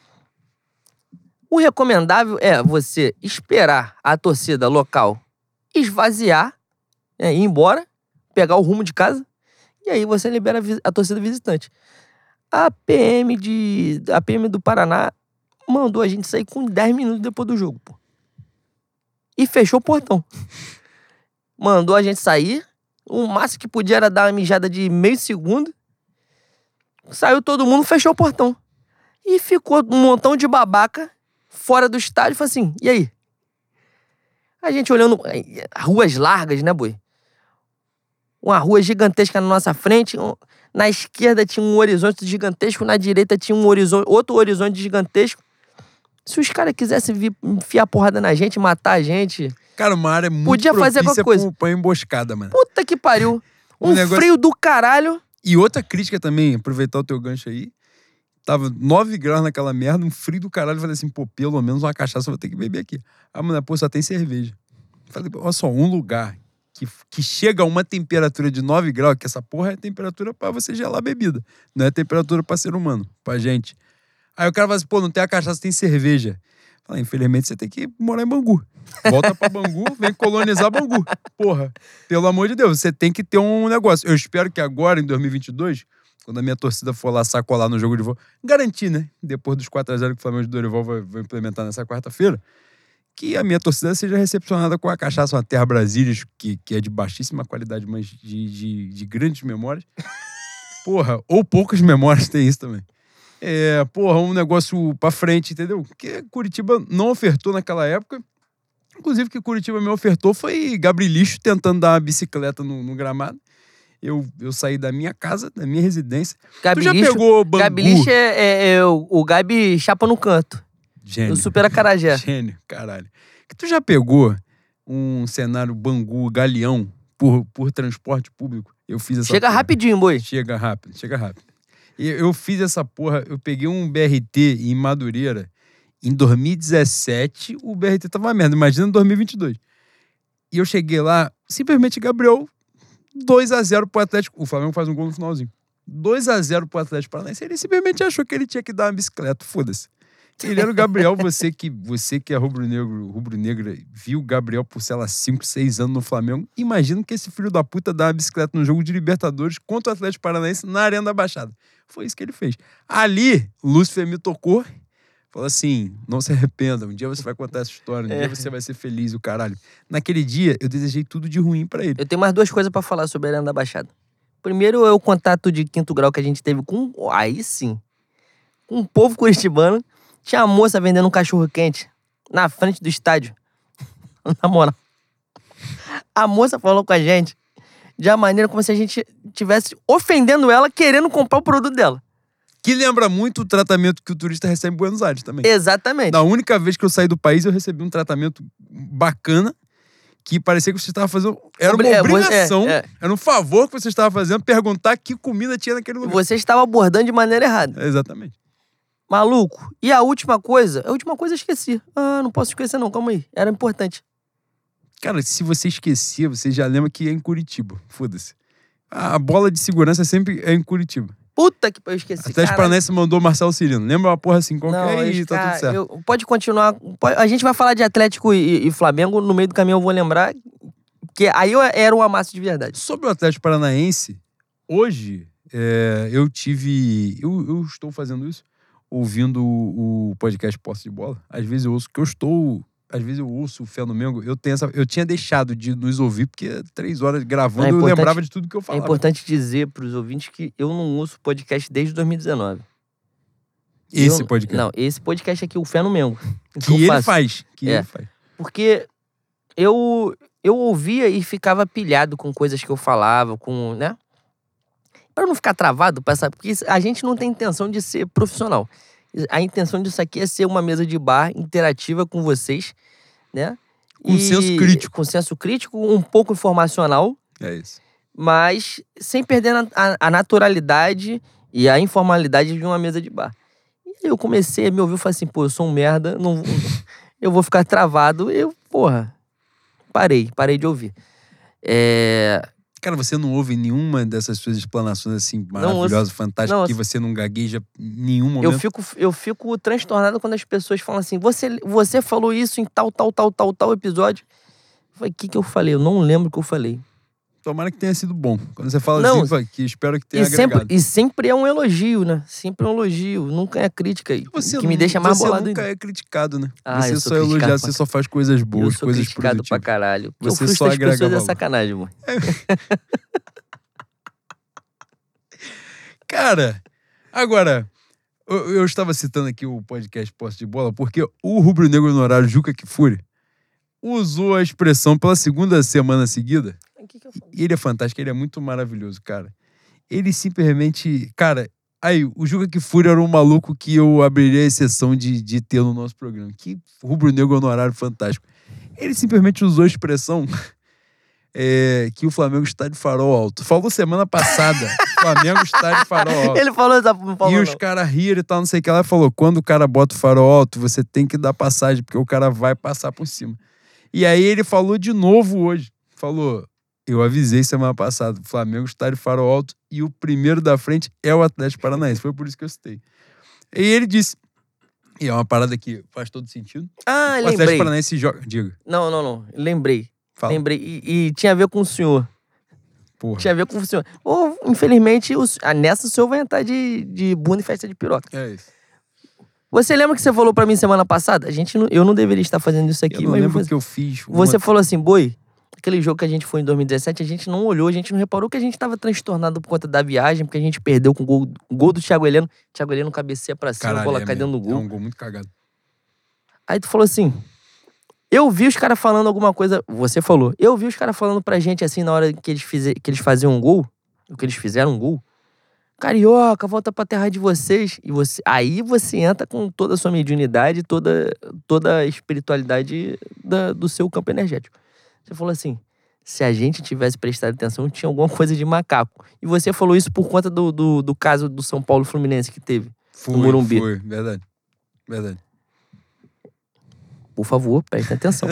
O recomendável é você esperar a torcida local esvaziar, é, ir embora, pegar o rumo de casa, e aí você libera a, vi- a torcida visitante. A P M, de, a P M do Paraná mandou a gente sair com dez minutos depois do jogo, pô. E fechou o portão. Mandou a gente sair. O máximo que podia era dar uma mijada de meio segundo. Saiu todo mundo, fechou o portão. E ficou um montão de babaca fora do estádio. Falei assim, e aí? A gente olhando ruas largas, né, boi? Uma rua gigantesca na nossa frente. Na esquerda tinha um horizonte gigantesco. Na direita tinha um horizonte, outro horizonte gigantesco. Se os caras quisessem vir enfiar porrada na gente, matar a gente... Cara, uma área muito podia fazer qualquer coisa. Pra emboscada, mano. Puta que pariu. Um, um negócio... frio do caralho. E outra crítica também, aproveitar o teu gancho aí. Tava nove graus naquela merda, um frio do caralho. Eu falei assim, pô, pelo menos uma cachaça eu vou ter que beber aqui. A mulher, pô, só tem cerveja. Eu falei, olha só, um lugar que, que chega a uma temperatura de nove graus, que essa porra é temperatura pra você gelar a bebida. Não é temperatura pra ser humano, pra gente. Aí o cara fala assim, pô, não tem a cachaça, tem cerveja. Fala, infelizmente você tem que morar em Bangu. Volta pra Bangu, vem colonizar Bangu. Porra, pelo amor de Deus, você tem que ter um negócio. Eu espero que agora, em dois mil e vinte e dois, quando a minha torcida for lá sacolar no jogo de volta, garantir, né? Depois dos quatro a zero que o Flamengo de Dorival vai, vai implementar nessa quarta-feira, que a minha torcida seja recepcionada com a cachaça, uma Terra Brasília, que, que é de baixíssima qualidade, mas de, de, de grandes memórias. Porra, ou poucas memórias, tem isso também. É, porra, um negócio pra frente, entendeu? Porque Curitiba não ofertou naquela época. Inclusive, o que Curitiba me ofertou foi Gabrielixo tentando dar uma bicicleta no, no gramado. Eu, eu saí da minha casa, da minha residência. Gabi tu já lixo, pegou Bangu? Gabrielixo é, é, é o, o Gabi chapa no canto. Gênio. O Super Acarajé. Gênio, caralho. Que tu já pegou um cenário Bangu, Galeão, por, por transporte público? Eu fiz essa Chega porra. rapidinho, boi. Chega rápido, chega rápido. Eu fiz essa porra, eu peguei um B R T em Madureira em dois mil e dezessete, o B R T tava uma merda, imagina em dois mil e vinte e dois. E eu cheguei lá, simplesmente Gabriel, dois a zero pro Atlético, o Flamengo faz um gol no finalzinho. dois a zero pro Atlético Paranaense, ele simplesmente achou que ele tinha que dar uma bicicleta, foda-se. Ele era o Gabriel, você que, você que é rubro-negro, rubro-negra, viu o Gabriel por, sei lá, cinco, seis anos no Flamengo. Imagina que esse filho da puta dá uma bicicleta no jogo de Libertadores contra o Atlético Paranaense na Arena da Baixada. Foi isso que ele fez. Ali, Lúcifer me tocou, falou assim, não se arrependa, um dia você vai contar essa história, um é. dia você vai ser feliz, o caralho. Naquele dia, eu desejei tudo de ruim pra ele. Eu tenho mais duas coisas pra falar sobre a Arena da Baixada. Primeiro é o contato de quinto grau que a gente teve com, aí sim, com o povo curitibano. Tinha uma moça vendendo um cachorro-quente na frente do estádio. Na moral. A moça falou com a gente de uma maneira como se a gente estivesse ofendendo ela, querendo comprar o produto dela. Que lembra muito o tratamento que o turista recebe em Buenos Aires também. Exatamente. Na única vez que eu saí do país, eu recebi um tratamento bacana, que parecia que você estava fazendo... Era uma obrigação, é, é. era um favor que você estava fazendo, perguntar que comida tinha naquele lugar. Você estava abordando de maneira errada. É, exatamente. Maluco. E a última coisa? A última coisa eu esqueci. Ah, não posso esquecer não, calma aí. Era importante. Cara, se você esquecia, você já lembra que é em Curitiba. Foda-se. A bola de segurança sempre é em Curitiba. Puta que eu esqueci. Atlético Paranaense mandou Marcelo Cirino. Lembra uma porra assim qualquer não, e tá cara, tudo certo. Eu, pode continuar. Pode, a gente vai falar de Atlético e, e Flamengo. No meio do caminho eu vou lembrar que aí eu era uma massa de verdade. Sobre o Atlético Paranaense, hoje é, eu tive... Eu, eu estou fazendo isso. Ouvindo o podcast Posse de Bola, às vezes eu ouço que eu estou, às vezes eu ouço o Fé no Mengo, eu tenho essa, eu tinha deixado de nos ouvir porque três horas gravando é eu lembrava de tudo que eu falava. É importante dizer para os ouvintes que eu não ouço podcast desde dois mil e dezenove. Esse eu, podcast? Não, esse podcast aqui, o Fé no Mengo. Que, que ele faço. faz, que é, ele faz. Porque eu, eu ouvia e ficava pilhado com coisas que eu falava, com, né? Para não ficar travado, porque a gente não tem intenção de ser profissional. A intenção disso aqui é ser uma mesa de bar interativa com vocês, né? Com e, senso crítico. Com senso crítico, um pouco informacional. É isso. Mas sem perder a, a naturalidade e a informalidade de uma mesa de bar. E aí eu comecei a me ouvir e falei assim, pô, eu sou um merda, não, eu vou ficar travado. Eu, porra, parei, parei de ouvir. É... Cara, você não ouve nenhuma dessas suas explanações assim maravilhosas, fantásticas, não, que você não gagueja em nenhum momento? Eu fico, eu fico transtornado quando as pessoas falam assim, você, você falou isso em tal, tal, tal, tal, tal episódio. Eu falei, o que que eu falei? Eu não lembro o que eu falei. tomara que tenha sido bom. Quando você fala Não, assim, fala que espero que tenha e agregado. sempre, e sempre é um elogio, né? Sempre é um elogio, nunca é crítica. Você, que me deixa mais você bolado. Você nunca é criticado, né? Ah, você eu sou só é elogiado, criticado você pra... só faz coisas boas, eu sou coisas criticado positivas. pra caralho. Porque Você eu só frustro as agrega pessoas valor. é sacanagem, mano. É. Cara, agora, eu, eu estava citando aqui o podcast Posse de Bola porque o rubro-negro no horário Juca Kfouri usou a expressão pela segunda semana seguida. Que que eu falo? E ele é fantástico, ele é muito maravilhoso, cara. Ele simplesmente... Cara, aí, o Juca Kfouri era um maluco que eu abriria a exceção de, de ter no nosso programa. Que rubro-negro no horário fantástico. Ele simplesmente usou a expressão é, que o Flamengo está de farol alto. Falou semana passada, o Flamengo está de farol alto. Ele falou, não falou, E os não. caras riram e tal, não sei o que. Ela falou, quando o cara bota o farol alto, você tem que dar passagem, porque o cara vai passar por cima. E aí ele falou de novo hoje. Falou, eu avisei semana passada, o Flamengo está de farol alto e o primeiro da frente é o Atlético Paranaense. Foi por isso que eu citei. E ele disse, e é uma parada que faz todo sentido. Ah, o lembrei. Atlético Paranaense joga... Diga. Não, não, não. Lembrei. Fala. Lembrei. E, e tinha a ver com o senhor. Porra. Tinha a ver com o senhor. Ou, infelizmente, o, ah, nessa o senhor vai entrar de, de bunda e festa de piroca. É isso. Você lembra que você falou pra mim semana passada? A gente não, eu não deveria estar fazendo isso aqui, Eu não mas lembro você, o que eu fiz. Uma... você falou assim, Boi, aquele jogo que a gente foi em dois mil e dezessete, a gente não olhou, a gente não reparou que a gente tava transtornado por conta da viagem, porque a gente perdeu com o gol, o gol do Thiago Heleno. Thiago Heleno cabeceia pra cima, Caralho, a bola é cai mesmo. dentro do gol. É um gol muito cagado. Aí tu falou assim, eu vi os caras falando alguma coisa, você falou, eu vi os caras falando pra gente assim, na hora que eles, fize, que eles faziam um gol, que eles fizeram um gol, Carioca, volta pra terra de vocês. E você, aí você entra com toda a sua mediunidade, toda, toda a espiritualidade da, do seu campo energético. Você falou assim, se a gente tivesse prestado atenção, tinha alguma coisa de macaco. E você falou isso por conta do, do, do caso do São Paulo Fluminense que teve, Foi, no Morumbi. Foi, verdade. Verdade. Por favor, preste atenção.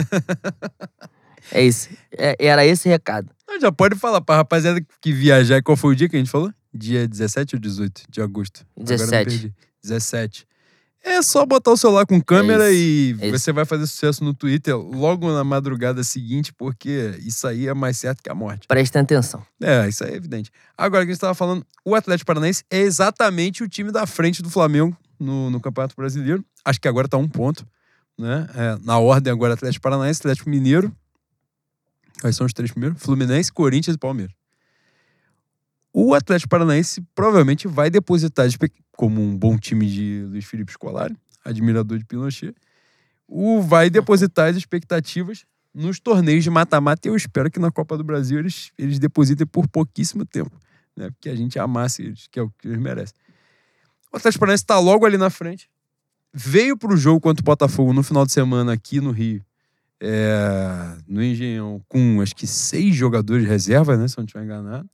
É isso. É, era esse recado. Não, já pode falar pra rapaziada que viajar. Qual foi o dia que a gente falou? Dia dezessete ou dezoito de agosto? dezessete. Agora eu me perdi. dezessete. É só botar o celular com câmera é e é você vai fazer sucesso no Twitter logo na madrugada seguinte, porque isso aí é mais certo que a morte. Prestem atenção. É, isso aí é evidente. Agora, o que a gente estava falando, o Atlético Paranaense é exatamente o time da frente do Flamengo no, no Campeonato Brasileiro. Acho que agora tá um ponto, né? É, na ordem agora, Atlético Paranaense, Atlético Mineiro. Quais são os três primeiros? Fluminense, Corinthians e Palmeiras. O Atlético Paranaense provavelmente vai depositar, como um bom time de Luiz Felipe Scolari, admirador de Pinochet, o vai depositar as expectativas nos torneios de mata-mata e eu espero que na Copa do Brasil eles, eles depositem por pouquíssimo tempo, né? Porque a gente amasse eles, que é o que eles merecem. O Atlético Paranaense está logo ali na frente, veio para o jogo contra o Botafogo no final de semana aqui no Rio, é, no Engenhão, com acho que seis jogadores de reserva, né? Se eu não estiver enganado.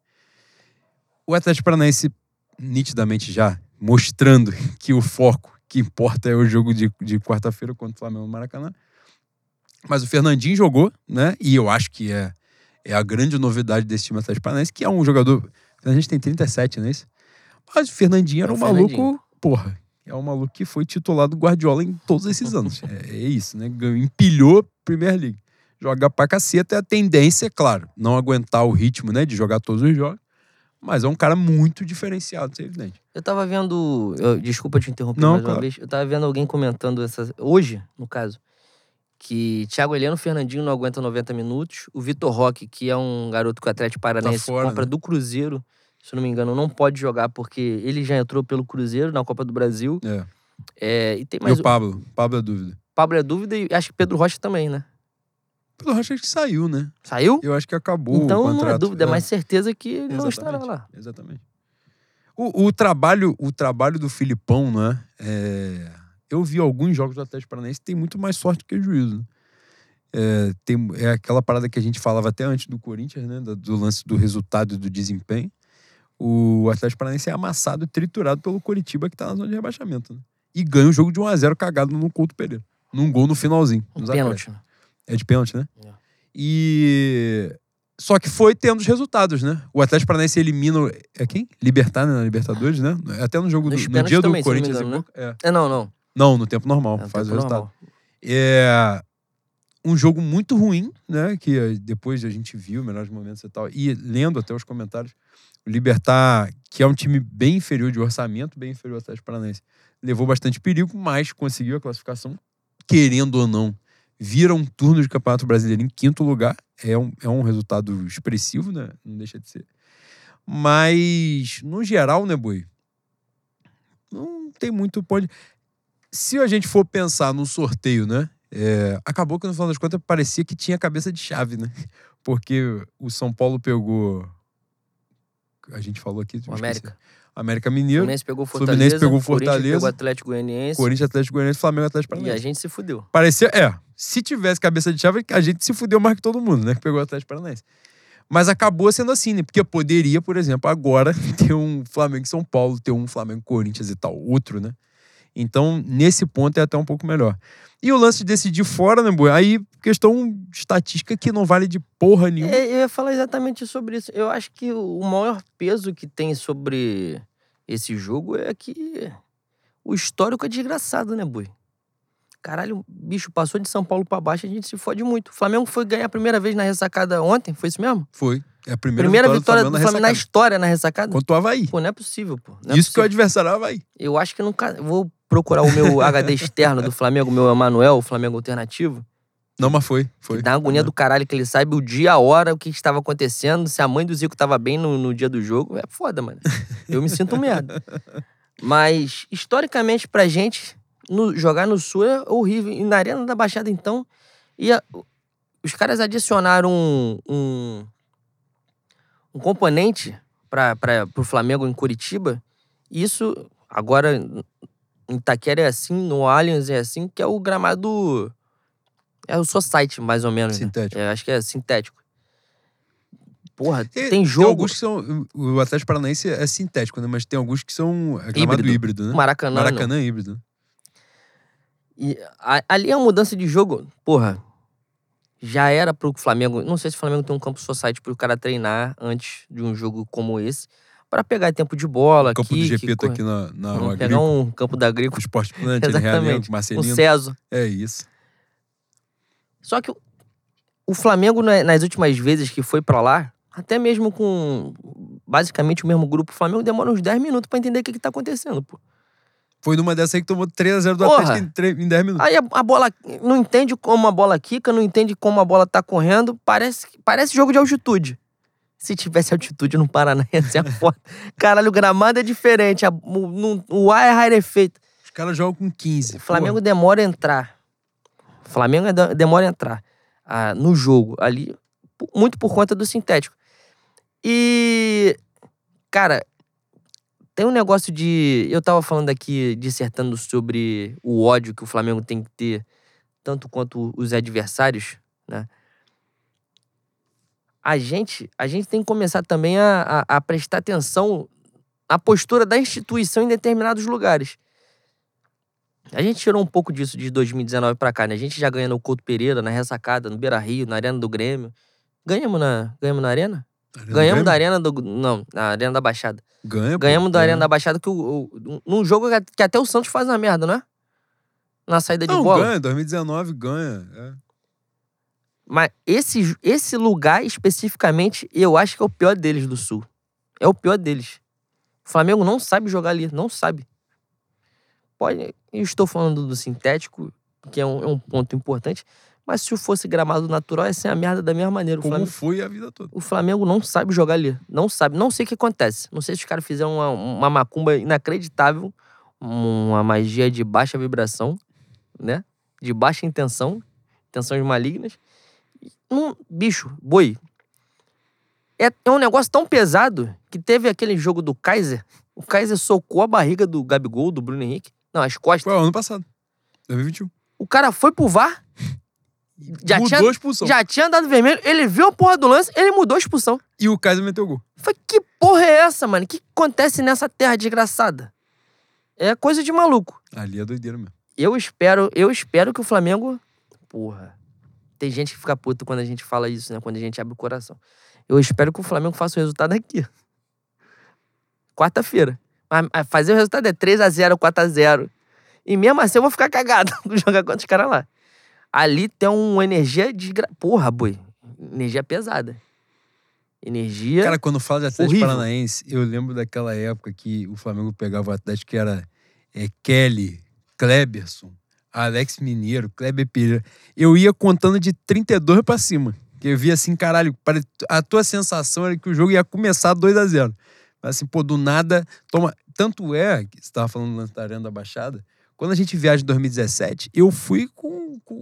O Atlético Paranaense, nitidamente já, mostrando que o foco que importa é o jogo de, de quarta-feira contra o Flamengo no Maracanã. Mas o Fernandinho jogou, né? E eu acho que é, é a grande novidade desse time Atlético Paranaense, que é um jogador... A gente tem trinta e sete, não é isso? Mas o Fernandinho era um maluco... Porra, é um maluco que foi titular do Guardiola em todos esses anos. É, é isso, né? Empilhou Premier League. Joga pra caceta. A tendência, é claro, não aguentar o ritmo, né? De jogar todos os jogos. Mas é um cara muito diferenciado, isso é evidente. Eu tava vendo... Eu, desculpa te interromper Não, mais claro. uma vez. Eu tava vendo alguém comentando essa, hoje, no caso, que Thiago Heleno e Fernandinho não aguentam noventa minutos. O Vitor Roque, que é um garoto que o Atlético Paranaense Tá fora, compra né? do Cruzeiro, se eu não me engano, não pode jogar porque ele já entrou pelo Cruzeiro na Copa do Brasil. É. É, e tem mais E o Pablo? Pablo é dúvida. Pablo é dúvida e acho que Pedro Rocha também, né? Pedro Rocha acho que saiu, né? Saiu? Eu acho que acabou Então o contrato. não é dúvida, é é. mais certeza que ele não Exatamente. estará lá. Exatamente. O, o, trabalho, o trabalho do Filipão, né? É... Eu vi alguns jogos do Atlético Paranaense que tem muito mais sorte que juízo. Né? É, tem, é aquela parada que a gente falava até antes do Corinthians, né? Do, do lance do resultado e do desempenho. O Atlético Paranaense é amassado e triturado pelo Coritiba, que tá na zona de rebaixamento. Né? E ganha o jogo de um a zero cagado no Couto Pereira. Num gol no finalzinho. Um pênalti, né? É de pênalti, né? É. E... Só que foi tendo os resultados, né? O Atlético Paranaense elimina... É quem? Libertar, né? Na Libertadores, né? Até no jogo... Do, no dia também, do Corinthians... Engano, e... né? é. é, não, não. Não, no tempo normal. É, faz tempo o resultado. normal. É... um jogo muito ruim, né? Que depois a gente viu, melhores momentos e tal, e lendo até os comentários, o Libertad, que é um time bem inferior de orçamento, bem inferior ao Atlético Paranaense, levou bastante perigo, mas conseguiu a classificação, querendo ou não, vira um turno de Campeonato Brasileiro em quinto lugar, é um, é um resultado expressivo, né? Não deixa de ser. Mas, no geral, né, Boi? Não tem muito... Pode... Se a gente for pensar no sorteio, né? É, acabou que, no final das contas, parecia que tinha cabeça de chave, né? Porque o São Paulo pegou... A gente falou aqui... O América. América Mineiro. Fluminense pegou Fortaleza. Fluminense pegou Fortaleza. Corinthians pegou Atlético Goianiense. Corinthians, Atlético Goianiense, Flamengo, Atlético Paranaense. E a gente se fudeu. Parecia... É. Se tivesse cabeça de chave, a gente se fudeu mais que todo mundo, né? Que pegou o Atlético Paranaense. Mas acabou sendo assim, né? Porque poderia, por exemplo, agora ter um Flamengo e São Paulo, ter um Flamengo Corinthians e tal, outro, né? Então, nesse ponto é até um pouco melhor. E o lance de decidir fora, né, Boi? Aí, questão estatística que não vale de porra nenhuma. É, eu ia falar exatamente sobre isso. Eu acho que o maior peso que tem sobre esse jogo é que o histórico é desgraçado, né, Boi? Caralho, o bicho passou de São Paulo pra baixo, a gente se fode muito. O Flamengo foi ganhar a primeira vez na ressacada ontem, foi isso mesmo? Foi. É a primeira, primeira vitória, vitória do do Flamengo, Flamengo, na, na história na ressacada. Contra o Avaí. Pô, não é possível, pô. Não é isso possível. que o adversário é o Avaí. Eu acho que nunca... Vou procurar o meu H D externo do Flamengo, o meu Emanuel, o Flamengo alternativo. Não, mas foi. foi. Que dá uma agonia do caralho, que ele sabe o dia, a hora, o que estava acontecendo, se a mãe do Zico tava bem no, no dia do jogo. É foda, mano. Eu me sinto um merda. Mas, historicamente, pra gente, no, jogar no Sul é horrível. E na Arena da Baixada, então, ia, os caras adicionaram um, um, um componente para pro Flamengo em Curitiba. E isso, agora, em Itaquera é assim, no Allianz é assim, que é o gramado... É o Society, mais ou menos. Sintético. Né? É, acho que é sintético. Porra, e, tem jogo... Tem alguns que são... O Atlético Paranaense é sintético, né? Mas tem alguns que são é gramado híbrido, híbrido né? Maracanã. Maracanã não. híbrido. E a, ali é uma mudança de jogo, porra, já era pro Flamengo... Não sei se o Flamengo tem um campo Society pro cara treinar antes de um jogo como esse, pra pegar tempo de bola, o campo aqui... do G P tá que, aqui na, na Vamos pegar um campo da Agrícola. O Esporte Plante, Exatamente. Marcelino. O César. É isso. Só que o, o Flamengo, nas últimas vezes que foi pra lá, até mesmo com basicamente o mesmo grupo, o Flamengo demora uns dez minutos pra entender o que que tá acontecendo, pô. Foi numa dessa aí que tomou três a zero do Porra. Atlético em dez minutos. Aí a, a bola não entende como a bola quica, não entende como a bola tá correndo. Parece, parece jogo de altitude. Se tivesse altitude no Paraná, ia ser foda. Caralho, o gramado é diferente. A, o, no, o ar é rarefeito. Os caras jogam com quinze. O Flamengo porra. demora a entrar. O Flamengo demora a entrar ah, no jogo ali, muito por conta do sintético. E, cara, tem um negócio de... Eu tava falando aqui, dissertando sobre o ódio que o Flamengo tem que ter, tanto quanto os adversários, né? A gente, a gente tem que começar também a, a, a prestar atenção na postura da instituição em determinados lugares. A gente tirou um pouco disso de dois mil e dezenove pra cá, né? A gente já ganha no Couto Pereira, na Ressacada, no Beira-Rio, na Arena do Grêmio. Ganhamos na, ganhamos na Arena? Arena Ganhamos do da Arena do... Não, na Arena da Baixada. Ganha, Ganhamos pô, da ganha. Arena da Baixada, que o, o, num jogo que até o Santos faz uma merda, não é? Na saída de Não, bola. ganha, dois mil e dezenove ganha. É. Mas esse, esse lugar, especificamente, eu acho que é o pior deles do Sul. É o pior deles. O Flamengo não sabe jogar ali, não sabe. Pode, eu estou falando do sintético, que é um, é um ponto importante, mas se fosse gramado natural, ia ser a merda da mesma maneira. O Como Flamengo, foi a vida toda. o Flamengo não sabe jogar ali. Não sabe. Não sei o que acontece. Não sei se os caras fizeram uma, uma macumba inacreditável, uma magia de baixa vibração, né? De baixa intenção, intenções malignas. Não, bicho, boi. É, é um negócio tão pesado que teve aquele jogo do Kaiser. O Kaiser socou a barriga do Gabigol, do Bruno Henrique. Não, as costas. Foi ano passado. dois mil e vinte e um. O cara foi pro V A R. Já mudou tinha, a expulsão. Já tinha dado vermelho. Ele viu a porra do lance, ele mudou a expulsão. E o Kaiser meteu o gol. Foi, que porra é essa, mano? O que acontece nessa terra desgraçada? É coisa de maluco. Ali é doideira mesmo. Eu espero, eu espero que o Flamengo... Porra. Tem gente que fica puto quando a gente fala isso, né? Quando a gente abre o coração. Eu espero que o Flamengo faça o resultado aqui. Quarta-feira. Mas fazer o resultado é três a zero, quatro a zero. E mesmo assim eu vou ficar cagado jogar contra os caras lá. Ali tem uma energia desgra... Porra, boi. Energia pesada. Energia Cara, quando fala de Atlético horrível. Paranaense, eu lembro daquela época que o Flamengo pegava o Atlético que era é, Kelly, Kleberson, Alex Mineiro, Kleber Pereira. Eu ia contando de trinta e dois pra cima. Que eu via assim, caralho, a tua sensação era que o jogo ia começar dois a zero. Mas assim, pô, do nada, toma... Tanto é, que você tava falando no da Arena da Baixada, quando a gente viaja em dois mil e dezessete, eu fui com, com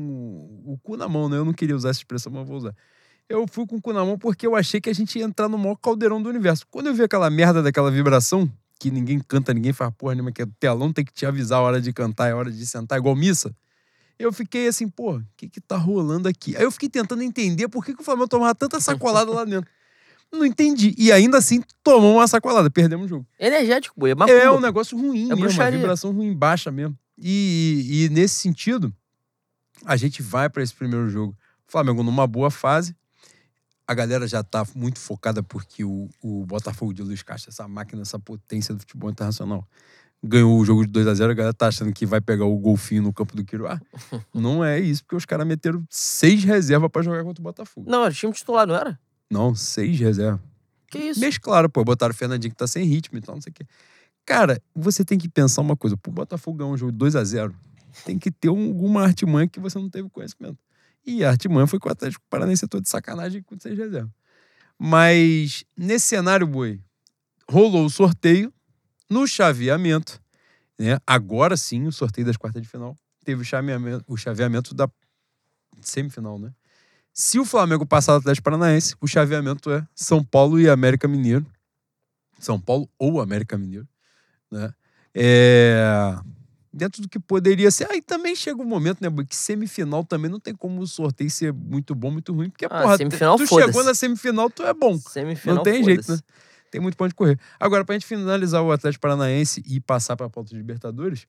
o cu na mão, né? Eu não queria usar essa expressão, mas vou usar. Eu fui com o cu na mão porque eu achei que a gente ia entrar no maior caldeirão do universo. Quando eu vi aquela merda daquela vibração, que ninguém canta, ninguém faz porra nenhuma, que o telão tem que te avisar a hora de cantar, a hora de sentar, igual missa, eu fiquei assim, pô, o que que tá rolando aqui? Aí eu fiquei tentando entender por que, que o Flamengo tomava tanta sacolada lá dentro. Não entendi. E ainda assim, tomou uma sacolada, perdemos o jogo. Energético, boi. É, macumba, é um negócio ruim é mesmo, bruxaria. A vibração ruim, baixa mesmo. E, e, e nesse sentido, a gente vai pra esse primeiro jogo. O Flamengo numa boa fase. A galera já tá muito focada porque o, o Botafogo de Luiz Castro, essa máquina, essa potência do futebol internacional, ganhou o jogo de dois a zero. A galera tá achando que vai pegar o golfinho no campo do Quiruá. Não é isso, porque os caras meteram seis reservas pra jogar contra o Botafogo. Não, era time titular, não era? Não, seis reservas. Que isso? Mês claro, pô. Botaram o Fernandinho que tá sem ritmo e tal, não sei o quê. Cara, você tem que pensar uma coisa. Pro Botafogo ganhar um jogo de dois a zero, tem que ter um, alguma artimanha que você não teve conhecimento. E a artimanha foi com o Atlético Paranaense todo de sacanagem com seis reservas. Mas, nesse cenário, boi, rolou o sorteio no chaveamento, né? Agora sim, o sorteio das quartas de final. Teve o chaveamento, o chaveamento da semifinal, né? Se o Flamengo passar do Atlético Paranaense, o chaveamento é São Paulo e América Mineiro. São Paulo ou América Mineiro, né? É... Dentro do que poderia ser. Aí também chega um momento, né, que semifinal também não tem como o sorteio ser muito bom, muito ruim, porque, ah, porra, semifinal, tu chegou na semifinal, tu é bom. Semifinal, não tem jeito, né? Tem muito ponto de correr. Agora, pra gente finalizar o Atlético Paranaense e passar pra pauta de Libertadores,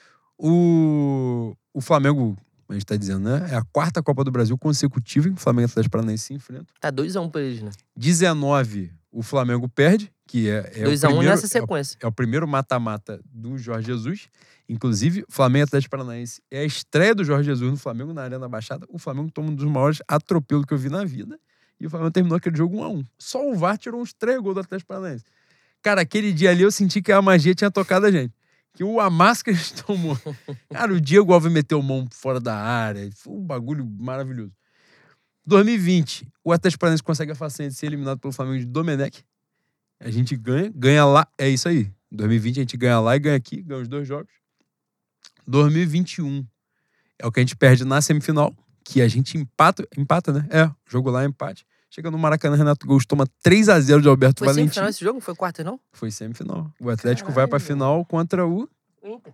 o, o Flamengo, a gente tá dizendo, né? É a quarta Copa do Brasil consecutiva em que o Flamengo e o Atlético Paranaense se enfrentam. Tá dois a um pra eles, né? dezenove, o Flamengo perde, que é, é dois o a um primeiro, nessa sequência. É o, é o primeiro mata-mata do Jorge Jesus. Inclusive, Flamengo e Atlético Paranaense é a estreia do Jorge Jesus no Flamengo na Arena Baixada. O Flamengo toma um dos maiores atropelos que eu vi na vida. E o Flamengo terminou aquele jogo um a um. Só o V A R tirou uns três gols do Atlético Paranaense. Cara, aquele dia ali eu senti que a magia tinha tocado a gente. Que o amasso que a gente tomou. Cara, o Diego Alves meteu mão fora da área. Foi um bagulho maravilhoso. dois mil e vinte, o Atlético Paranaense consegue a façanha de ser eliminado pelo Flamengo de Domenech. A gente ganha, ganha lá. É isso aí. Em dois mil e vinte a gente ganha lá e ganha aqui. Ganha os dois jogos. dois mil e vinte e um é o que a gente perde na semifinal, que a gente empata, empata, né? É, jogo lá, empate. Chega no Maracanã, Renato Gaúcho toma três a zero de Alberto Foi Valentim. Foi semifinal esse jogo? Foi quarta, não? Foi semifinal. O Atlético Caralho, vai pra final contra o... O Inter.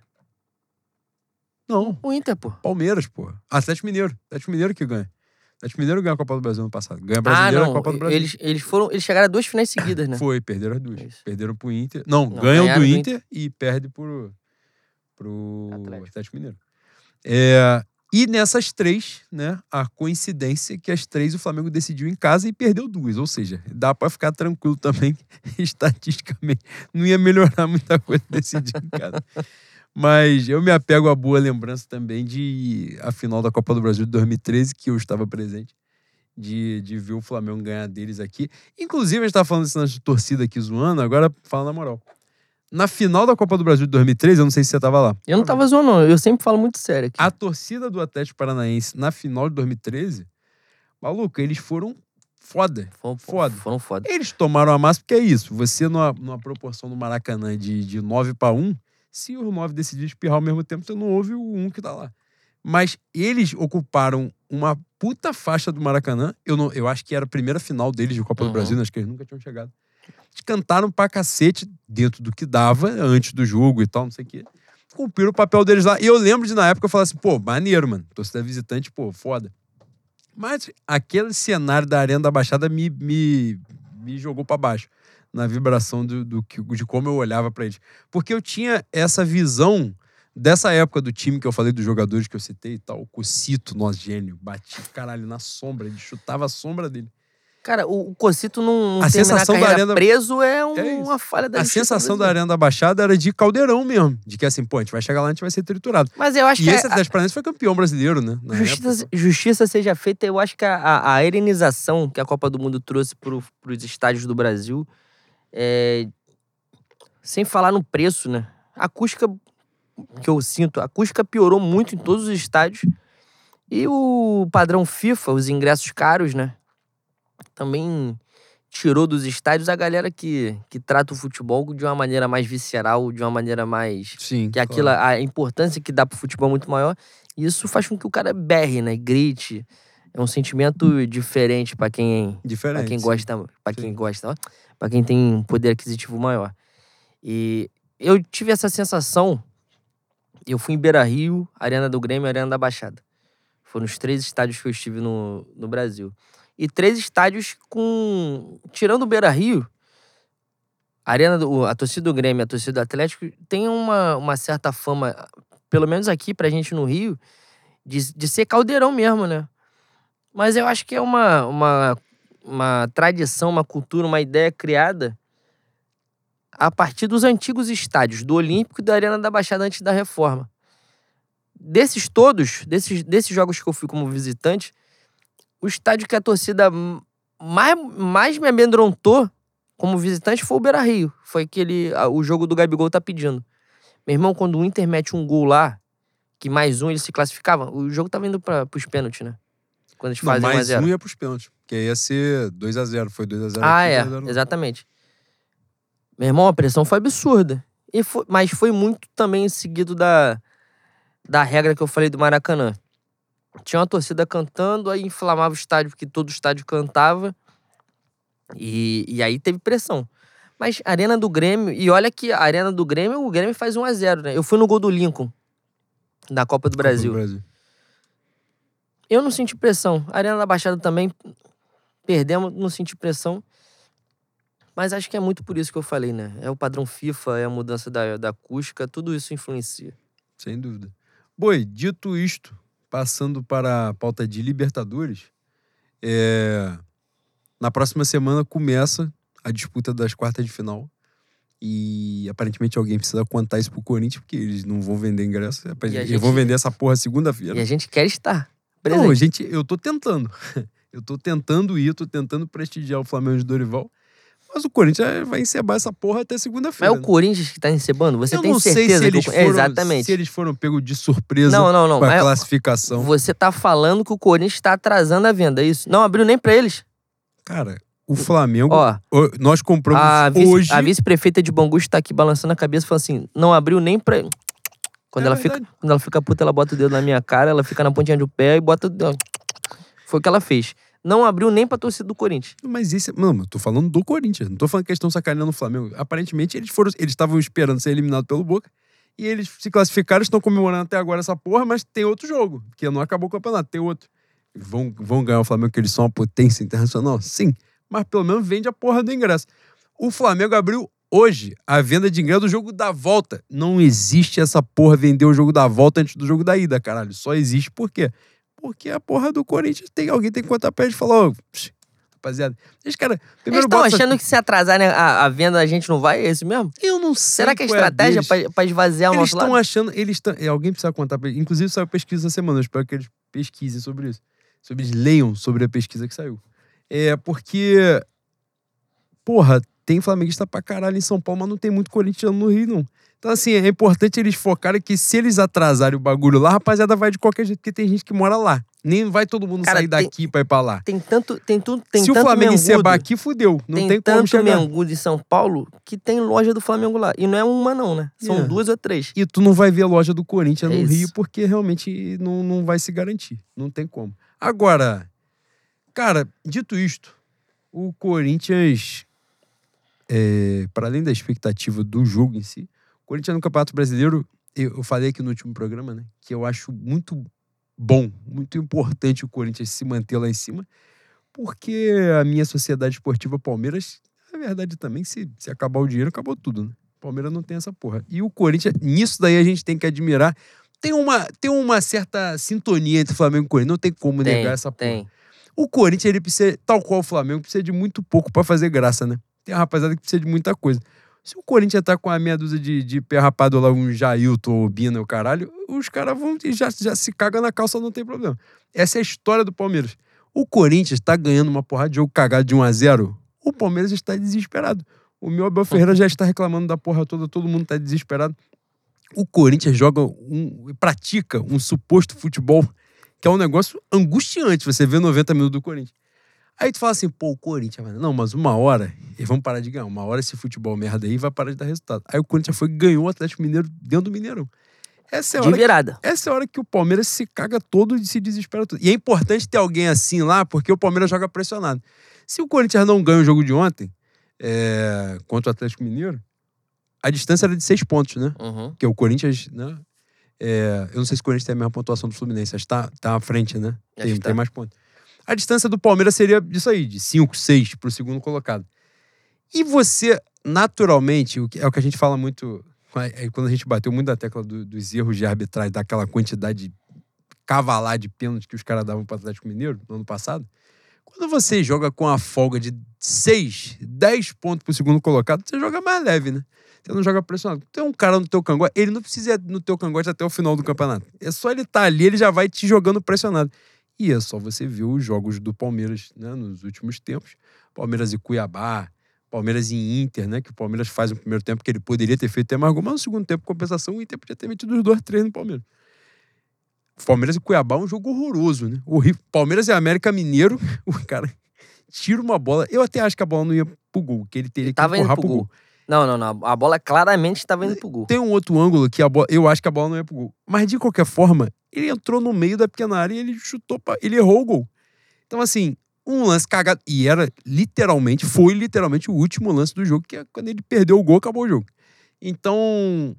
Não. O Inter, pô. Palmeiras, pô. Atlético Mineiro. Atlético Mineiro que ganha. Atlético Mineiro ganha a Copa do Brasil no passado. Ganha a Brasileira, ah, não. a Copa do Brasil. Eles, eles, foram, eles chegaram a duas finais seguidas, né? Foi, perderam as duas. Isso. Perderam pro Inter. Não, Não ganham do Inter, do Inter e perde pro, pro Atlético. Atlético Mineiro. É, e nessas três, né, a coincidência que as três o Flamengo decidiu em casa e perdeu duas. Ou seja, dá pra ficar tranquilo também, estatisticamente. Não ia melhorar muita coisa decidir em casa. Mas eu me apego à boa lembrança também de a final da Copa do Brasil de dois mil e treze, que eu estava presente, de, de ver o Flamengo ganhar deles aqui. Inclusive, a gente estava falando isso na torcida aqui zoando, agora fala na moral. Na final da Copa do Brasil de dois mil e treze, eu não sei se você estava lá. Eu não tava zoando, não. Eu sempre falo muito sério aqui. A torcida do Atlético Paranaense na final de dois mil e treze, maluco, eles foram foda. Foram foda. Foram foda. Eles tomaram a massa porque é isso. Você, numa, numa proporção do Maracanã de, de nove para um, se o nove decidir espirrar ao mesmo tempo, você não ouve o um que tá lá. Mas eles ocuparam uma puta faixa do Maracanã. Eu, não, eu acho que era a primeira final deles de Copa Uhum. do Brasil, acho que eles nunca tinham chegado. Eles cantaram pra cacete dentro do que dava, antes do jogo e tal, não sei o quê. Cumpriram o papel deles lá. E eu lembro de, na época, eu falar assim, pô, maneiro, mano. Torcida visitante, pô, foda. Mas aquele cenário da Arena da Baixada me, me, me jogou pra baixo. Na vibração do, do, de como eu olhava pra eles. Porque eu tinha essa visão dessa época do time que eu falei, dos jogadores que eu citei e tal. O Cocito, nosso gênio, batia, caralho, na sombra. Ele chutava a sombra dele. Cara, o, o Cocito não, não A terminar sensação a da carreira Arena- preso é, um- É isso. uma falha da A justiça sensação da brasileira. Arena da Baixada era de caldeirão mesmo. De que assim, pô, a gente vai chegar lá, a gente vai ser triturado. Mas eu acho E que esse a, Atlético Paranaense foi campeão brasileiro, né? Na justiça, época. justiça seja feita, eu acho que a, a, a arenização que a Copa do Mundo trouxe pro, pros estádios do Brasil, é, sem falar no preço, né? A acústica que eu sinto, a acústica piorou muito em todos os estádios. E o padrão FIFA, os ingressos caros, né? Também tirou dos estádios a galera que, que trata o futebol de uma maneira mais visceral, de uma maneira mais... Sim, Que aquilo, claro. a importância que dá pro futebol é muito maior. E isso faz com que o cara berre, né? Grite. É um sentimento diferente pra quem, Diferente. pra quem sim. gosta, para quem Sim. gosta, ó, pra quem tem um poder aquisitivo maior. E eu tive essa sensação. Eu fui em Beira-Rio, Arena do Grêmio e Arena da Baixada. Foram os três estádios que eu estive no, no Brasil. E três estádios com... Tirando o Beira-Rio, a, Arena do, a torcida do Grêmio e a torcida do Atlético tem uma, uma certa fama, pelo menos aqui pra gente no Rio, de, de ser caldeirão mesmo, né? Mas eu acho que é uma, uma, uma tradição, uma cultura, uma ideia criada a partir dos antigos estádios, do Olímpico e da Arena da Baixada antes da reforma. Desses todos, desses, desses jogos que eu fui como visitante, o estádio que a torcida mais, mais me amedrontou como visitante foi o Beira-Rio. Foi aquele, o jogo do Gabigol tá pedindo. Meu irmão, quando o Inter mete um gol lá, que mais um ele se classificava, o jogo tava indo para pros pênaltis, né? Quando eles Não, fazem um a mais zero. um ia pros pênaltis. Que ia ser dois a zero. Foi dois a zero. Ah, aqui, é. dois a zero. Exatamente. Meu irmão, a pressão foi absurda. E foi, mas foi muito também seguido da, da regra que eu falei do Maracanã. Tinha uma torcida cantando, aí inflamava o estádio, porque todo o estádio cantava. E, e aí teve pressão. Mas a Arena do Grêmio... E olha que a Arena do Grêmio, o Grêmio faz um a zero, né? Eu fui no gol do Lincoln, da Copa do Brasil. Copa do Brasil. Eu não senti pressão. A Arena da Baixada também perdemos, não senti pressão. Mas acho que é muito por isso que eu falei, né? É o padrão FIFA, é a mudança da, da acústica, tudo isso influencia. Sem dúvida. Boi, dito isto, passando para a pauta de Libertadores, é... na próxima semana começa a disputa das quartas de final. E aparentemente alguém precisa contar isso pro Corinthians, porque eles não vão vender ingresso. Eles gente... vão vender essa porra segunda-feira. E a gente quer estar presente. Não, gente, eu tô tentando. Eu tô tentando ir, tô tentando prestigiar o Flamengo de Dorival. Mas o Corinthians vai encebar essa porra até segunda-feira. Mas é o Corinthians que tá encebando? Você eu tem não certeza sei se eles que o... foram, Exatamente. se eles foram pegos de surpresa não, não, não, com a mas classificação. Você tá falando que o Corinthians tá atrasando a venda, é isso? Não abriu nem pra eles. Cara, o Flamengo... Ó, nós compramos a vice, hoje... A vice-prefeita de Bangu tá aqui balançando a cabeça e falou assim, não abriu nem pra... Quando, É ela fica, verdade. quando ela fica puta, ela bota o dedo na minha cara, ela fica na pontinha do pé e bota o dedo. Foi o que ela fez. Não abriu nem pra torcida do Corinthians. Mas isso... Não, eu tô falando do Corinthians. Não tô falando que eles estão sacaneando o Flamengo. Aparentemente, eles foram, eles estavam esperando ser eliminados pelo Boca. E eles se classificaram, estão comemorando até agora essa porra, mas tem outro jogo. Que não acabou o campeonato, tem outro. Vão, vão ganhar o Flamengo, que eles são uma potência internacional? Sim. Mas pelo menos vende a porra do ingresso. O Flamengo abriu hoje a venda de ingresso do jogo da volta. Não existe essa porra vender o jogo da volta antes do jogo da ida, caralho. Só existe por quê? Porque a porra do Corinthians tem alguém tem que contar pra eles e falar, ô, rapaziada, eles, cara, primeiro Eles estão bota achando essa... que se atrasar né, a, a venda a gente não vai? É isso mesmo? Eu não sei. Será que é qual estratégia deles. pra, pra esvaziar o Eles nosso lado? estão achando, eles estão, alguém precisa contar pra eles. Inclusive saiu pesquisa essa semana, eu espero que eles pesquisem sobre isso. Sobre eles leiam sobre a pesquisa que saiu. É porque, porra, tem flamenguista pra caralho em São Paulo, mas não tem muito corintiano no Rio, não. Então, assim, é importante eles focarem que se eles atrasarem o bagulho lá, a rapaziada vai de qualquer jeito, porque tem gente que mora lá. Nem vai todo mundo Cara, sair tem- daqui pra ir pra lá. Tem tanto, tem tu, tem se o tanto Flamengo mengudo, encebar aqui, fudeu. Não tem, tem como tanto chegar. mengudo em São Paulo que tem loja do Flamengo lá. E não é uma não, né? São É. duas ou três. E tu não vai ver a loja do Corinthians É no isso. Rio, porque realmente não, não vai se garantir. Não tem como. Agora, cara, dito isto, o Corinthians, é, para além da expectativa do jogo em si, o Corinthians no Campeonato Brasileiro, eu, eu falei aqui no último programa, né, que eu acho muito bom, muito importante o Corinthians se manter lá em cima, porque a minha sociedade esportiva Palmeiras, na verdade também, se, se acabar o dinheiro, acabou tudo, né? Palmeiras não tem essa porra. E o Corinthians, nisso daí a gente tem que admirar. Tem uma, tem uma certa sintonia entre Flamengo e Corinthians, não tem como Tem, negar essa porra. tem. O Corinthians, ele precisa, tal qual o Flamengo, precisa de muito pouco pra fazer graça, né? Tem uma rapaziada que precisa de muita coisa. Se o Corinthians tá com a meia dúzia de, de pé rapado lá, um Jailton ou Bina, o caralho, os caras vão e já, já se cagam na calça, não tem problema. Essa é a história do Palmeiras. O Corinthians tá ganhando uma porrada de jogo cagado de um a zero. O Palmeiras está desesperado. O meu Abel Ferreira já está reclamando da porra toda, todo mundo tá desesperado. O Corinthians joga, um, pratica um suposto futebol que é um negócio angustiante, você vê noventa minutos do Corinthians. Aí tu fala assim, pô, o Corinthians, não, mas uma hora, eles vão parar de ganhar. Uma hora esse futebol merda aí vai parar de dar resultado. Aí o Corinthians foi e ganhou o Atlético Mineiro dentro do Mineirão. Essa é a De hora virada. Que, essa é a hora que o Palmeiras se caga todo e se desespera todo. E é importante ter alguém assim lá, porque o Palmeiras joga pressionado. Se o Corinthians não ganha o jogo de ontem, é, contra o Atlético Mineiro, a distância era de seis pontos, né? Uhum. Porque o Corinthians, né? É, eu não sei se o Corinthians tem a mesma pontuação do Fluminense, acho que tá, tá à frente, né? Tem, tá. tem mais pontos. A distância do Palmeiras seria disso aí, de cinco, seis pro segundo colocado. E você, naturalmente, o que, é o que a gente fala muito, é, quando a gente bateu muito da tecla do, dos erros de arbitragem, daquela quantidade de cavalar de pênalti que os caras davam pro Atlético Mineiro no ano passado, quando você joga com a folga de seis, dez pontos pro segundo colocado, você joga mais leve, né? Você não joga pressionado. Tem um cara no teu cangote, ele não precisa ir no teu cangote até o final do campeonato. É só ele estar tá ali, ele já vai te jogando pressionado. E é só você ver os jogos do Palmeiras, né, nos últimos tempos. Palmeiras e Cuiabá, Palmeiras e Inter, né? Que o Palmeiras faz no primeiro tempo que ele poderia ter feito até mais gol, mas no segundo tempo, compensação, o Inter podia ter metido os dois, três no Palmeiras. Palmeiras e Cuiabá é um jogo horroroso, né? Horrível. Palmeiras e América Mineiro, o cara tira uma bola. Eu até acho que a bola não ia pro gol, que ele teria Ele que empurrar pro gol. gol. Não, não, não. A bola claramente estava indo pro gol. Tem um outro ângulo que a bola, eu acho que a bola não ia pro gol. Mas, de qualquer forma, ele entrou no meio da pequena área e ele chutou, pra, ele errou o gol. Então, assim, um lance cagado. E era literalmente, foi literalmente o último lance do jogo, que é quando ele perdeu o gol, acabou o jogo. Então,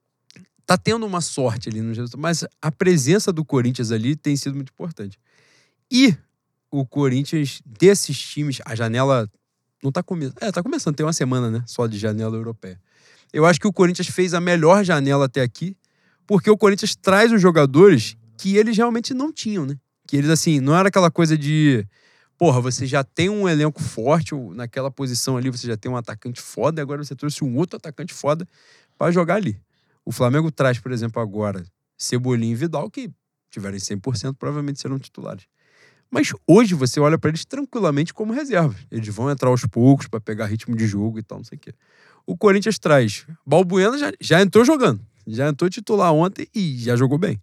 tá tendo uma sorte ali no resultado. Mas a presença do Corinthians ali tem sido muito importante. E o Corinthians, desses times, a janela não tá começando. É, tá começando, tem uma semana, né? Só de janela europeia. Eu acho que o Corinthians fez a melhor janela até aqui, porque o Corinthians traz os jogadores que eles realmente não tinham, né? Que eles, assim, não era aquela coisa de... Porra, você já tem um elenco forte, naquela posição ali você já tem um atacante foda, e agora você trouxe um outro atacante foda pra jogar ali. O Flamengo traz, por exemplo, agora Cebolinha e Vidal, que tiverem cem por cento, provavelmente serão titulares. Mas hoje você olha pra eles tranquilamente como reservas. Eles vão entrar aos poucos pra pegar ritmo de jogo e tal, não sei o quê. O Corinthians traz. Balbuena já, já entrou jogando. Já entrou titular ontem e já jogou bem.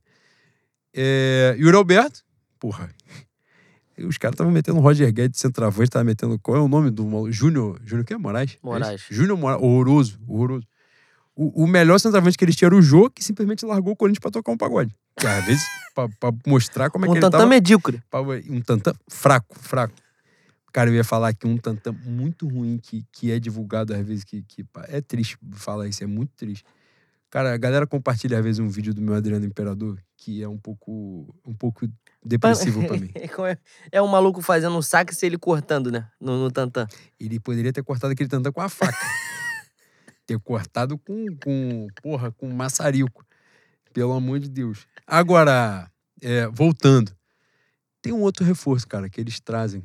É, Yuri Alberto, porra. Os caras estavam metendo o Roger Guedes, centroavante, estavam metendo. Qual é o nome do Júnior? Júnior o quê? Moraes? Moraes. É Júnior Moraes. Horroroso, horroroso. O, o melhor centroavante que eles tinham era o Jô, que simplesmente largou o Corinthians pra tocar um pagode. Que às vezes, pra, pra mostrar como é um que ele tava... Um tantã medíocre. Pra, um tantã fraco, fraco. Cara, eu ia falar aqui um tantã muito ruim que, que é divulgado às vezes, que, que é triste falar isso, é muito triste. Cara, a galera compartilha às vezes um vídeo do meu Adriano Imperador, que é um pouco, um pouco depressivo pra mim. É um maluco fazendo um saque e ele cortando, né? No, no tantã. Ele poderia ter cortado aquele tantã com a faca. Ter cortado com, com, porra, com maçarico. Pelo amor de Deus. Agora, é, voltando. Tem um outro reforço, cara, que eles trazem.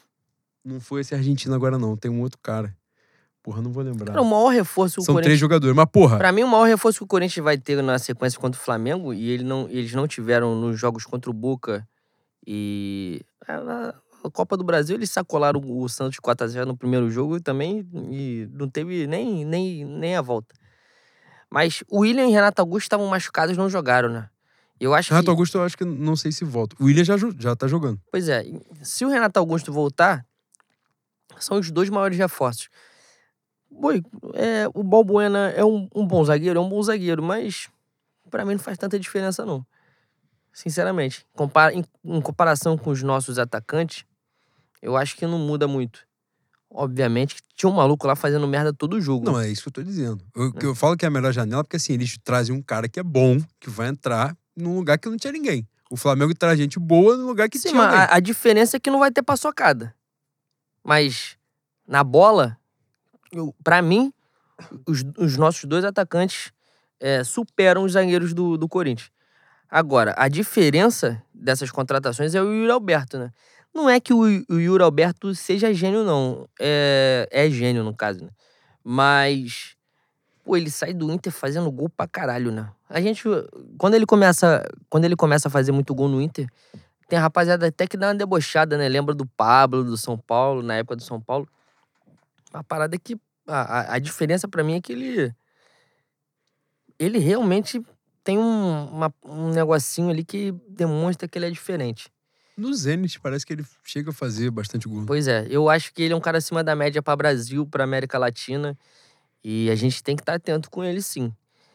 Não foi esse argentino agora, não. Tem um outro cara. Porra, não vou lembrar. Cara, o maior reforço que o São Corinthians... três jogadores, mas porra... Pra mim, o maior reforço que o Corinthians vai ter na sequência contra o Flamengo, e ele não, eles não tiveram nos jogos contra o Boca e... Na Copa do Brasil, eles sacolaram o Santos quatro a zero no primeiro jogo e também e não teve nem, nem, nem a volta. Mas o William e Renato Augusto estavam machucados e não jogaram, né? Eu acho Renato que... Augusto, eu acho que não sei se volta. O William já, já tá jogando. Pois é. Se o Renato Augusto voltar, são os dois maiores reforços. Boi, é, o Balbuena é um, um bom zagueiro, é um bom zagueiro, mas pra mim não faz tanta diferença, não. Sinceramente. Compara, em, em comparação com os nossos atacantes, eu acho que não muda muito. Obviamente que tinha um maluco lá fazendo merda todo o jogo. Não, é isso que eu tô dizendo. Eu, é. eu falo que é a melhor janela porque, assim, eles trazem um cara que é bom, que vai entrar num lugar que não tinha ninguém. O Flamengo traz gente boa num lugar que Sim, tinha mas alguém. A, a diferença é que não vai ter paçocada. Mas, na bola, eu, pra mim, os, os nossos dois atacantes é, superam os zagueiros do, do Corinthians. Agora, a diferença dessas contratações é o Yuri Alberto, né? Não é que o, o Yuri Alberto seja gênio, não. É, é gênio, no caso, né? Mas, pô, ele sai do Inter fazendo gol pra caralho, né? A gente, quando ele começa, quando ele começa a fazer muito gol no Inter, tem a rapaziada até que dá uma debochada, né? Lembra do Pablo, do São Paulo, na época do São Paulo. A parada é que, a, a, a diferença pra mim é que ele, ele realmente tem um, uma- um negocinho ali que demonstra que ele é diferente. No Zenit, parece que ele chega a fazer bastante gol. Pois é, eu acho que ele é um cara acima da média pra Brasil, pra América Latina. E a gente tem que estar atento com ele, sim.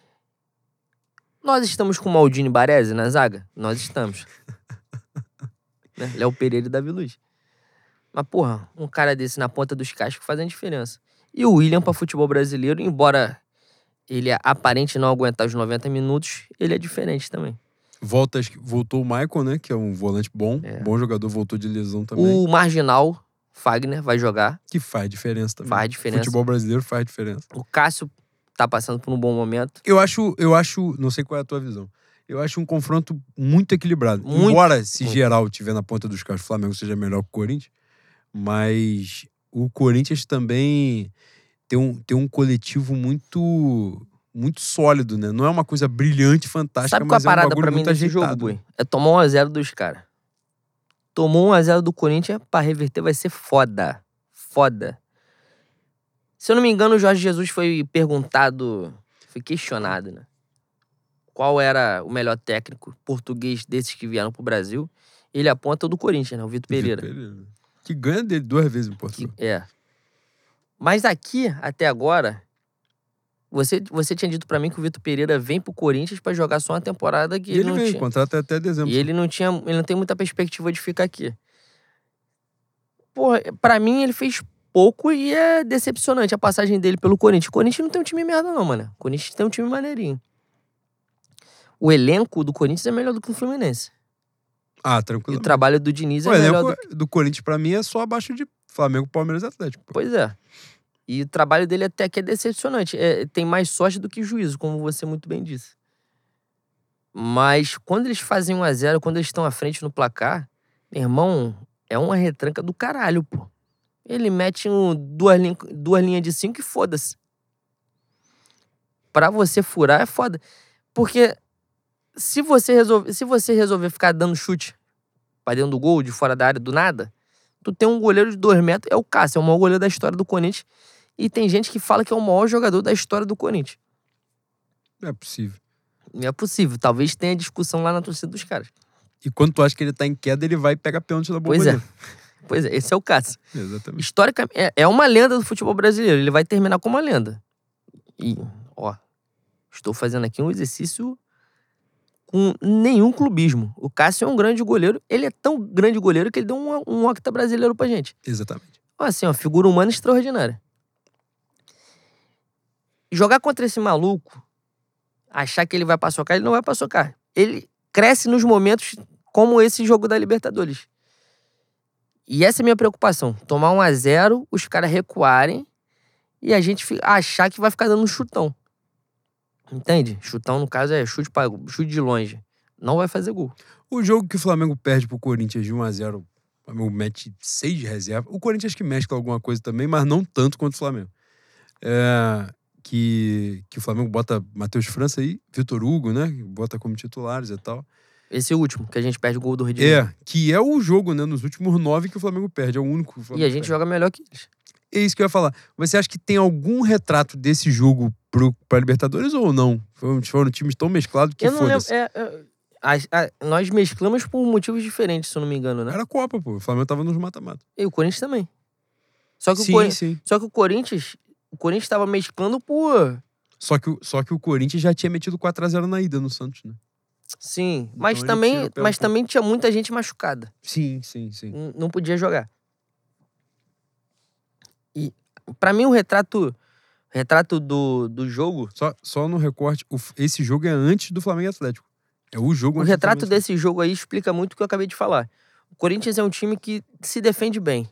Nós estamos com o Maldini Baresi na zaga? Nós estamos. Né? Léo Pereira e Davi Luiz. Mas, porra, um cara desse na ponta dos cascos faz a diferença. E o William pra futebol brasileiro, embora ele aparente não aguentar os noventa minutos, ele é diferente também. Volta, acho que voltou o Michael, né? Que é um volante bom. É. Bom jogador, voltou de lesão também. O marginal, Fagner, vai jogar. Que faz diferença também. Faz diferença. Futebol brasileiro faz diferença. O Cássio tá passando por um bom momento. Eu acho, eu acho, não sei qual é a tua visão. Eu acho um confronto muito equilibrado. Muito. Embora, se Muito. geral tiver na ponta dos carros, o Flamengo seja melhor que o Corinthians, mas o Corinthians também tem um, tem um coletivo muito muito sólido, né? Não é uma coisa brilhante, fantástica, Sabe qual é a mas é um parada bagulho pra mim muito nesse ajeitado. jogo, Bui? É tomar um a zero dos caras. Tomou um a zero do Corinthians, pra reverter vai ser foda. Foda. Se eu não me engano, o Jorge Jesus foi perguntado, foi questionado, né? Qual era o melhor técnico português desses que vieram pro Brasil. Ele aponta o do Corinthians, né? O Vitor Pereira. Vitor Pereira. Que ganha dele duas vezes em Portugal. Que- é. Mas aqui, até agora, você, você tinha dito pra mim que o Vitor Pereira vem pro Corinthians pra jogar só uma temporada que E ele não vem, tinha. contrato é até dezembro. E ele não tinha, ele não tem muita perspectiva de ficar aqui. Porra, pra mim ele fez pouco e é decepcionante a passagem dele pelo Corinthians. O Corinthians não tem um time merda não, mano. O Corinthians tem um time maneirinho. O elenco do Corinthians é melhor do que o Fluminense. Ah, E tranquilo. o trabalho do Diniz é O melhor elenco do... do Corinthians, pra mim, é só abaixo de Flamengo, Palmeiras e Atlético. Pô. Pois é. E o trabalho dele até que é decepcionante. É, tem mais sorte do que juízo, como você muito bem disse. Mas quando eles fazem um a zero, quando eles estão à frente no placar, meu irmão, é uma retranca do caralho, pô. Ele mete um, duas, linha, duas linhas de cinco e foda-se. Pra você furar é foda. Porque se você, resolver, se você resolver ficar dando chute pra dentro do gol, de fora da área, do nada, tu tem um goleiro de dois metros, é o Cássio, é o maior goleiro da história do Corinthians. E tem gente que fala que é o maior jogador da história do Corinthians. Não é possível. Não é possível. Talvez tenha discussão lá na torcida dos caras. E quando tu acha que ele tá em queda, ele vai e pega pênalti da Pois é. bomboneira. Pois é, esse é o Cássio. Exatamente. Historicamente, é, é uma lenda do futebol brasileiro. Ele vai terminar como uma lenda. E, ó, estou fazendo aqui um exercício com nenhum clubismo. O Cássio é um grande goleiro. Ele é tão grande goleiro que ele deu um, um octa brasileiro pra gente. Exatamente. Ó, assim, ó, figura humana extraordinária. Jogar contra esse maluco, achar que ele vai paçocar, ele não vai paçocar. Ele cresce nos momentos como esse jogo da Libertadores. E essa é a minha preocupação. Tomar um a zero, os caras recuarem e a gente achar que vai ficar dando um chutão. Entende? Chutão, no caso, é chute, pra, chute de longe. Não vai fazer gol. O jogo que o Flamengo perde pro Corinthians de um a zero, o Flamengo mete seis de reserva. O Corinthians acho que mescla alguma coisa também, mas não tanto quanto o Flamengo. É, que, que o Flamengo bota Matheus França aí, Vitor Hugo, né? Bota como titulares e tal. Esse é o último, que a gente perde o gol do Redimir. É, que é o jogo, né? Nos últimos nove que o Flamengo perde. É o único que o Flamengo E a gente perde. joga melhor que eles. É isso que eu ia falar. Você acha que tem algum retrato desse jogo pro, pra Libertadores ou não? Foram, foram times tão mesclados que Eu não lembro. foda-se. É, é, a- a- nós mesclamos por motivos diferentes, se eu não me engano, né? Era Copa, pô. O Flamengo tava nos mata-mata. E o Corinthians também. Só que, Sim, o, Cori- sim. Só que o Corinthians. O Corinthians tava mesclando por. Só que, o- só que o Corinthians já tinha metido quatro a zero na ida no Santos, né? Sim. Mas, ele também, tira o pé um mas pouco. também tinha muita gente machucada. Sim, sim, sim. N- Não podia jogar. E, pra mim, o retrato. Retrato do, do jogo. Só, só no recorte, o- esse jogo é antes do Flamengo e Atlético. É o jogo O antes do retrato Flamengo e desse jogo aí explica muito o que eu acabei de falar. O Corinthians é um time que se defende bem.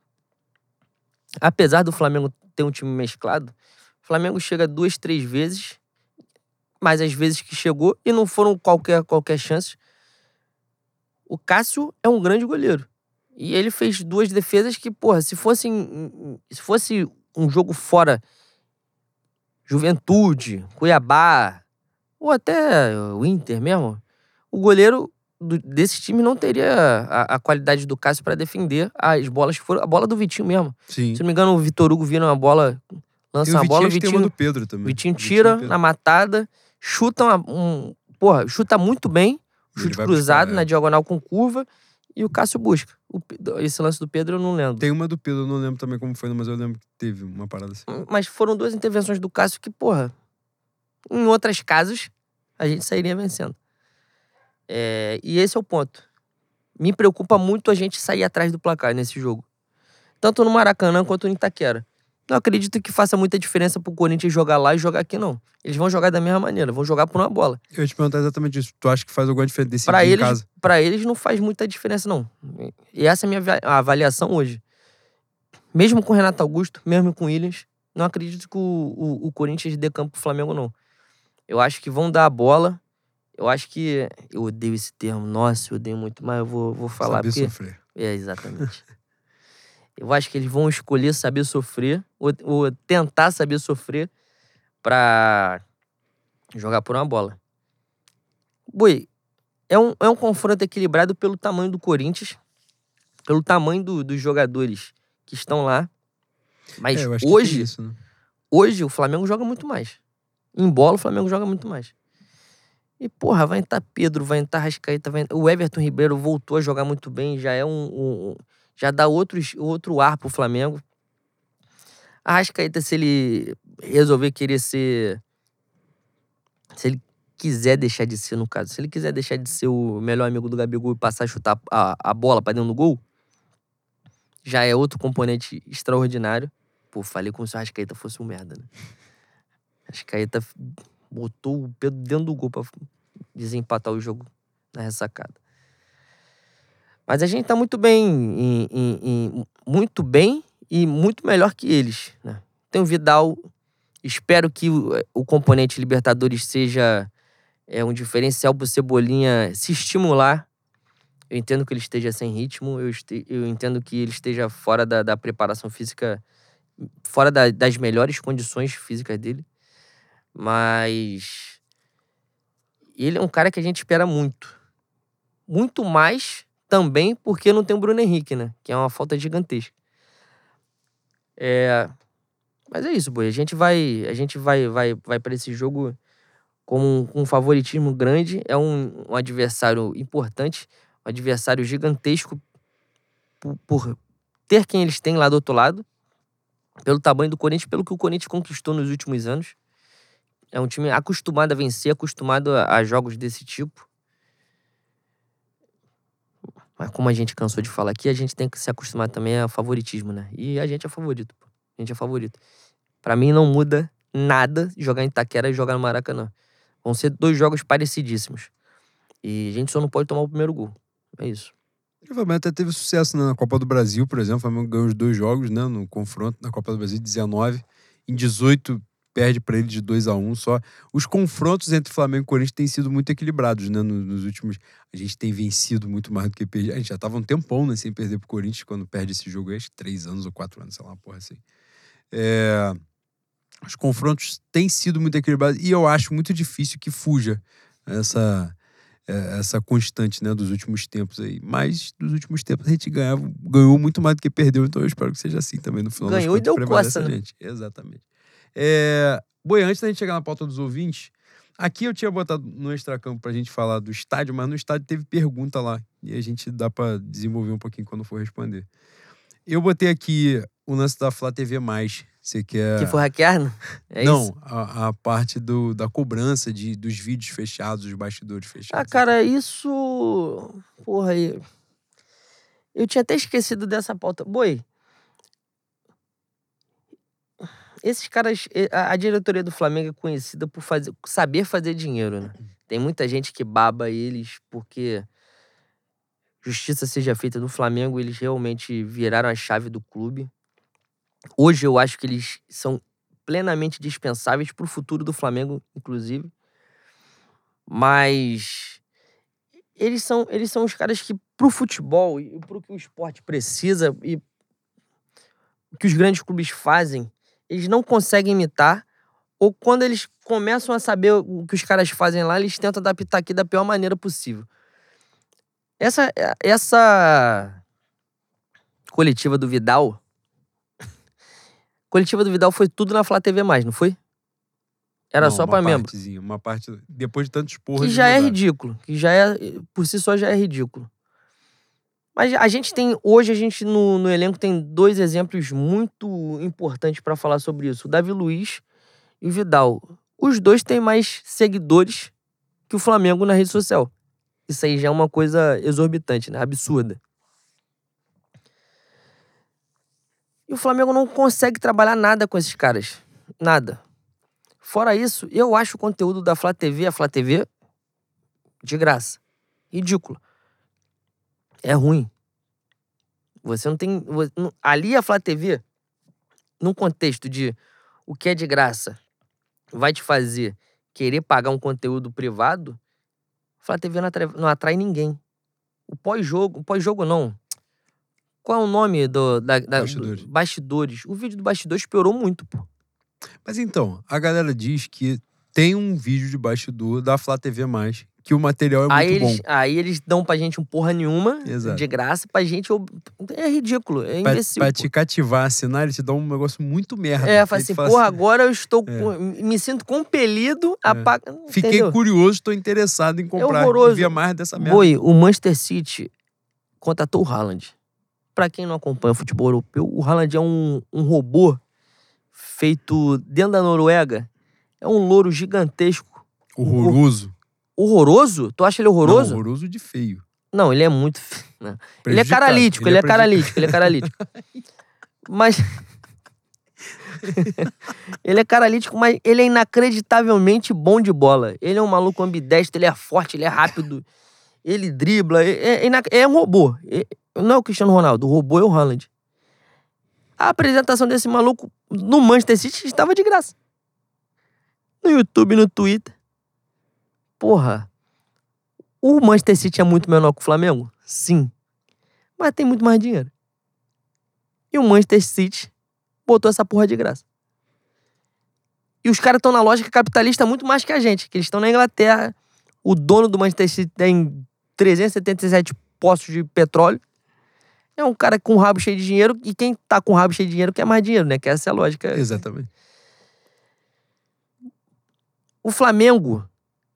Apesar do Flamengo ter um time mesclado, o Flamengo chega duas, três vezes, mas as vezes que chegou, e não foram qualquer, qualquer chance. O Cássio é um grande goleiro. E ele fez duas defesas que, porra, se fosse, se fosse um jogo fora Juventude, Cuiabá, ou até o Inter mesmo, o goleiro do, desse time não teria a, a qualidade do Cássio pra defender as bolas que foram. A bola do Vitinho mesmo. Sim. Se não me engano, o Vitor Hugo vira uma bola, lança uma bola, o Vitinho, tem uma Vitinho, do Pedro também. Vitinho tira na matada, chuta uma, um. Porra, chuta muito bem, chute cruzado buscar, na é. diagonal com curva, e o Cássio busca. O, esse lance do Pedro eu não lembro. Tem uma do Pedro, eu não lembro também como foi, mas eu lembro que teve uma parada assim. Mas foram duas intervenções do Cássio que, porra, em outras casas, a gente sairia vencendo. É, e esse é o ponto. Me preocupa muito a gente sair atrás do placar nesse jogo. Tanto no Maracanã quanto no Itaquera. Não acredito que faça muita diferença pro Corinthians jogar lá e jogar aqui, não. Eles vão jogar da mesma maneira, vão jogar por uma bola. Eu ia te perguntar exatamente isso. Tu acha que faz alguma diferença decidir pra em eles, casa? Pra eles não faz muita diferença, não. E essa é a minha avaliação hoje. Mesmo com o Renato Augusto, mesmo com o Williams, não acredito que o, o, o Corinthians dê campo pro Flamengo, não. Eu acho que vão dar a bola. Eu acho que... Eu odeio esse termo. Nossa, eu odeio muito, mas eu vou, vou falar. Saber porque... sofrer. É, exatamente. Eu acho que eles vão escolher saber sofrer, ou, ou tentar saber sofrer, pra jogar por uma bola. Boi, é um, é um confronto equilibrado pelo tamanho do Corinthians, pelo tamanho do, dos jogadores que estão lá. Mas é, hoje, isso, né? hoje o Flamengo joga muito mais. Em bola, o Flamengo joga muito mais. E, porra, vai entrar Pedro, vai entrar Arrascaeta, vai entrar... O Everton Ribeiro voltou a jogar muito bem, já é um... um, um... já dá outros, outro ar pro Flamengo. Arrascaeta, se ele resolver querer ser... Se ele quiser deixar de ser, no caso, se ele quiser deixar de ser o melhor amigo do Gabigol e passar a chutar a, a bola pra dentro do gol, já é outro componente extraordinário. Pô, falei como se o Arrascaeta fosse um merda, né? Arrascaeta botou o Pedro dentro do gol pra desempatar o jogo na ressacada. Mas a gente tá muito bem, em, em, em, muito bem e muito melhor que eles, né? Tem o Vidal, espero que o, o componente Libertadores seja é, um diferencial pro Cebolinha se estimular. Eu entendo que ele esteja sem ritmo, eu, este, eu entendo que ele esteja fora da, da preparação física, fora da, das melhores condições físicas dele. Mas ele é um cara que a gente espera muito. Muito mais também porque não tem o Bruno Henrique, né? Que é uma falta gigantesca. É... Mas é isso, Boi. A gente vai, a gente vai, vai, vai para esse jogo com um, um favoritismo grande. É um, um adversário importante, um adversário gigantesco por, por ter quem eles têm lá do outro lado, pelo tamanho do Corinthians, pelo que o Corinthians conquistou nos últimos anos. É um time acostumado a vencer, acostumado a, a jogos desse tipo. Mas como a gente cansou de falar aqui, a gente tem que se acostumar também a favoritismo, né? E a gente é favorito, pô. A gente é favorito. Pra mim não muda nada jogar em Itaquera e jogar no Maracanã. Vão ser dois jogos parecidíssimos. E a gente só não pode tomar o primeiro gol. É isso. O Flamengo até teve sucesso, né? Na Copa do Brasil, por exemplo. O Flamengo ganhou os dois jogos, né? No confronto na Copa do Brasil, dezenove. Em dezoito, perde pra ele de dois a um só. Os confrontos entre Flamengo e Corinthians têm sido muito equilibrados, né? Nos, nos últimos... A gente tem vencido muito mais do que perder. A gente já tava um tempão, né? Sem perder pro Corinthians quando perde esse jogo. Acho que três anos ou quatro anos, sei lá, uma porra assim. É... Os confrontos têm sido muito equilibrados. E eu acho muito difícil que fuja essa... essa constante, né, dos últimos tempos aí. Mas, dos últimos tempos, a gente ganhava, ganhou muito mais do que perdeu, então eu espero que seja assim também no final. Ganhou e deu coça, né? Gente. Exatamente. É... Boi, antes da gente chegar na pauta dos ouvintes, aqui eu tinha botado no extracampo pra gente falar do estádio, mas no estádio teve pergunta lá, e a gente dá pra desenvolver um pouquinho quando for responder. Eu botei aqui o lance da Flá T V mais. Você quer... Que foi hackear? É não, isso? a, a parte do, da cobrança de, dos vídeos fechados, dos bastidores fechados. Ah, cara, isso... Porra, aí... Eu tinha até esquecido dessa pauta. Boi, esses caras... A, a diretoria do Flamengo é conhecida por fazer, saber fazer dinheiro, né? Tem muita gente que baba eles porque... Justiça seja feita no Flamengo, eles realmente viraram a chave do clube. Hoje eu acho que eles são plenamente dispensáveis pro futuro do Flamengo, inclusive. Mas eles são, eles são os caras que, pro futebol e pro que o esporte precisa e o que os grandes clubes fazem, eles não conseguem imitar, ou quando eles começam a saber o que os caras fazem lá, eles tentam adaptar aqui da pior maneira possível. Essa, essa coletiva do Vidal, coletiva do Vidal foi tudo na Flá T V mais, não foi? Era Não, só uma pra membro. partezinha, uma parte, depois de tantos porros. Que eles já é mudaram. ridículo. Que já é, por si só, já é ridículo. Mas a gente tem, hoje a gente no, no elenco tem dois exemplos muito importantes pra falar sobre isso. O Davi Luiz e o Vidal. Os dois têm mais seguidores que o Flamengo na rede social. Isso aí já é uma coisa exorbitante, né? Absurda. E o Flamengo não consegue trabalhar nada com esses caras. Nada. Fora isso, eu acho o conteúdo da Flá T V, a Flá T V, de graça. Ridículo. É ruim. Você não tem... Ali a Flá T V, num contexto de o que é de graça vai te fazer querer pagar um conteúdo privado, a Flá T V não atrai, não atrai ninguém. O pós-jogo... O pós-jogo não. Qual é o nome do... Da, da, Bastidores. Do, bastidores. O vídeo do bastidores piorou muito, pô. Mas então, a galera diz que tem um vídeo de bastidor da Flá T V mais, que o material é Aí muito eles, bom. aí eles dão pra gente um porra nenhuma, Exato. de graça, pra gente... É ridículo, é Pra, imbecil, pra pô. te cativar, assinar, ele te dá um negócio muito merda. É, fala Ele assim, fala porra, assim, agora eu estou... É. com- Me sinto compelido a É. pagar... Fiquei Entendeu? curioso, tô interessado em comprar horroroso. e ver mais dessa merda. Boi, o Manchester City contratou o Haaland. Pra quem não acompanha o futebol europeu, o Haaland é um, um robô feito dentro da Noruega. É um louro gigantesco. Horroroso. Horroroso? Tu acha ele horroroso? Não, horroroso de feio. Não, ele é muito... fe- Não. Ele é Prejudicado. caralítico, Ele ele é é caralítico, ele é caralítico. Mas... ele é caralítico, mas ele é inacreditavelmente bom de bola. Ele é um maluco ambidestro, ele é forte, ele é rápido. Ele dribla, é, é, inac- é um robô. É- não é o Cristiano Ronaldo, o robô é o Haaland. A apresentação desse maluco no Manchester City estava de graça. No YouTube, no Twitter. Porra. O Manchester City é muito menor que o Flamengo? Sim. Mas tem muito mais dinheiro. E o Manchester City botou essa porra de graça. E os caras estão na lógica capitalista muito mais que a gente. Que eles estão na Inglaterra. O dono do Manchester City tem trezentos e setenta e sete poços de petróleo. É um cara com o rabo cheio de dinheiro. E quem tá com o rabo cheio de dinheiro quer mais dinheiro, né? Que essa é a lógica. Exatamente. O Flamengo...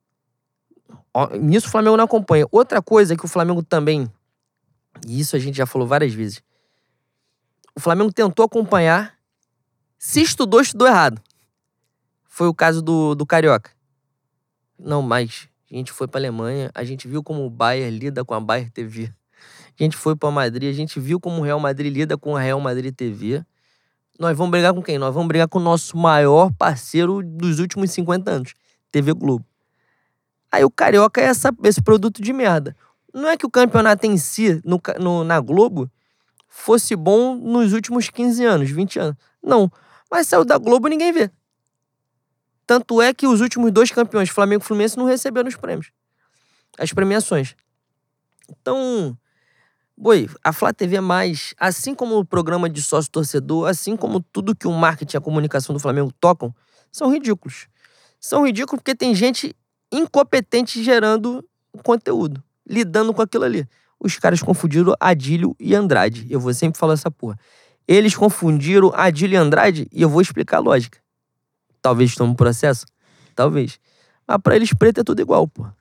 Ó, nisso o Flamengo não acompanha. Outra coisa que o Flamengo também... E isso a gente já falou várias vezes. O Flamengo tentou acompanhar. Se estudou, estudou errado. Foi o caso do, do Carioca. Não, mas a gente foi pra Alemanha, a gente viu como o Bayern lida com a Bayern T V. A gente foi pra Madrid, a gente viu como o Real Madrid lida com a Real Madrid T V. Nós vamos brigar com quem? Nós vamos brigar com o nosso maior parceiro dos últimos cinquenta anos, T V Globo. Aí o Carioca é essa, esse produto de merda. Não é que o campeonato em si, no, no, na Globo, fosse bom nos últimos quinze anos, vinte anos. Não. Mas saiu da Globo e ninguém vê. Tanto é que os últimos dois campeões, Flamengo e Fluminense, não receberam os prêmios. As premiações. Então, boi, a Flá T V é mais, assim como o programa de sócio-torcedor, assim como tudo que o marketing e a comunicação do Flamengo tocam, são ridículos. São ridículos porque tem gente incompetente gerando conteúdo, lidando com aquilo ali. Os caras confundiram Adílio e Andrade. Eu vou sempre falar essa porra. Eles confundiram Adílio e Andrade e eu vou explicar a lógica. Talvez estão no processo? Talvez. Mas pra eles preto é tudo igual, porra.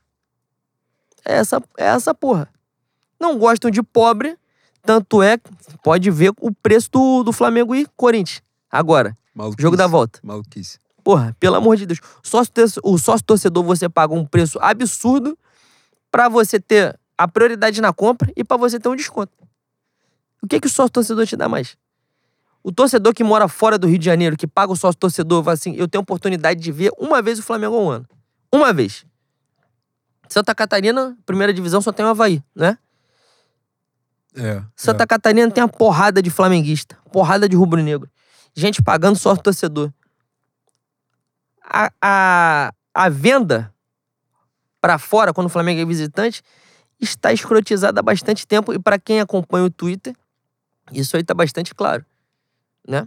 É essa, é essa porra. Não gostam de pobre, tanto é que pode ver o preço do, do Flamengo e Corinthians. Agora, Maluquice. jogo da volta. Maluquice. Porra, pelo amor de Deus. Sócio, o sócio-torcedor você paga um preço absurdo pra você ter a prioridade na compra e pra você ter um desconto. O que que o sócio-torcedor te dá mais? O torcedor que mora fora do Rio de Janeiro, que paga o sócio-torcedor, fala assim, eu tenho a oportunidade de ver uma vez o Flamengo ao ano. Uma vez. Santa Catarina, primeira divisão, só tem o Avaí, né? É. Santa é. Catarina tem uma porrada de flamenguista, porrada de rubro-negro. Gente pagando sócio-torcedor. A, a, a venda pra fora, quando o Flamengo é visitante, está escrotizada há bastante tempo. E para quem acompanha o Twitter, isso aí tá bastante claro, né?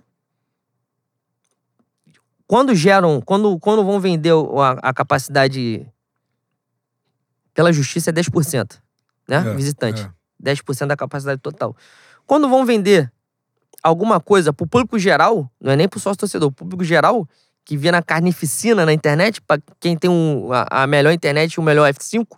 Quando geram, quando, quando vão vender a, a capacidade pela justiça é dez por cento, né? É, Visitante. é. dez por cento da capacidade total. Quando vão vender alguma coisa pro público geral, não é nem pro sócio torcedor, pro público geral, que vê na carnificina na internet, pra quem tem um, a, a melhor internet e o melhor F cinco,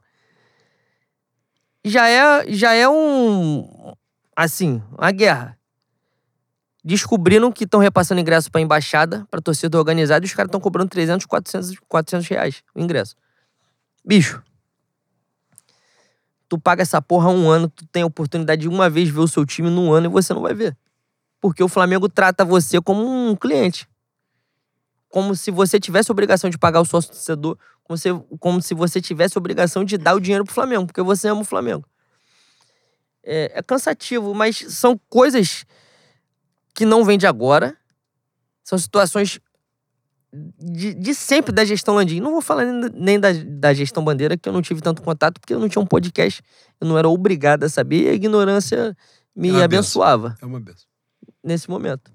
já é, já é um, assim, uma guerra. Descobriram que estão repassando ingresso pra embaixada, pra torcida organizada, e os caras estão cobrando trezentos, quatrocentos, quatrocentos reais o ingresso. Bicho, tu paga essa porra há um ano, tu tem a oportunidade de uma vez ver o seu time num ano e você não vai ver. Porque o Flamengo trata você como um cliente. Como se você tivesse a obrigação de pagar o sócio torcedor, como se, como se você tivesse a obrigação de dar o dinheiro pro Flamengo, porque você ama o Flamengo. É, é cansativo, mas são coisas que não vem de agora. São situações de, de sempre da gestão Landim. Não vou falar nem, nem da, da gestão Bandeira, que eu não tive tanto contato, porque eu não tinha um podcast. Eu não era obrigado a saber e a ignorância me É abençoava. benção. É uma benção. Nesse momento.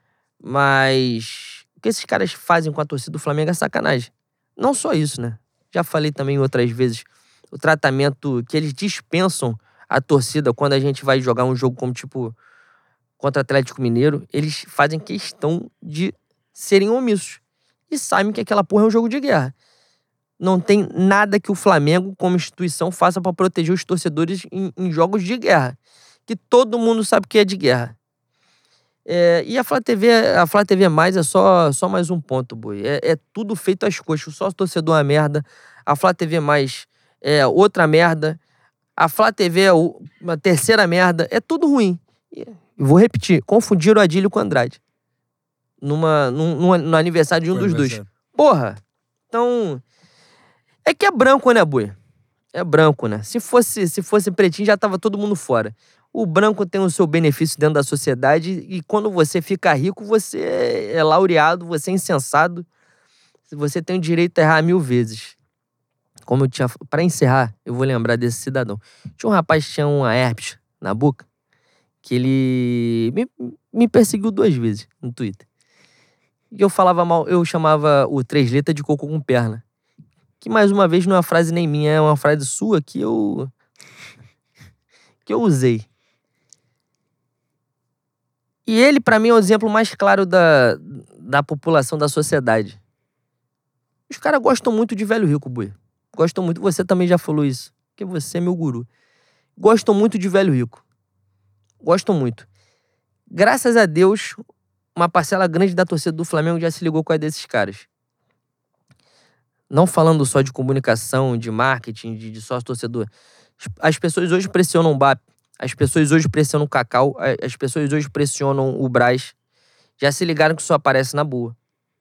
Mas o que esses caras fazem com a torcida do Flamengo é sacanagem. Não só isso, né? Já falei também outras vezes. O tratamento que eles dispensam a torcida quando a gente vai jogar um jogo como tipo contra o Atlético Mineiro, eles fazem questão de serem omissos. E sabem que aquela porra é um jogo de guerra. Não tem nada que o Flamengo, como instituição, faça pra proteger os torcedores em, em jogos de guerra. Que todo mundo sabe que é de guerra. É, e a Flá T V, a Flá T V Mais é só, só mais um ponto, boi. É, é tudo feito às coxas. O sócio torcedor é uma merda. A Flá T V Mais é outra merda. A Flá T V é uma terceira merda. É tudo ruim. E vou repetir. Confundiram o Adílio com o Andrade. Numa, num, num, no aniversário de um Foi dos aniversário. dois. Porra. Então... É que é branco, né, boi? É branco, né? Se fosse, se fosse pretinho, já tava todo mundo fora. O branco tem o seu benefício dentro da sociedade e quando você fica rico, você é laureado, você é insensado. Você tem o direito a errar mil vezes. Como eu tinha... Pra encerrar, eu vou lembrar desse cidadão. Tinha um rapaz que tinha uma herpes na boca que ele me, me perseguiu duas vezes no Twitter. E eu falava mal, eu chamava o três letras de cocô com perna. Que, mais uma vez, não é uma frase nem minha, é uma frase sua que eu... que eu usei. E ele, pra mim, é o exemplo mais claro da, da população, da sociedade. Os caras gostam muito de velho rico, boi. Gostam muito. Você também já falou isso. Porque você é meu guru. Gostam muito de velho rico. Gostam muito. Graças a Deus, uma parcela grande da torcida do Flamengo já se ligou com a desses caras. Não falando só de comunicação, de marketing, de, de sócio-torcedor. As pessoas hoje pressionam o B A P. As pessoas hoje pressionam o Cacau. As pessoas hoje pressionam o Braz. Já se ligaram que isso aparece na boa.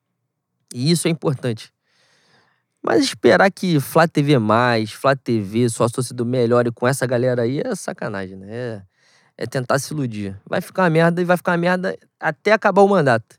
E isso é importante. Mas esperar que Flá T V Mais, Flá T V, sócio-torcedor melhore com essa galera aí é sacanagem, né? É, é tentar se iludir. Vai ficar uma merda e vai ficar uma merda até acabar o mandato.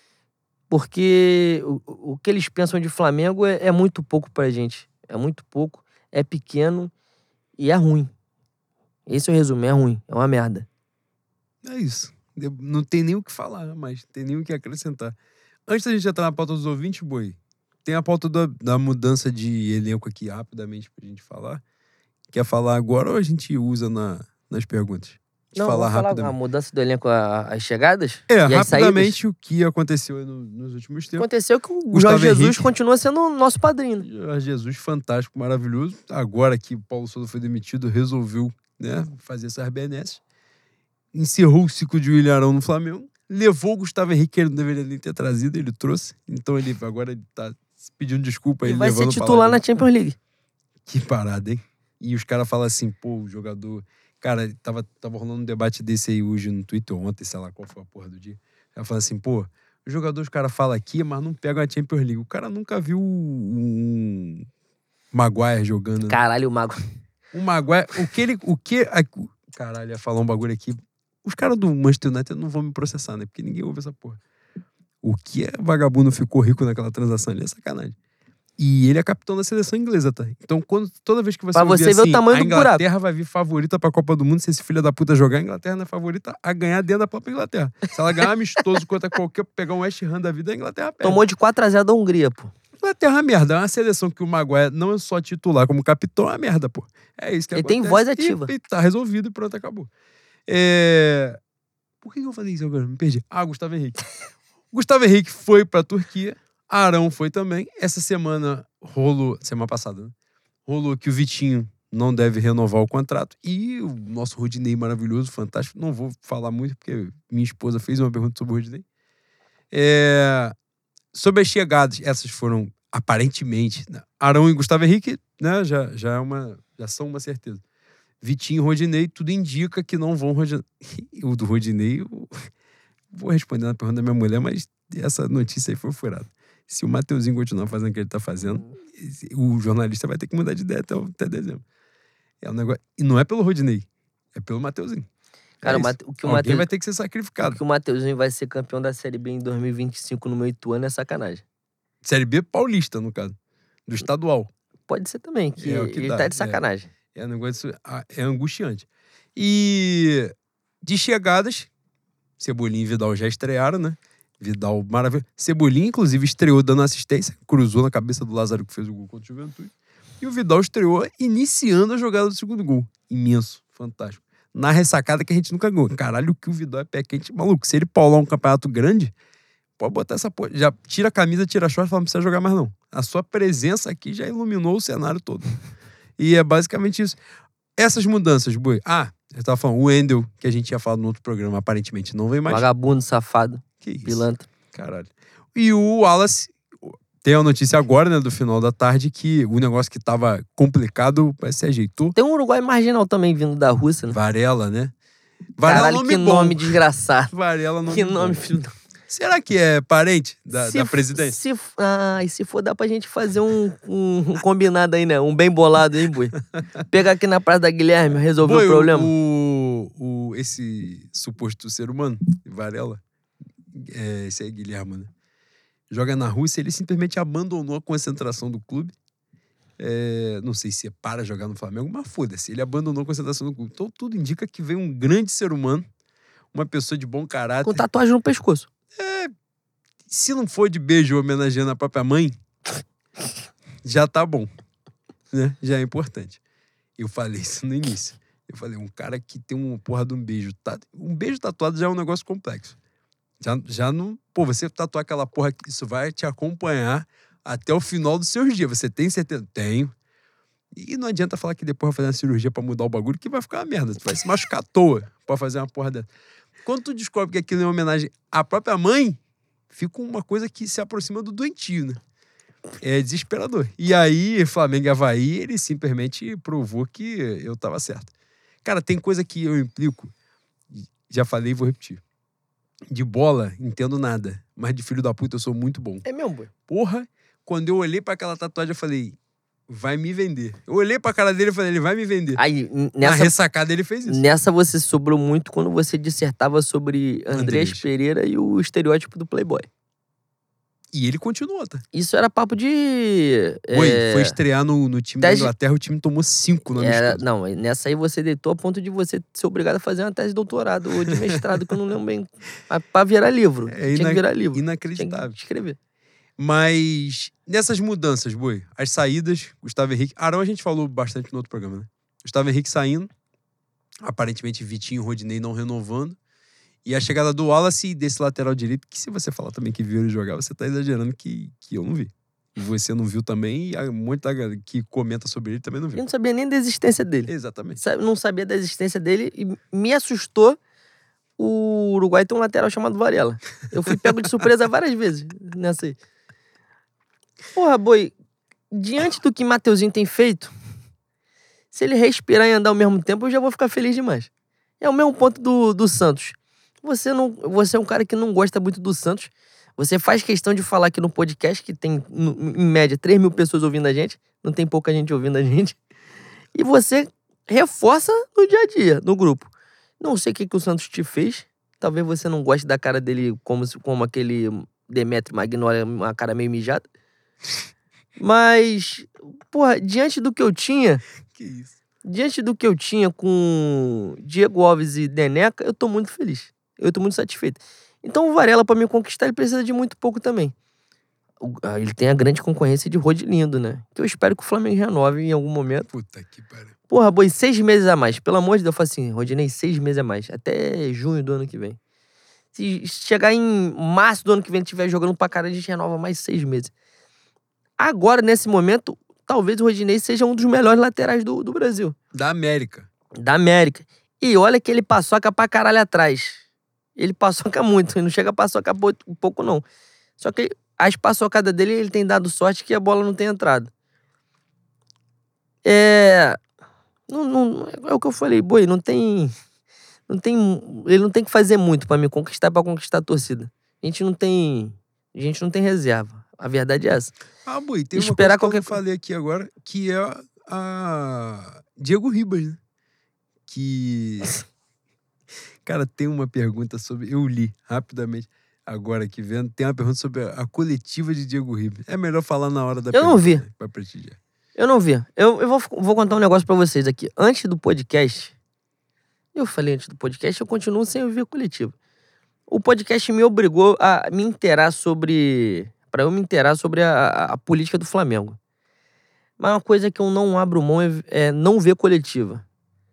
Porque o, o que eles pensam de Flamengo é, é muito pouco pra gente. É muito pouco, é pequeno e é ruim. Esse é o resumo, é ruim, é uma merda. É isso. Não tem nem o que falar, mas tem nem o que acrescentar. Antes da gente entrar na pauta dos ouvintes, boi, tem a pauta da, da mudança de elenco aqui rapidamente pra gente falar. Quer falar agora ou a gente usa na, nas perguntas? Não, falar vamos falar rapidamente. a mudança do elenco, a- as chegadas É, e as saídas. rapidamente o que aconteceu no- nos últimos tempos. Aconteceu que o Gustavo Jorge Jesus Henrique. continua sendo o nosso padrinho. Jorge Jesus, fantástico, maravilhoso. Agora que o Paulo Souza foi demitido, resolveu, né, fazer essas benesses. Encerrou o ciclo de Willian Arão no Flamengo. Levou o Gustavo Henrique, que ele não deveria nem ter trazido, ele trouxe. Então ele agora ele tá pedindo desculpa. E ele vai ser levando titular na palavra. Champions League. Que parada, hein? E os caras falam assim, pô, o jogador... Cara, tava, tava rolando um debate desse aí hoje no Twitter, ontem, sei lá qual foi a porra do dia. Ela fala assim, pô, o jogador, os caras falam aqui, mas não pegam a Champions League. O cara nunca viu um Maguire jogando. Né? Caralho, o Mago. O Maguire, o que ele... O que... A, caralho, ia falar um bagulho aqui. Os caras do Manchester United não vão me processar, né? Porque ninguém ouve essa porra. O que é vagabundo ficou rico naquela transação ali é sacanagem. E ele é capitão da seleção inglesa, tá? Então, quando, toda vez que você Pra ouvir você ver assim, o tamanho a do buraco. Inglaterra vai vir favorita pra Copa do Mundo, se esse filho da puta jogar, a Inglaterra não é favorita a ganhar dentro da própria Inglaterra. Se ela ganhar amistoso contra qualquer, pegar um West Ham da vida, a Inglaterra perde. Tomou de quatro a zero da Hungria, pô. Inglaterra é uma merda. É uma seleção que o Maguire não é só titular como capitão, é uma merda, pô. É isso que Ele acontece. tem voz ativa. E, e tá resolvido e pronto, acabou. É... Por que eu falei isso agora? Me perdi. Ah, Gustavo Henrique. Gustavo Henrique foi pra Turquia. Arão foi também. Essa semana rolou... Semana passada, né? Rolou que o Vitinho não deve renovar o contrato. E o nosso Rodinei maravilhoso, fantástico. Não vou falar muito, porque minha esposa fez uma pergunta sobre o Rodinei. É... Sobre as chegadas, essas foram aparentemente, né? Arão e Gustavo Henrique, né, já, já, é uma, já são uma certeza. Vitinho e Rodinei, tudo indica que não vão Rodinei. O do Rodinei, eu vou responder na pergunta da minha mulher, mas essa notícia aí foi furada. Se o Mateuzinho continuar fazendo o que ele tá fazendo, o jornalista vai ter que mudar de ideia até, até dezembro. É um negócio... E não é pelo Rodinei, é pelo Mateuzinho. Cara, é o, Mate... o que o Alguém Mateus... vai ter que ser sacrificado. O que o Mateuzinho vai ser campeão da Série B em dois mil e vinte e cinco no meu Ituano é sacanagem. Série B paulista, no caso. Do estadual. Pode ser também, que, É o que ele dá, tá de sacanagem. É, é um negócio... É angustiante. E de chegadas, Cebolinha e Vidal já estrearam, né? Vidal maravilhoso. Cebolinha, inclusive, estreou dando assistência, cruzou na cabeça do Lázaro, que fez o gol contra o Juventude. E o Vidal estreou iniciando a jogada do segundo gol. Imenso, fantástico. Na ressacada que a gente nunca ganhou. Caralho, o que o Vidal é pé quente. Maluco, se ele paular um campeonato grande, pode botar essa porra. Já tira a camisa, tira a short e fala, não precisa jogar mais não. A sua presença aqui já iluminou o cenário todo. E é basicamente isso. Essas mudanças, Boi. Ah, eu tava falando, o Wendel, que a gente tinha falado no outro programa, aparentemente não vem mais. Vagabundo, safado. Que isso? Pilantra. Caralho. E o Wallace, tem a notícia agora, né, do final da tarde, que o negócio que tava complicado se ajeitou. Tem um Uruguai marginal também vindo da Rússia, né? Varela, né? Varela Caralho, nome que bom. nome desgraçado. Varela nome Que bom. nome, filho da... Será que é parente da, Se da f- presidência? Se, ah, e se for, dá pra gente fazer um, um, um combinado aí, né? Um bem bolado, hein, Boi? Pegar aqui na Praça da Guilherme, resolver Boi, o problema. O, o, esse suposto ser humano, Varela, é, esse é Guilherme, né? Joga na Rússia, ele simplesmente abandonou a concentração do clube. É, não sei se é para jogar no Flamengo, mas foda-se, ele abandonou a concentração do clube. Então tudo indica que vem um grande ser humano, uma pessoa de bom caráter. Com tatuagem no pescoço. Se não for de beijo homenageando a própria mãe, já tá bom, né? Já é importante. Eu falei isso no início. Eu falei, um cara que tem uma porra de um beijo. Um beijo tatuado já é um negócio complexo. Já, já não... Pô, você tatuar aquela porra, isso vai te acompanhar até o final dos seus dias. Você tem certeza? Tenho. E não adianta falar que depois vai fazer uma cirurgia pra mudar o bagulho, que vai ficar uma merda. Tu vai se machucar à toa pra fazer uma porra dessa. Quando tu descobre que aquilo é uma homenagem à própria mãe, fica uma coisa que se aproxima do doentio, né? É desesperador. E aí, Flamengo e Avaí, ele simplesmente provou que eu tava certo. Cara, tem coisa que eu implico, já falei e vou repetir. De bola, entendo nada. Mas de filho da puta, eu sou muito bom. É mesmo, Boi? Porra, quando eu olhei pra aquela tatuagem, eu falei, vai me vender. Eu olhei pra cara dele e falei, ele vai me vender. Aí, Na nessa, ressacada, ele fez isso. nessa você sobrou muito quando você dissertava sobre Andrés Andrés. Pereira e o estereótipo do Playboy. E ele continuou, tá? Isso era papo de... Oi, é, foi estrear no, no time da tese- Inglaterra, o time tomou cinco no era, amistoso. Não, nessa aí você deitou a ponto de você ser obrigado a fazer uma tese de doutorado ou de mestrado, que eu não lembro bem. Pra, pra virar livro. É Tinha ina- que virar livro. inacreditável. Tinha que escrever. Mas nessas mudanças, Boi, as saídas, Gustavo Henrique... Arão a gente falou bastante no outro programa, né? Gustavo Henrique saindo, aparentemente Vitinho e Rodinei não renovando, e a chegada do Wallace desse lateral direito, que se você falar também que viu ele jogar, você tá exagerando que, que eu não vi. E você não viu também, e um monte da galera que comenta sobre ele também não Eu viu. não sabia nem da existência dele. Exatamente. Sa- Não sabia da existência dele e me assustou o Uruguai ter um lateral chamado Varela. Eu fui pego de surpresa várias vezes nessa aí. Porra, Boi, diante do que Mateuzinho tem feito, se ele respirar e andar ao mesmo tempo, eu já vou ficar feliz demais. É o mesmo ponto do, do Santos. Você, não, você é um cara que não gosta muito do Santos. Você faz questão de falar aqui no podcast, que tem, no- em média, três mil pessoas ouvindo a gente. Não tem pouca gente ouvindo a gente. E você reforça no dia a dia, no grupo. Não sei o que, que o Santos te fez. Talvez você não goste da cara dele como, se- como aquele Demetrio Magnólia, uma cara meio mijada. Mas, porra, diante do que eu tinha... Que isso? Diante do que eu tinha com Diego Alves e Neneca, eu tô muito feliz. Eu tô muito satisfeito. Então o Varela, pra me conquistar, ele precisa de muito pouco também. Ele tem a grande concorrência de Rodilindo, né? Que eu espero que o Flamengo renove em algum momento. Puta que pariu. Porra, boi, seis meses a mais. Pelo amor de Deus, eu falo assim, Rodinei, seis meses a mais. Até junho do ano que vem. Se chegar em março do ano que vem, ele estiver jogando pra caralho, a gente renova mais seis meses. Agora, nesse momento, talvez o Rodinei seja um dos melhores laterais do, do Brasil. Da América. Da América. E olha que ele paçoca pra caralho atrás. Ele paçoca muito, ele não chega a paçocar um pouco, não. Só que as paçocadas dele, ele tem dado sorte que a bola não tem entrado. É... Não, não, é o que eu falei, boi, não tem... Não tem... Ele não tem que fazer muito pra me conquistar, pra conquistar a torcida. A gente não tem... A gente não tem reserva. A verdade é essa. Ah, boi, tem uma Esperar coisa que qualquer... eu falei aqui agora, que é a Diego Ribas, né? Que... Cara, tem uma pergunta sobre... Eu li rapidamente, agora aqui vendo. Tem uma pergunta sobre a coletiva de Diego Ribas. É melhor falar na hora da eu pergunta. Eu não vi. Né? Pra prestigiar. Eu não vi. Eu, eu vou, vou contar um negócio pra vocês aqui. Antes do podcast... Eu falei antes do podcast, eu continuo sem ouvir a coletiva. O podcast me obrigou a me inteirar sobre... Pra eu me inteirar sobre a, a, a política do Flamengo. Mas uma coisa que eu não abro mão é, é não ver coletiva.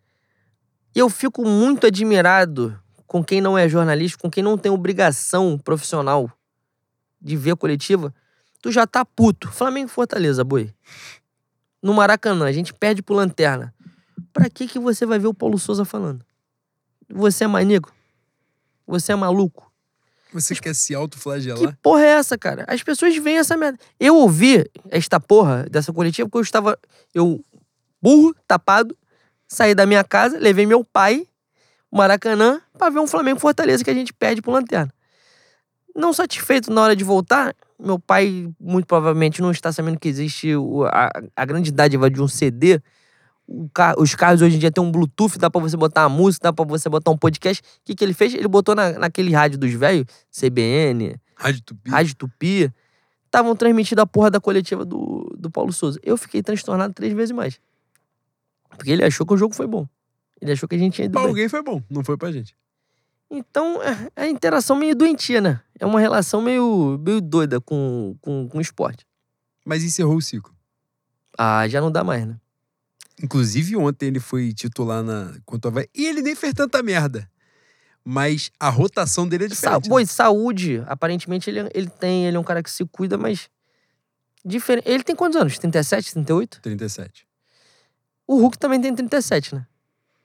Eu fico muito admirado com quem não é jornalista, com quem não tem obrigação profissional de ver a coletiva. Tu já tá puto. Flamengo e Fortaleza, boi. No Maracanã, a gente perde pro Lanterna. Pra que que você vai ver o Paulo Souza falando? Você é maníaco? Você é maluco? Você quer se autoflagelar? Que porra é essa, cara? As pessoas veem essa merda. Eu ouvi esta porra dessa coletiva porque eu estava... Eu, burro, tapado, saí da minha casa, levei meu pai, Maracanã, pra ver um Flamengo Fortaleza que a gente perde pro Lanterna. Não satisfeito na hora de voltar, meu pai muito provavelmente não está sabendo que existe o, a, a grande dádiva de um C D. O car os carros hoje em dia tem um Bluetooth, dá pra você botar uma música, dá pra você botar um podcast. O que que ele fez? Ele botou na, naquele rádio dos velhos, C B N, Rádio Tupi. Rádio Tupi. Estavam transmitindo a porra da coletiva do, do Paulo Souza. Eu fiquei transtornado três vezes mais. Porque ele achou que o jogo foi bom. Ele achou que a gente tinha ido Pra bem. alguém foi bom, não foi pra gente. Então, é, é a interação meio doentia, né? É uma relação meio, meio doida com, com, com o esporte. Mas encerrou o ciclo. Ah, já não dá mais, né? Inclusive, ontem ele foi titular na contra o Avaí. E ele nem fez tanta merda. Mas a rotação dele é diferente. Sa Boi, saúde, aparentemente ele, ele tem, ele é um cara que se cuida, mas... Diferente. Ele tem quantos anos? trinta e sete, trinta e oito? trinta e sete. O Hulk também tem trinta e sete, né?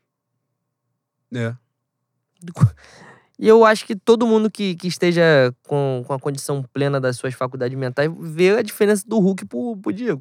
É. E eu acho que todo mundo que, que esteja com, com a condição plena das suas faculdades mentais vê a diferença do Hulk pro, pro Diego.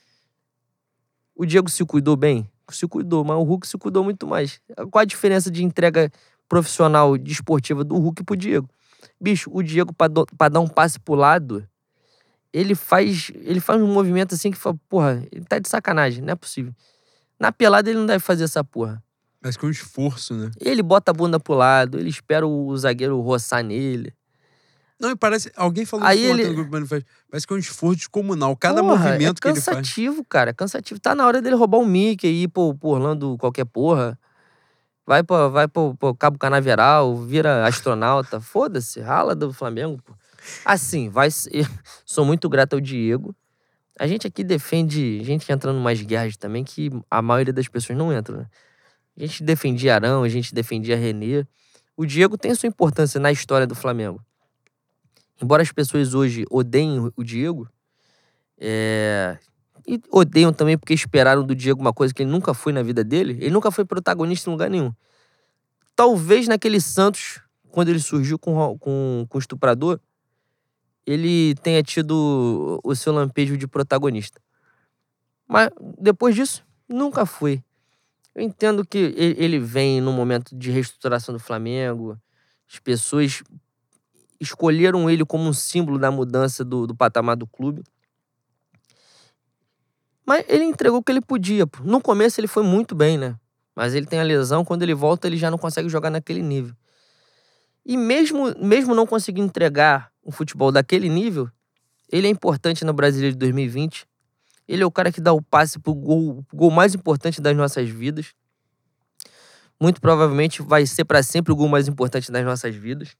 O Diego se cuidou bem? Se cuidou, mas o Hulk se cuidou muito mais. Qual a diferença de entrega profissional desportiva do Hulk pro Diego? Bicho, o Diego, pra, do, pra dar um passe pro lado, ele faz, ele faz um movimento assim que fala, porra, ele tá de sacanagem, não é possível. Na pelada ele não deve fazer essa porra. Mas com esforço, né? Ele bota a bunda pro lado, ele espera o zagueiro roçar nele. Não, e parece... Alguém falou Aí isso ontem ele... no grupo manifesto. Parece que é um esforço descomunal. Cada porra, movimento é que ele faz. cansativo, cara. É cansativo. Tá na hora dele roubar um Mickey e ir pro, pro Orlando qualquer porra. Vai pro, vai pro, pro Cabo Canaveral, vira astronauta. Foda-se, rala do Flamengo, pô. Assim, vai ser... Sou muito grato ao Diego. A gente aqui defende... A gente entrando em umas guerras também que a maioria das pessoas não entra, né? A gente defendia Arão, a gente defendia René. O Diego tem sua importância na história do Flamengo. Embora as pessoas hoje odeiem o Diego, é... e odeiam também porque esperaram do Diego uma coisa que ele nunca foi na vida dele, ele nunca foi protagonista em lugar nenhum. Talvez naquele Santos, quando ele surgiu com, com, com o estuprador, ele tenha tido o seu lampejo de protagonista. Mas depois disso, nunca foi. Eu entendo que ele vem num momento de reestruturação do Flamengo, as pessoas escolheram ele como um símbolo da mudança do, do patamar do clube. Mas ele entregou o que ele podia. Pô. No começo ele foi muito bem, né? Mas ele tem a lesão, quando ele volta ele já não consegue jogar naquele nível. E mesmo, mesmo não conseguindo entregar um futebol daquele nível, ele é importante no Brasileiro de dois mil e vinte. Ele é o cara que dá o passe pro gol, pro gol mais importante das nossas vidas. Muito provavelmente vai ser pra sempre o gol mais importante das nossas vidas.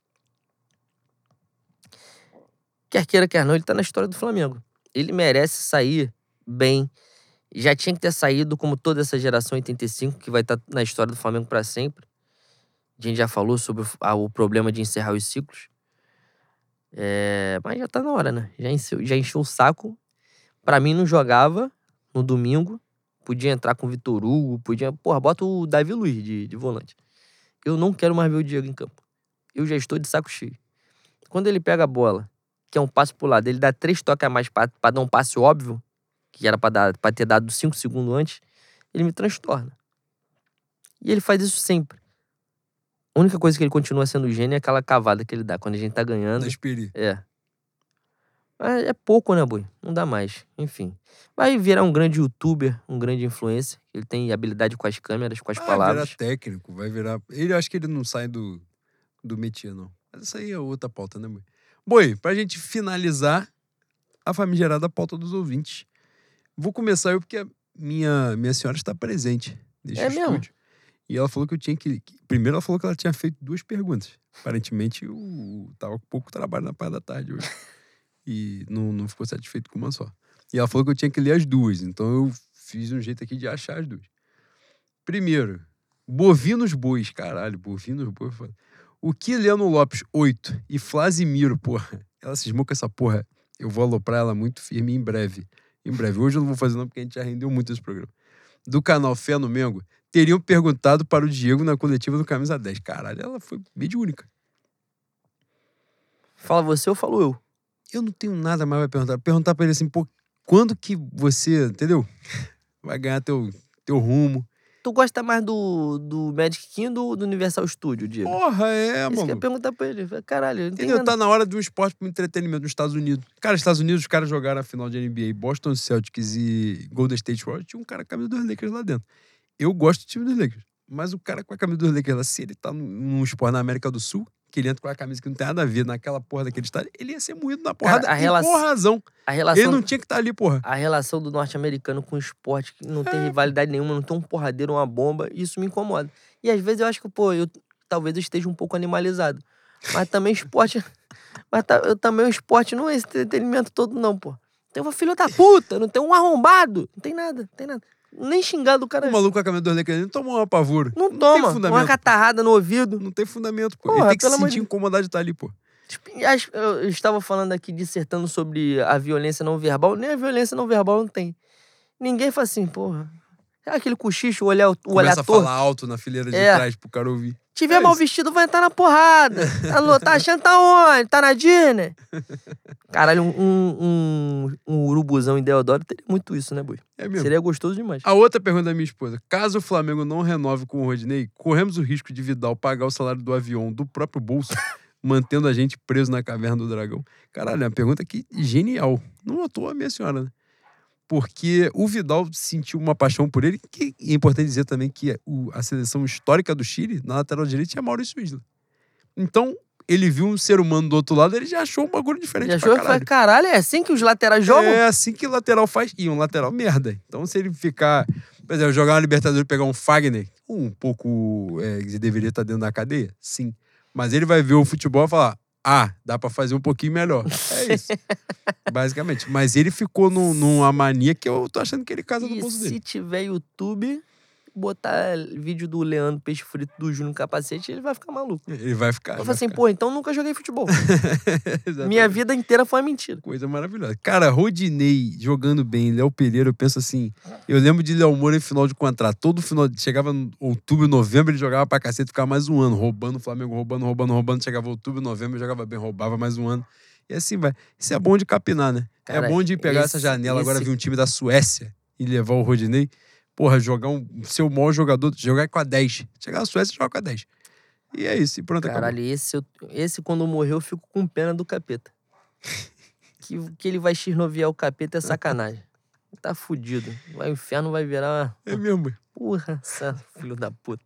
Quer queira, quer não, ele tá na história do Flamengo. Ele merece sair bem. Já tinha que ter saído como toda essa geração oitenta e cinco, que vai estar na história do Flamengo pra sempre. A gente já falou sobre o, ah, o problema de encerrar os ciclos. É, mas já tá na hora, né? Já encheu, já encheu o saco. Pra mim, não jogava no domingo. Podia entrar com o Vitor Hugo, podia... Porra, bota o Davi Luiz de, de volante. Eu não quero mais ver o Diego em campo. Eu já estou de saco cheio. Quando ele pega a bola, que é um passe pro lado, ele dá três toques a mais pra, pra dar um passe óbvio, que era pra, dar, pra ter dado cinco segundos antes, ele me transtorna. E ele faz isso sempre. A única coisa que ele continua sendo gênio é aquela cavada que ele dá quando a gente tá ganhando. Da Espiri. É. Mas é pouco, né, Boi? Não dá mais. Enfim. Vai virar um grande youtuber, um grande influencer. Ele tem habilidade com as câmeras, com as Vai palavras. virar técnico, vai virar... Ele, eu acho que ele não sai do, do métier, não. Mas isso aí é outra pauta, né, Boi? Boi, pra gente finalizar a famigerada pauta dos ouvintes. Vou começar eu porque a minha, minha senhora está presente neste É mesmo? estúdio. E ela falou que eu tinha que... Primeiro ela falou que ela tinha feito duas perguntas. Aparentemente eu tava com pouco trabalho na parte da tarde hoje. E não, não ficou satisfeito com uma só. E ela falou que eu tinha que ler as duas. Então eu fiz um jeito aqui de achar as duas. Primeiro, bovinos bois. Caralho, bovinos bois. O que Leno Lopes, oito, e Flasimiro, porra, ela cismou com essa porra. Eu vou aloprar ela muito firme em breve. Em breve. Hoje eu não vou fazer não, porque a gente já rendeu muito esse programa. Do canal Fé no Mengo, teriam perguntado para o Diego na coletiva do Camisa dez. Caralho, ela foi mediúnica. Fala você ou falo eu? Eu não tenho nada mais pra perguntar. Perguntar pra ele assim, pô, quando que você, entendeu? Vai ganhar teu, teu rumo. Tu gosta mais do, do Magic King ou do, do Universal Studio, Diego? Porra, é, Isso que eu ia mano. perguntar pra ele. Caralho, eu não Entendeu? tenho Tá na hora de um esporte pro entretenimento nos Estados Unidos. Cara, Estados Unidos, os caras jogaram a final de N B A, Boston Celtics e Golden State Warriors, tinha um cara com a camisa dos Lakers lá dentro. Eu gosto do time dos Lakers. Mas o cara com a camisa dos Lakers lá, se ele tá num, num esporte na América do Sul, que ele entra com a camisa que não tem nada a ver naquela porra daquele estádio, ele ia ser moído na porrada. Cara, a e relação- por razão. A relação, Ele não tinha que estar ali, porra. a relação do norte-americano com o esporte, que não tem É. rivalidade nenhuma, não tem um porradeiro, uma bomba, isso me incomoda. E às vezes eu acho que, pô, eu talvez eu esteja um pouco animalizado. Mas também esporte. Mas tá, eu, também o esporte não é esse entretenimento todo, não, pô. Tem uma filha da puta, não tem um arrombado. Não tem nada, não tem nada. Nem xingado o cara. O maluco com a camisa dos Lakers, ele não tomou uma pavura. Não, tem toma, fundamento. uma catarrada no ouvido. Não tem fundamento, pô. Porra, ele tem que se pelo amor sentir de- incomodado de estar ali, pô. Tipo, as- eu estava falando aqui, dissertando sobre a violência não verbal. Nem a violência não verbal não tem. Ninguém fala assim, porra. É aquele cochicho, o olhar, o olhar Começa a torto. falar alto na fileira de É. trás pro cara ouvir. Tiver É mal isso. vestido, vai entrar na porrada. Tá, no- tá achando que tá onde? Tá na Disney? Caralho, um, um, um, um urubuzão em Deodoro teria muito isso, né, Boi? É mesmo. Seria gostoso demais. A outra pergunta da minha esposa. Caso o Flamengo não renove com o Rodinei, corremos o risco de Vidal pagar o salário do avião do próprio bolso, mantendo a gente preso na caverna do dragão? Caralho, é uma pergunta aqui genial. Não à toa, minha senhora, né? Porque o Vidal sentiu uma paixão por ele, que é importante dizer também que o- a seleção histórica do Chile, na lateral direita, tinha Maurício Isla. Então, ele viu um ser humano do outro lado, ele já achou um bagulho diferente Já pra achou que foi, caralho. caralho, é assim que os laterais jogam? É assim que o lateral faz. E um lateral merda. Então, se ele ficar... Por exemplo, jogar uma Libertadores e pegar um Fagner, um pouco... É, ele deveria estar dentro da cadeia? Sim. Mas ele vai ver o futebol e falar... Ah, dá pra fazer um pouquinho melhor. É isso. Basicamente. Mas ele ficou num- numa mania que eu tô achando que ele casa no E bolso se dele. tiver YouTube, botar vídeo do Leandro Peixe Frito do Júnior Capacete, ele vai ficar maluco. Ele vai ficar... Eu vai falo assim, ficar. pô, então nunca joguei futebol. Exatamente. Minha vida inteira foi uma mentira. Coisa maravilhosa. Cara, Rodinei jogando bem, Léo Pereira, eu penso assim... Eu lembro de Léo Moura em final de contrato. Todo final... Chegava em outubro, novembro, ele jogava pra cacete, ficava mais um ano. Roubando o Flamengo, roubando, roubando, roubando. Chegava outubro, novembro, jogava bem, roubava mais um ano. E assim vai. Isso é bom de capinar, né? Cara, é bom de pegar esse- essa janela, agora esse- vir um time da Suécia e levar o Rodinei. Porra, jogar um... Ser o maior jogador, jogar com a dez. Chegar na Suécia, joga com a dez. E é isso, e pronto, Caralho, esse, eu- esse quando morrer eu fico com pena do capeta. que, que ele vai xirnoviar o capeta é sacanagem. Tá fudido. Vai, o inferno vai virar uma... acabou. É mesmo. Porra, essa- filho da puta.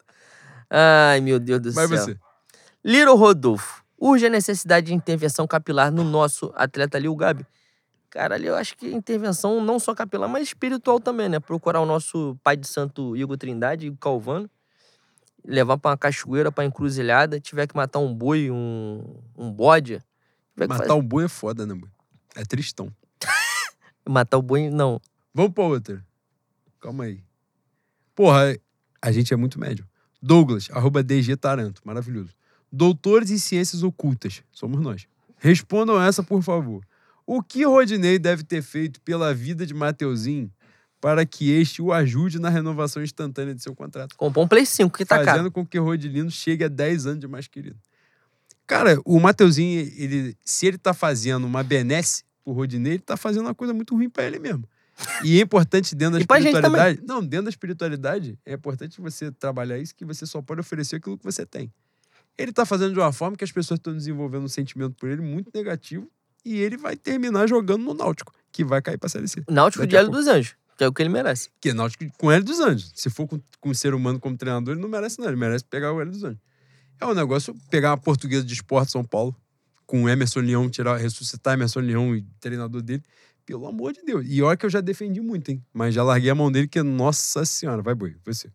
Ai, meu Deus do Vai céu. você. Little Rodolfo. Urge a necessidade de intervenção capilar no nosso atleta Lil Gabi. Caralho, eu acho que intervenção não só capilar, mas espiritual também, né? Procurar o nosso pai de santo Igor Trindade, Igor Calvano, levar pra uma cachoeira, pra encruzilhada, tiver que matar um boi, um, um bode. Matar fazer... um boi é foda, né, boi? É tristão. Matar o boi, não. Vamos pra outra. Calma aí. Porra, a gente é muito médio. Douglas, arroba D G Taranto. Maravilhoso. Doutores em ciências ocultas. Somos nós. Respondam essa, por favor. O que Rodinei deve ter feito pela vida de Mateuzinho para que este o ajude na renovação instantânea de seu contrato? Comprou um Play cinco, que tá Fazendo caro. com que Rodilino chegue a dez anos de mais querido. Cara, o Mateuzinho, ele, se ele tá fazendo uma benesse pro Rodinei, ele tá fazendo uma coisa muito ruim pra ele mesmo. E é importante dentro da E pra gente espiritualidade... Não, dentro da espiritualidade, é importante você trabalhar isso, que você só pode oferecer aquilo que você tem. Ele tá fazendo de uma forma que as pessoas estão desenvolvendo um sentimento por ele muito negativo e ele vai terminar jogando no Náutico, que vai cair pra Série C. Náutico de Hélio dos Anjos, que é o que ele merece. Que é Náutico com Hélio dos Anjos. Se for com, com um ser humano como treinador, ele não merece não. Ele merece pegar o Hélio dos Anjos. É um negócio pegar uma Portuguesa de Esporte São Paulo, com o Emerson Leão, tirar, ressuscitar Emerson Leão e treinador dele. Pelo amor de Deus. E olha que eu já defendi muito, hein? Mas já larguei a mão dele, que nossa senhora. Vai, boi. Você.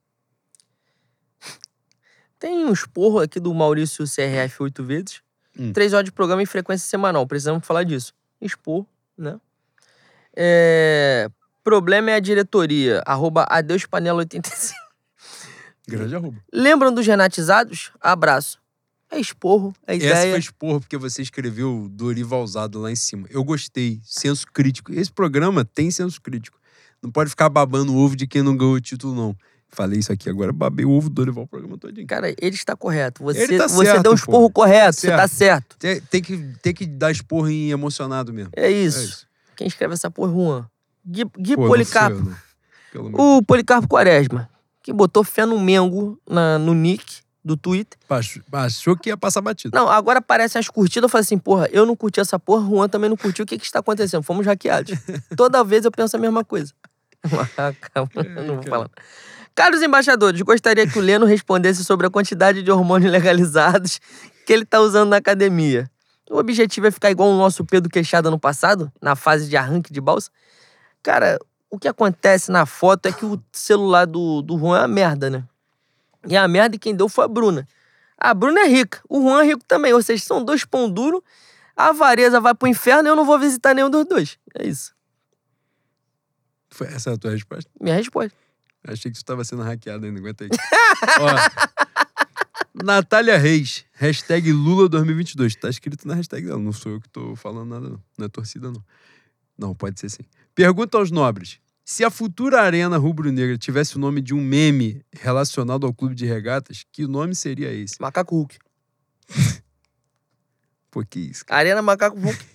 Tem um esporro aqui do Maurício C R F oito vezes. Hum. Três horas de programa em frequência semanal. Precisamos falar disso. Esporro, né? É... Problema é a diretoria. Arroba Adeus Panela oitenta e cinco. Grande arroba. Lembram dos renatizados? Abraço. É esporro, é ideia. Essa foi esporro porque você escreveu Dorivalzado lá em cima. Eu gostei. Senso crítico. Esse programa tem senso crítico. Não pode ficar babando o ovo de quem não ganhou o título, não. Falei isso aqui agora, babei o ovo do Dorival o programa todinho. Cara, ele está correto. Você, ele tá você certo, deu um esporro pô. correto, certo. você tá certo. Tem, tem, que, tem que dar esporro em emocionado mesmo. É isso. É isso. Quem escreve essa porra, Juan? Gui, Gui pô, Policarpo. Não eu, não. O Policarpo Quaresma, que botou fé no Mengo na, no nick do Twitter. Achou que ia passar batido. Não, agora aparecem as curtidas. Eu falei assim, porra, eu não curti essa porra, Juan também não curtiu. O que que está acontecendo? Fomos hackeados. Toda vez eu penso a mesma coisa. Eu não vou falar. Caros embaixadores, gostaria que o Leno respondesse sobre a quantidade de hormônios legalizados que ele tá usando na academia. O objetivo é ficar igual o nosso Pedro Queixada no passado, na fase de arranque de balsa. Cara, o que acontece na foto é que o celular do, do Juan é uma merda, né? E a merda quem deu foi a Bruna. A Bruna é rica, o Juan é rico também. Ou seja, são dois pão duro, a avareza vai pro inferno e eu não vou visitar nenhum dos dois. É isso. Foi essa a tua resposta? Minha resposta. Achei que tu tava sendo hackeado ainda, aguenta aí. Ó, Natália Reis, hashtag Lula dois mil e vinte e dois. Tá escrito na hashtag dela, não sou eu que tô falando nada não. Não é torcida não. Não, pode ser sim. Pergunta aos nobres. Se a futura Arena Rubro-Negra tivesse o nome de um meme relacionado ao clube de regatas, que nome seria esse? Macaco Hulk. Pô, que isso? Cara. Arena Macaco Hulk.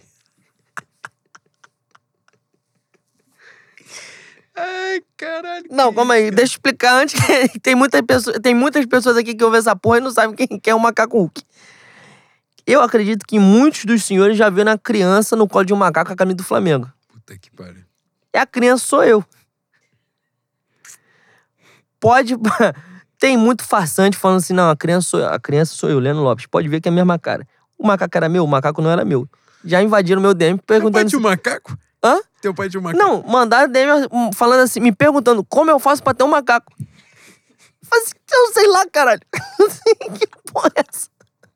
Ai, caralho. Não, calma aí. Isso, deixa eu explicar antes que tem, muita pessoa, tem muitas pessoas aqui que ouvem essa porra e não sabem quem, quem é o Macaco Hulk. Eu acredito que muitos dos senhores já viram a criança no colo de um macaco a camisa do Flamengo. Puta que pariu. E a criança sou eu. Pode... Tem muito farsante falando assim, não, a criança sou, a criança sou eu, Leno Lopes. Pode ver que é a mesma cara. O macaco era meu, o macaco não era meu. Já invadiram meu D M perguntando... Teu pai tinha um macaco? Hã? Teu pai tinha um macaco? Não, mandaram D M falando assim, me perguntando como eu faço pra ter um macaco. Eu falei assim, eu sei lá, caralho. Que porra é essa?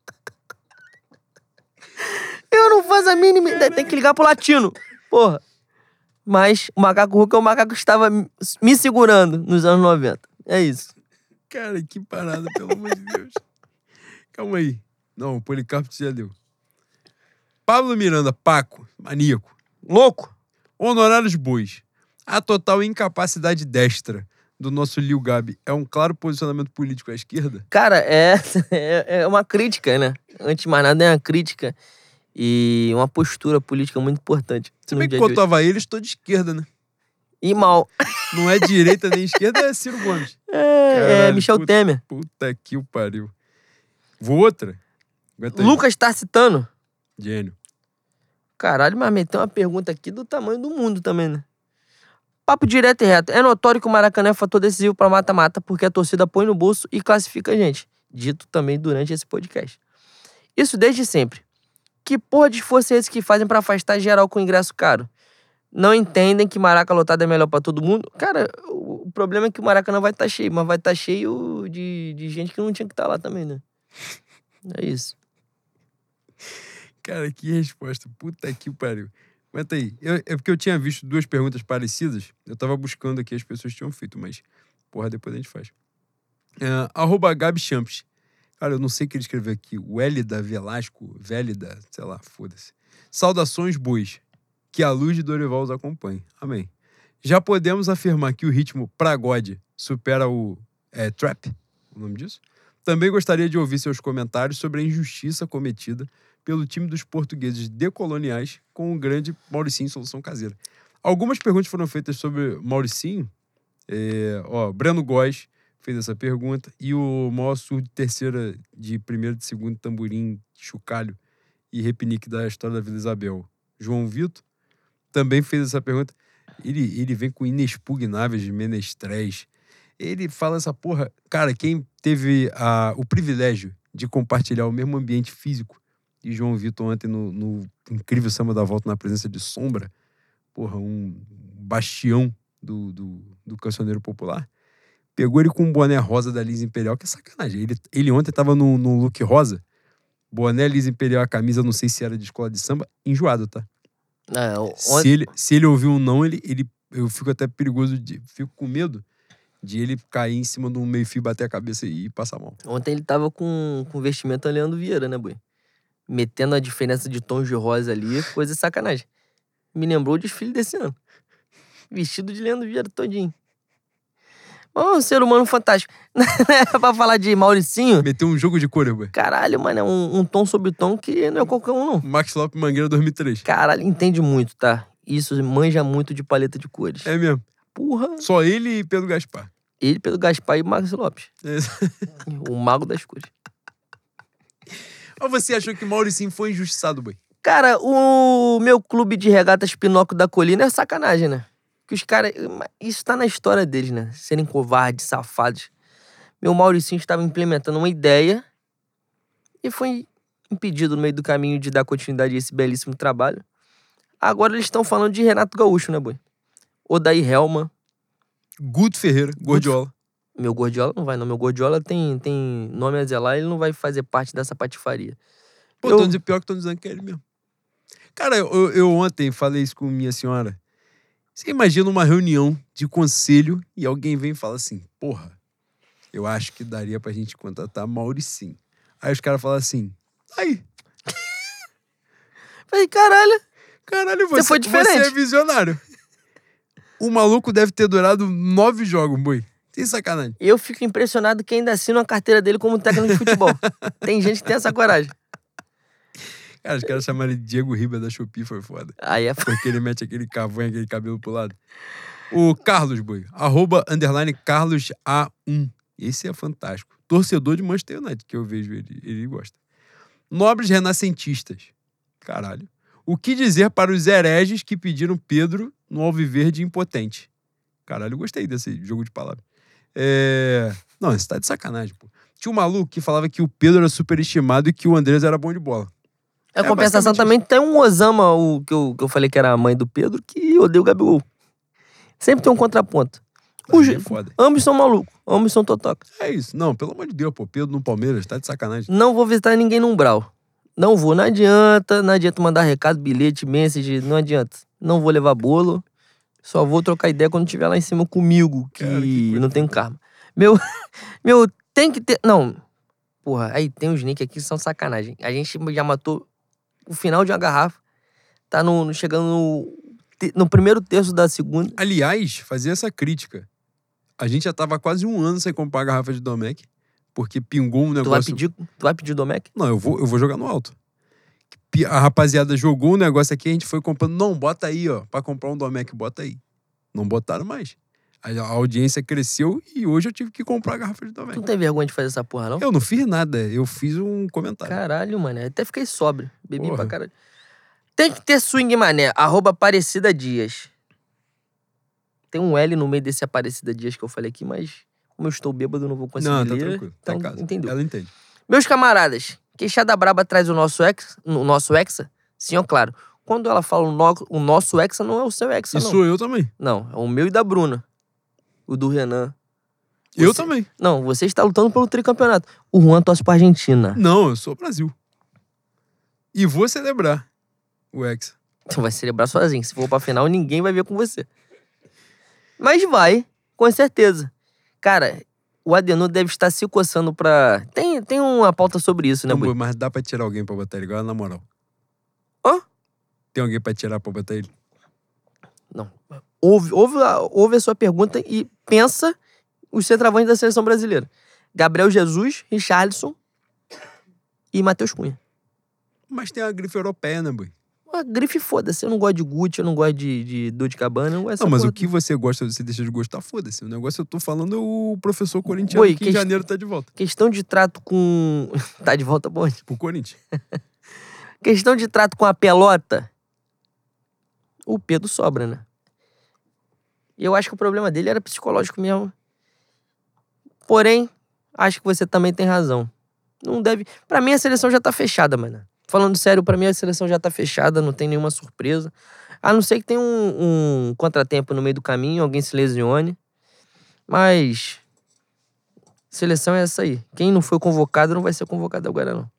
Eu não faço a mínima ideia. Tem que ligar pro latino. Porra. Mas o Macaco Hulk é o macaco que estava me segurando nos anos noventa. É isso. Cara, que parada, pelo amor de Deus. Calma aí. Não, o Policarpo já deu. Pablo Miranda, Paco, maníaco. Louco. Honorários bois. A total incapacidade destra do nosso Lil Gabi é um claro posicionamento político à esquerda? Cara, é, é, é uma crítica, né? Antes de mais nada, é uma crítica e uma postura política muito importante. Se bem que quanto ao Havaí, eles estão de esquerda, né? E mal. Não é direita nem esquerda, é Ciro Gomes. É, Caralho, é Michel puta, Temer. Puta que o pariu. Vou outra. Lucas Tarcitano. Gênio. Caralho, mas meteu uma pergunta aqui do tamanho do mundo também, né? Papo direto e reto. É notório que o Maracanã é fator decisivo pra mata-mata porque a torcida põe no bolso e classifica a gente. Dito também durante esse podcast. Isso desde sempre. Que porra de esforço é esse que fazem pra afastar geral com ingresso caro? não entendem que Maraca lotado é melhor pra todo mundo. Cara, o, o problema é que o Maracanã vai estar cheio, mas vai estar cheio de, de gente que não tinha que estar lá também, né? É isso. Cara, que resposta. Puta que pariu. Aguenta aí. Eu, é porque eu tinha visto duas perguntas parecidas. Eu tava buscando aqui, as pessoas tinham feito, mas, porra, depois a gente faz. É, arroba Gabi Champs. Cara, eu não sei o que ele escreveu aqui. O Hélida Velasco, Vélida, sei lá, foda-se. Saudações, bois. Que a luz de Dorival os acompanhe. Amém. Já podemos afirmar que o ritmo Pragode supera o é, Trap, o nome disso? Também gostaria de ouvir seus comentários sobre a injustiça cometida pelo time dos portugueses decoloniais com o grande Mauricinho Solução Caseira. Algumas perguntas foram feitas sobre Mauricinho. É, ó, Breno Góes fez essa pergunta. E o maior surdo de terceira, de primeiro, de segundo, tamborim, chocalho e repinique da história da Vila Isabel, João Vitor, também fez essa pergunta. Ele, ele vem com inexpugnáveis de menestréis. Ele fala essa porra... Cara, quem teve a, o privilégio de compartilhar o mesmo ambiente físico de João Vitor ontem no, no incrível Samba da Volta na presença de Sombra, porra, um bastião do, do, do cancioneiro popular, pegou ele com um boné rosa da Lisa Imperial, que é sacanagem. Ele, ele ontem tava no, no look rosa, boné Lisa Imperial, a camisa, não sei se era de escola de samba, enjoado, tá? É, ontem... se, ele, se ele ouvir um não, ele, ele, eu fico até perigoso, de, fico com medo de ele cair em cima de um meio-fio, bater a cabeça e passar mal. Ontem ele tava com, com vestimento Leandro Vieira, né, boi? Metendo a diferença de tons de rosa ali, coisa de sacanagem. Me lembrou o desfile desse ano. Vestido de Leandro Vieira todinho. Um ser humano fantástico. Pra falar de Mauricinho... Meteu um jogo de cor, ué. Caralho, mano, é um, um tom sobre tom que não é qualquer um, não. Max Lopes Mangueira dois mil e três. Caralho, entende muito, tá? Isso, manja muito de paleta de cores. É mesmo. Porra. Só ele e Pedro Gaspar. Ele, Pedro Gaspar e Max Lopes. É. O mago das cores. Ou você achou que Mauricinho foi injustiçado, boi? Cara, o meu clube de regatas Pinóquio da Colina é sacanagem, né? Que os caras... Isso tá na história deles, né? Serem covardes, safados. Meu Mauricinho estava implementando uma ideia e foi impedido no meio do caminho de dar continuidade a esse belíssimo trabalho. Agora eles estão falando de Renato Gaúcho, né, boi? Odair Helma. Guto Ferreira, Gordiola. Meu Gordiola não vai, não. Meu Gordiola tem, tem nome a zelar, ele não vai fazer parte dessa patifaria. Pô, eu... tô dizendo pior que tô dizendo que é ele mesmo. Cara, eu, eu ontem falei isso com minha senhora. Você imagina uma reunião de conselho e alguém vem e fala assim, porra, eu acho que daria pra gente contratar Mauricinho. Aí os caras falam assim, aí. Falei, caralho. Caralho, você, você foi diferente. Você é visionário. O maluco deve ter durado nove jogos, boi. Sem sacanagem. Eu fico impressionado que ainda assina a carteira dele como técnico de futebol. Tem gente que tem essa coragem. Cara, os caras chamaram ele de Diego Ribas da Shopee, foi foda. Aí é Porque ele mete aquele cavão, aquele cabelo pro lado. O Carlos, boi. Arroba, underline, Carlos A um. Esse é fantástico. Torcedor de Manchester United, que eu vejo ele, ele gosta. Nobres renascentistas. Caralho. O que dizer para os hereges que pediram Pedro no Alviverde impotente? Caralho, eu gostei desse jogo de palavras. É... Não, você tá de sacanagem, pô. Tinha um maluco que falava que o Pedro era superestimado e que o Andrés era bom de bola. A é, compensação também isso. Tem um Osama, o que eu, que eu falei que era a mãe do Pedro, que odeia o Gabigol. Sempre tem um contraponto. Os, é foda. Ambos são malucos, ambos são totocas. É isso. Não, pelo amor de Deus, pô. Pedro no Palmeiras, tá de sacanagem. Não vou visitar ninguém no Umbral. Não vou, não adianta, não adianta mandar recado, bilhete, message, não adianta. Não vou levar bolo, só vou trocar ideia quando estiver lá em cima comigo, que, Cara, que não tenho karma. Meu, meu, tem que ter... Não, porra, aí tem os nick aqui que são sacanagem. A gente já matou o final de uma garrafa, tá no, chegando no, no primeiro terço da segunda. Aliás, fazer essa crítica. A gente já tava quase um ano sem comprar a garrafa de Domec. Porque pingou um negócio... Tu vai pedir, tu vai pedir Domec? Não, eu vou, eu vou jogar no alto. A rapaziada jogou um negócio aqui, a gente foi comprando. Não, bota aí, ó. Pra comprar um Domec, bota aí. Não botaram mais. A audiência cresceu e hoje eu tive que comprar a garrafa de Domec. Tu não tem vergonha de fazer essa porra, não? Eu não fiz nada. Eu fiz um comentário. Caralho, mano. Até fiquei sóbrio. Bebi porra. Pra caralho. Tem que ter swing, mané. Arroba Aparecida Dias. Tem um L no meio desse Aparecida Dias que eu falei aqui, mas... Como eu estou bêbado, eu não vou conseguir não, ler. Tá tranquilo. Então, tá entendeu. Ela entende. Meus camaradas, Queixada Braba traz o nosso ex, o nosso Hexa? Sim, ó, claro. Quando ela fala o, no, o nosso Hexa, não é o seu Hexa, E não. sou eu também. Não, é o meu e da Bruna. O do Renan. Eu Você- também. Não, você está lutando pelo tricampeonato. O Juan torce pra Argentina. Não, eu sou Brasil. E vou celebrar o Hexa. Tu vai celebrar sozinho. Se for pra final, ninguém vai ver com você. Mas vai, com certeza. Cara, o Adenor deve estar se coçando pra... Tem, tem uma pauta sobre isso, né, Não, Boi? mas dá pra tirar alguém pra botar ele agora, na moral. Hã? Tem alguém pra tirar pra botar ele? Não. Ouve, ouve, a, ouve a sua pergunta e pensa os centroavantes da seleção brasileira. Gabriel Jesus, Richarlison e Matheus Cunha. Mas tem a grife europeia, né, boy? Uma grife, foda-se. Eu não gosto de Gucci, eu não gosto de, de dor de cabana, eu não gosto Não, dessa mas porra. o que você gosta, você deixa de gostar, foda-se. O negócio eu tô falando é o professor corintiano Boi, que em que- janeiro tá de volta. Questão de trato com... tá de volta, bom. Pro Corinthians. Questão de trato com a pelota, o Pedro sobra, né? E eu acho que o problema dele era psicológico mesmo. Porém, acho que você também tem razão. Não deve... Pra mim, a seleção já tá fechada, mano. Falando sério, pra mim, a seleção já tá fechada, não tem nenhuma surpresa. A não ser que tenha um, um contratempo no meio do caminho, alguém se lesione. Mas... seleção é essa aí. Quem não foi convocado não vai ser convocado agora, não.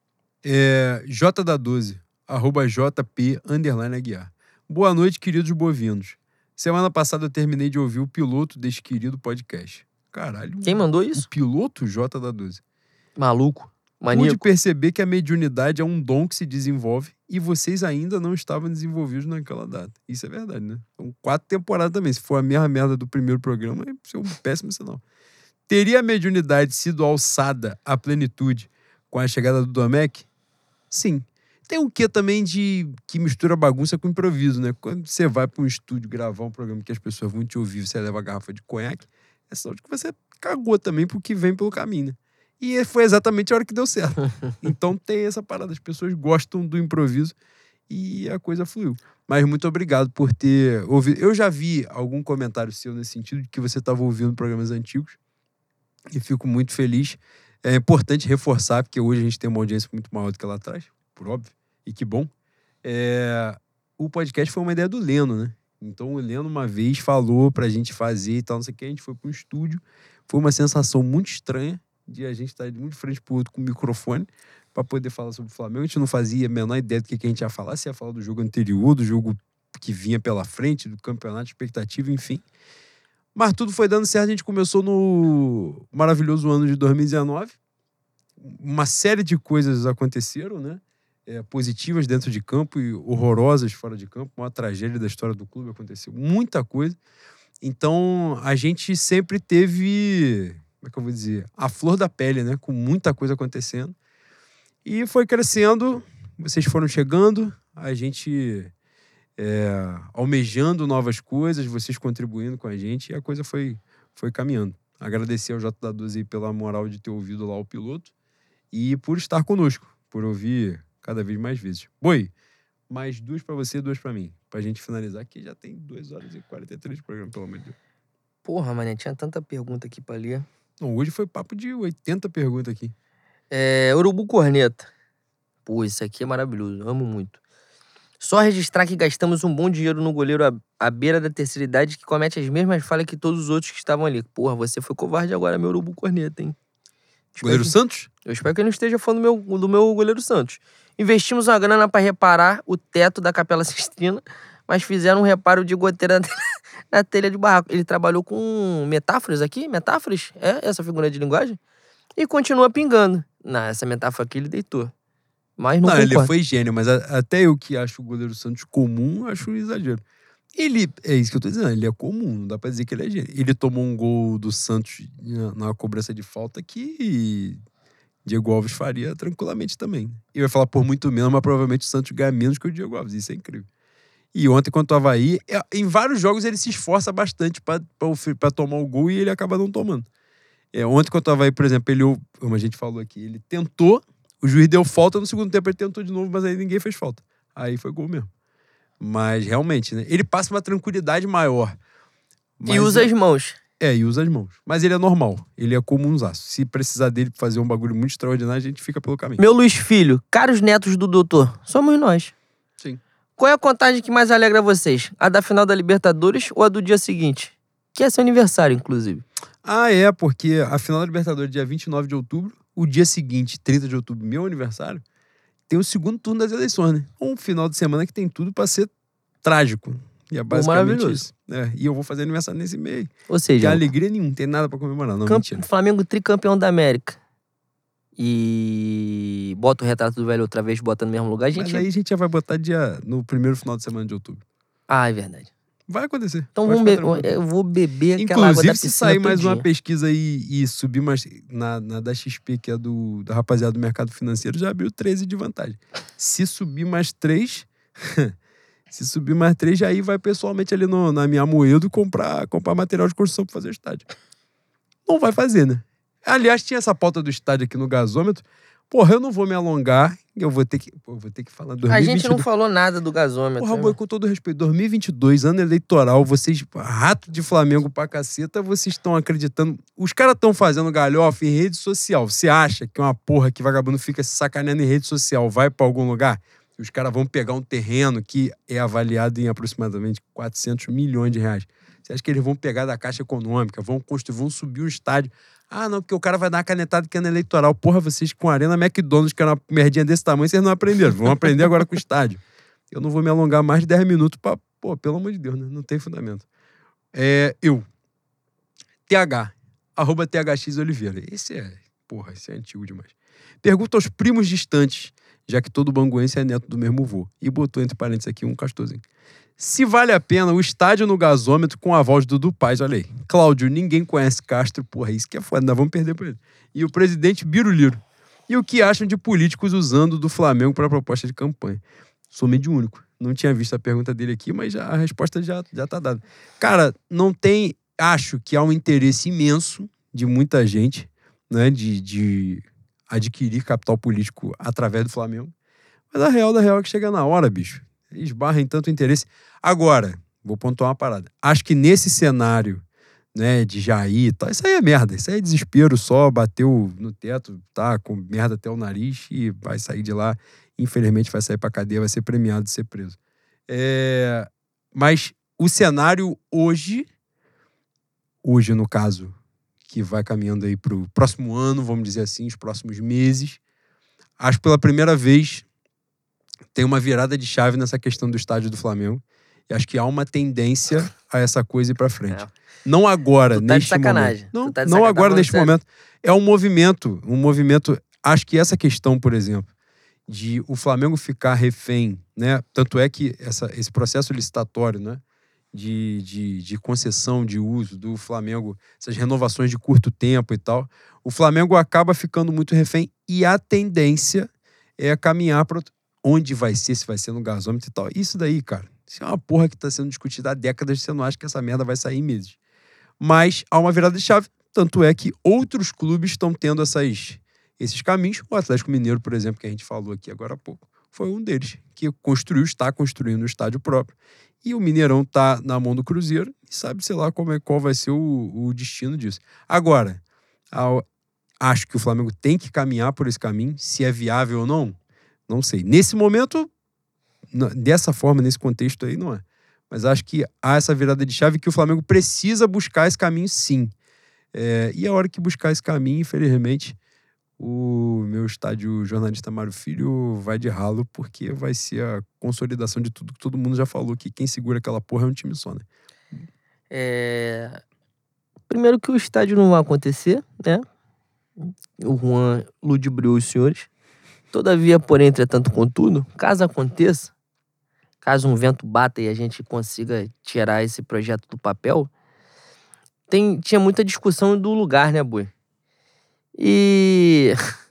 É, J da doze, arroba JP, underline Aguiar. Boa noite, queridos bovinos. Semana passada eu terminei de ouvir o piloto deste querido podcast. Caralho. Quem mandou O isso? piloto J da doze. Maluco. Pude Maníaco. perceber que a mediunidade é um dom que se desenvolve e vocês ainda não estavam desenvolvidos naquela data. Isso é verdade, né? São quatro temporadas também. Se for a mesma merda do primeiro programa, é um péssimo sinal. Teria a mediunidade sido alçada à plenitude com a chegada do Domecq? Sim. Tem um quê também de que mistura bagunça com improviso, né? Quando você vai para um estúdio gravar um programa que as pessoas vão te ouvir, você leva a garrafa de conhaque, é só de que você cagou também pro que vem pelo caminho, né? E foi exatamente a hora que deu certo. Então tem essa parada, as pessoas gostam do improviso e a coisa fluiu. Mas muito obrigado por ter ouvido. Eu já vi algum comentário seu nesse sentido de que você estava ouvindo programas antigos e fico muito feliz. É importante reforçar, porque hoje a gente tem uma audiência muito maior do que lá atrás, por óbvio, e que bom. É... O podcast foi uma ideia do Leno, né? Então o Leno uma vez falou pra gente fazer e tal, não sei o que, a gente foi para um estúdio. Foi uma sensação muito estranha de a gente estar de muito frente pro outro com o microfone para poder falar sobre o Flamengo. A gente não fazia a menor ideia do que a gente ia falar, se ia falar do jogo anterior, do jogo que vinha pela frente, do campeonato, expectativa, enfim. Mas tudo foi dando certo, a gente começou no maravilhoso ano de dois mil e dezenove. Uma série de coisas aconteceram, né? É, positivas dentro de campo e horrorosas fora de campo. Uma tragédia da história do clube aconteceu. Muita coisa. Então, a gente sempre teve... como é que eu vou dizer? A flor da pele, né? Com muita coisa acontecendo. E foi crescendo, vocês foram chegando, a gente é, almejando novas coisas, vocês contribuindo com a gente, e a coisa foi, foi caminhando. Agradecer ao J da doze aí pela moral de ter ouvido lá o piloto e por estar conosco, por ouvir cada vez mais vezes. Boi, mais duas pra você e duas pra mim, pra gente finalizar, que já tem duas horas e quarenta e três de programa, pelo amor de Deus. Porra, mané, tinha tanta pergunta aqui pra ler. Não, hoje foi papo de oitenta perguntas aqui. É, Urubu Corneta. Pô, isso aqui é maravilhoso, amo muito. Só registrar que gastamos um bom dinheiro no goleiro à, à beira da terceira idade que comete as mesmas falhas que todos os outros que estavam ali. Porra, você foi covarde agora, meu Urubu Corneta, hein? Espero Goleiro que- Santos? Eu espero que ele não esteja falando do meu, do meu goleiro Santos. Investimos uma grana pra reparar o teto da Capela Sistina, mas fizeram um reparo de goteira na telha, na telha de barraco. Ele trabalhou com metáforas aqui? Metáforas? É essa figura de linguagem? E continua pingando. Não, essa metáfora aqui ele deitou. Mas não, Não, concordo. ele foi gênio, mas a- até eu que acho o goleiro Santos comum, acho um exagero. Ele, é isso que eu tô dizendo, ele é comum, não dá pra dizer que ele é gênio. Ele tomou um gol do Santos na, na cobrança de falta que Diego Alves faria tranquilamente também. Eu ia falar por muito menos, mas provavelmente o Santos ganha menos que o Diego Alves, isso é incrível. E ontem, contra o Avaí, é, em vários jogos ele se esforça bastante pra, pra, pra tomar o gol e ele acaba não tomando. É, ontem, contra o Avaí, por exemplo, ele, como a gente falou aqui, ele tentou, o juiz deu falta, no segundo tempo ele tentou de novo, mas aí ninguém fez falta. Aí foi gol mesmo. Mas, realmente, né? Ele passa uma tranquilidade maior. E Mas usa é, as mãos. É, e usa as mãos. Mas ele é normal. Ele é comunzaço. Se precisar dele pra fazer um bagulho muito extraordinário, a gente fica pelo caminho. Meu Luiz Filho, caros netos do doutor, somos nós. Sim. Qual é a contagem que mais alegra vocês? A da final da Libertadores ou a do dia seguinte? Que é seu aniversário, inclusive. Ah, é, porque a final da Libertadores, dia vinte e nove de outubro, o dia seguinte, trinta de outubro, meu aniversário, tem o segundo turno das eleições, né? Um final de semana que tem tudo pra ser trágico. E é basicamente maravilhoso. isso. É, e eu vou fazer aniversário nesse meio. Ou seja, Tem alegria nenhuma, não tem nada pra comemorar, não, camp... mentira. Flamengo tricampeão da América. E bota o retrato do velho outra vez, bota no mesmo lugar. A gente... Mas aí a gente já vai botar dia no primeiro final de semana de outubro. Ah, é verdade. Vai acontecer. Então Pode vamos ficar be... tranquilo. eu vou beber aquela água da Inclusive, piscina se sair mais uma todinha. pesquisa aí e subir mais na, na da X P, que é do, da rapaziada do mercado financeiro, já abriu treze de vantagem. Se subir mais três, se subir mais três, já aí vai pessoalmente ali no, na minha Moedo comprar, comprar material de construção pra fazer o estádio. Não vai fazer, né? Aliás, tinha essa pauta do estádio aqui no gasômetro. Porra, eu não vou me alongar. Eu vou ter que, pô, eu vou ter que falar dois mil e vinte e dois. A gente não falou nada do gasômetro. Porra, né? boi, com todo respeito, dois mil e vinte e dois, ano eleitoral, vocês, rato de Flamengo pra caceta, vocês estão acreditando. Os caras estão fazendo galhofa em rede social. Você acha que uma porra que vagabundo fica se sacaneando em rede social vai pra algum lugar? E os caras vão pegar um terreno que é avaliado em aproximadamente quatrocentos milhões de reais. Você acha que eles vão pegar da Caixa Econômica, vão construir, vão subir um estádio? Ah, não, porque o cara vai dar uma canetada que é ano eleitoral. Porra, vocês com a Arena McDonald's, que era uma merdinha desse tamanho, vocês não aprenderam. Vão aprender agora com o estádio. Eu não vou me alongar mais de dez minutos pra... Pô, pelo amor de Deus, né? Não tem fundamento. É, eu. T H. Arroba T H X Oliveira. Esse é... Porra, esse é antigo demais. Pergunta aos primos distantes, já que todo banguense é neto do mesmo vô. E botou entre parênteses aqui um castorzinho. Se vale a pena o estádio no gasômetro com a voz do Dudu Paz, olha aí. Cláudio, ninguém conhece Castro, porra, isso que é foda, nós vamos perder pra ele. E o presidente Biruliro. E o que acham de políticos usando do Flamengo para proposta de campanha? Sou mediúnico. Não tinha visto a pergunta dele aqui, mas já, a resposta já, já tá dada. Cara, não tem... Acho que há um interesse imenso de muita gente, né, de, de adquirir capital político através do Flamengo. Mas a real da real é que chega na hora, bicho. Esbarra em tanto interesse. Agora, vou pontuar uma parada. Acho que nesse cenário, né, de Jair e tal, isso aí é merda. Isso aí é desespero só, bateu no teto, tá com merda até o nariz e vai sair de lá. Infelizmente vai sair pra cadeia, vai ser premiado de ser preso. É... Mas o cenário hoje, hoje no caso, que vai caminhando aí pro próximo ano, vamos dizer assim, os próximos meses, acho que pela primeira vez tem uma virada de chave nessa questão do estádio do Flamengo. E acho que há uma tendência a essa coisa ir pra frente. É. Não agora, tu tá neste de sacanagem. momento. Não, tu tá de não sacanagem. agora, tá neste sério. momento. É um movimento, um movimento... Acho que essa questão, por exemplo, de o Flamengo ficar refém, né? Tanto é que essa, esse processo licitatório, né? De, de, de concessão de uso do Flamengo, essas renovações de curto tempo e tal, o Flamengo acaba ficando muito refém e a tendência é caminhar para onde vai ser, se vai ser no gasômetro e tal. Isso daí, cara, isso é uma porra que está sendo discutida há décadas, você não acha que essa merda vai sair em meses. Mas há uma virada de chave, tanto é que outros clubes estão tendo essas, esses caminhos. O Atlético Mineiro, por exemplo, que a gente falou aqui agora há pouco, foi um deles, que construiu, está construindo um estádio próprio. E o Mineirão está na mão do Cruzeiro e sabe, sei lá, como é, qual vai ser o, o destino disso. Agora, ao, acho que o Flamengo tem que caminhar por esse caminho, se é viável ou não, não sei. Nesse momento, dessa forma, nesse contexto aí, não é. Mas acho que há essa virada de chave que o Flamengo precisa buscar esse caminho, sim. É, e a hora que buscar esse caminho, infelizmente, o meu estádio jornalista Mário Filho vai de ralo, porque vai ser a consolidação de tudo que todo mundo já falou, que quem segura aquela porra é um time só, né? É... Primeiro que o estádio não vai acontecer, né? O Juan ludibriou os senhores. Todavia, porém, entretanto, contudo, caso aconteça, caso um vento bata e a gente consiga tirar esse projeto do papel, tem, tinha muita discussão do lugar, né, Boi? E...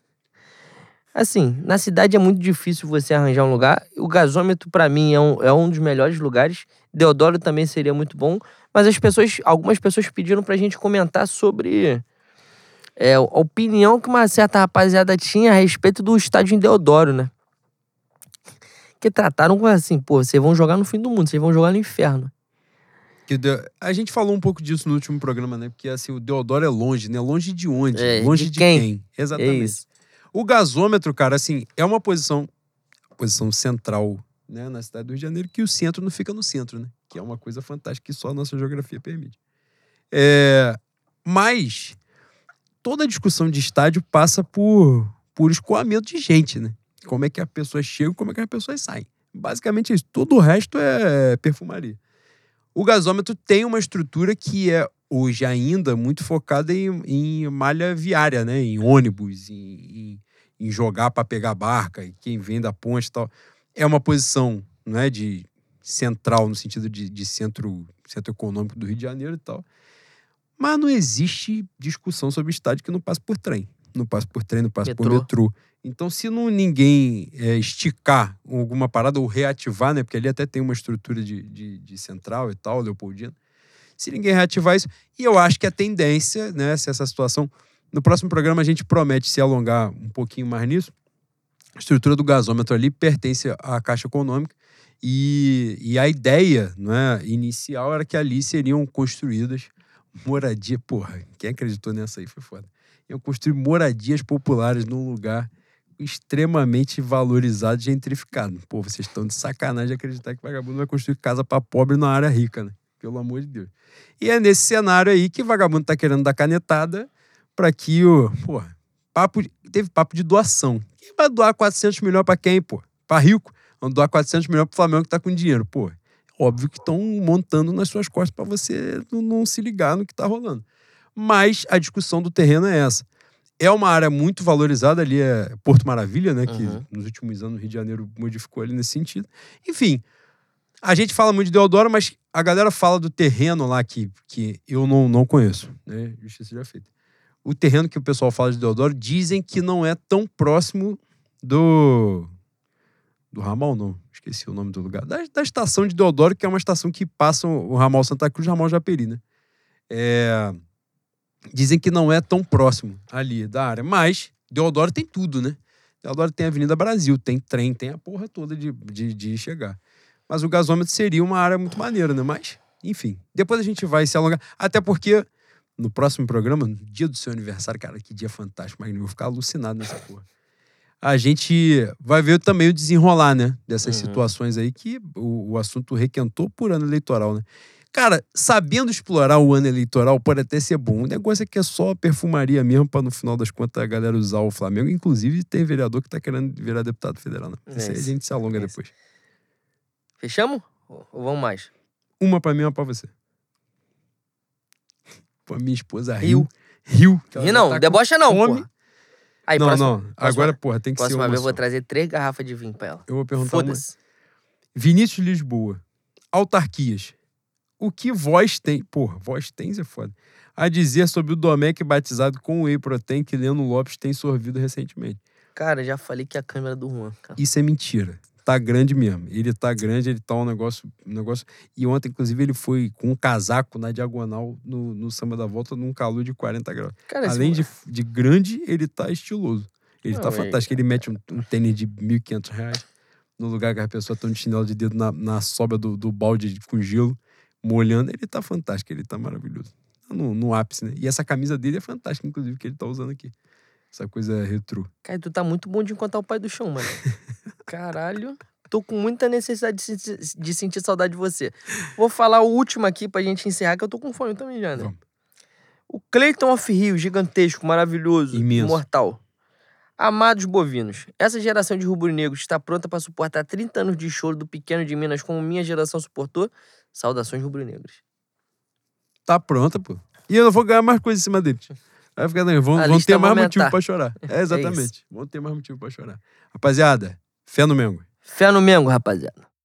Assim, na cidade é muito difícil você arranjar um lugar. O gasômetro, pra mim, é um, é um dos melhores lugares. Deodoro também seria muito bom. Mas as pessoas, algumas pessoas pediram pra gente comentar sobre... É, a opinião que uma certa rapaziada tinha a respeito do estádio em Deodoro, né? Que trataram como assim, pô, vocês vão jogar no fim do mundo, vocês vão jogar no inferno. Que de... A gente falou um pouco disso no último programa, né? Porque assim, o Deodoro é longe, né? Longe de onde? É, longe de de quem? quem? Exatamente. É isso. O gasômetro, cara, assim, é uma posição, posição central né, na cidade do Rio de Janeiro, que o centro não fica no centro, né? Que é uma coisa fantástica que só a nossa geografia permite. É, mas toda a discussão de estádio passa por, por escoamento de gente, né? Como é que a pessoa chega, como é que as pessoas saem. Basicamente é isso. Tudo o resto é perfumaria. O gasômetro tem uma estrutura que é, hoje ainda, muito focada em, em malha viária, né? Em ônibus, em, em, em jogar para pegar barca, e quem vem da ponte e tal. É uma posição, não é, de central, no sentido de, de centro, centro econômico do Rio de Janeiro e tal. Mas não existe discussão sobre estádio que não passe por trem. Não passe por trem, não passe Metrô. por metrô. Então, se não ninguém é, esticar alguma parada ou reativar, né? Porque ali até tem uma estrutura de, de, de central e tal, Leopoldina. Se ninguém reativar isso... E eu acho que a tendência, né? Se essa situação... No próximo programa a gente promete se alongar um pouquinho mais nisso. A estrutura do gasômetro ali pertence à Caixa Econômica. E, e a ideia, né, inicial era que ali seriam construídas moradia, porra, quem acreditou nessa aí foi foda. Iam construir moradias populares num lugar extremamente valorizado e gentrificado. Pô, vocês estão de sacanagem de acreditar que vagabundo vai construir casa pra pobre na área rica, né? Pelo amor de Deus. E é nesse cenário aí que vagabundo tá querendo dar canetada pra que o... Porra, papo, teve papo de doação. Quem vai doar quatrocentos milhões pra quem, pô? Pra rico? Vamos doar quatrocentos milhões pro Flamengo que tá com dinheiro, pô. Óbvio que estão montando nas suas costas para você não, não se ligar no que está rolando. Mas a discussão do terreno é essa. É uma área muito valorizada ali, é Porto Maravilha, né? Que Uhum. nos últimos anos o Rio de Janeiro modificou ali nesse sentido. Enfim, a gente fala muito de Deodoro, mas a galera fala do terreno lá que, que eu não, não conheço, né? Justiça já feita. O terreno que o pessoal fala de Deodoro dizem que não é tão próximo do... Do ramal, não. Esqueci o nome do lugar. Da, da estação de Deodoro, que é uma estação que passa o ramal Santa Cruz e o ramal Japeri, né? É... Dizem que não é tão próximo ali da área. Mas Deodoro tem tudo, né? Deodoro tem a Avenida Brasil, tem trem, tem a porra toda de, de, de chegar. Mas o gasômetro seria uma área muito maneira, né? Mas, enfim. Depois a gente vai se alongar. Até porque, no próximo programa, no dia do seu aniversário, cara, que dia fantástico, mas eu vou ficar alucinado nessa porra. A gente vai ver também o desenrolar, né? Dessas Uhum. situações aí que o, o assunto requentou por ano eleitoral, né? Cara, sabendo explorar o ano eleitoral pode até ser bom. O negócio é que é só perfumaria mesmo pra no final das contas a galera usar o Flamengo. Inclusive tem vereador que tá querendo virar deputado federal, né? Isso aí a Esse. gente se alonga Esse. depois. Fechamos? Ou vamos mais? Uma pra mim e uma pra você. Pô, minha esposa Riu. riu. Riu. Ri não, Tá debocha não, fome. porra. Aí, não, próxima, não. próxima, Agora, porra, tem que ser próxima uma vez eu vou só. trazer três garrafas de vinho pra ela. Eu vou perguntar uma. Foda-se. Vinícius Lisboa. Autarquias. O que vós tem... Porra, vós tens é foda. A dizer sobre o Domecq batizado com whey protein que Leno Lopes tem sorvido recentemente. Cara, já falei que é a câmera do Juan, cara. Isso é mentira. Tá grande mesmo. Ele tá grande, ele tá um negócio... Um negócio... E ontem, inclusive, ele foi com um casaco na diagonal no, no samba da volta num calor de quarenta graus. Cara, Além esse... de, de grande, ele tá estiloso. Ele Não, tá é- fantástico. Ele mete um, um tênis de mil e quinhentos reais no lugar que as pessoas estão de chinelo de dedo na, na sobra do, do balde com gelo, molhando. Ele tá fantástico, ele tá maravilhoso. Tá no, no ápice, né? E essa camisa dele é fantástica, inclusive, que ele tá usando aqui. Essa coisa retrô. Cara, tu tá muito bom de encontrar o pai do chão, mano. Caralho. Tô com muita necessidade de, sentir- de sentir saudade de você. Vou falar o último aqui pra gente encerrar, que eu tô com fome também já, né? Vamos. O Clayton Off-Rio, gigantesco, maravilhoso, Imenso. imortal. Amados bovinos, essa geração de rubro-negros está pronta para suportar trinta anos de choro do pequeno de Minas como minha geração suportou? Saudações rubro-negras. Tá pronta, pô. E eu não vou ganhar mais coisa em cima dele. Vai ficar, não, vão, A vão lista ter vai mais aumentar. motivo pra chorar. É, exatamente. Vão ter mais motivo pra chorar. Rapaziada, fé no Mengo. Fé no Mengo, rapaziada.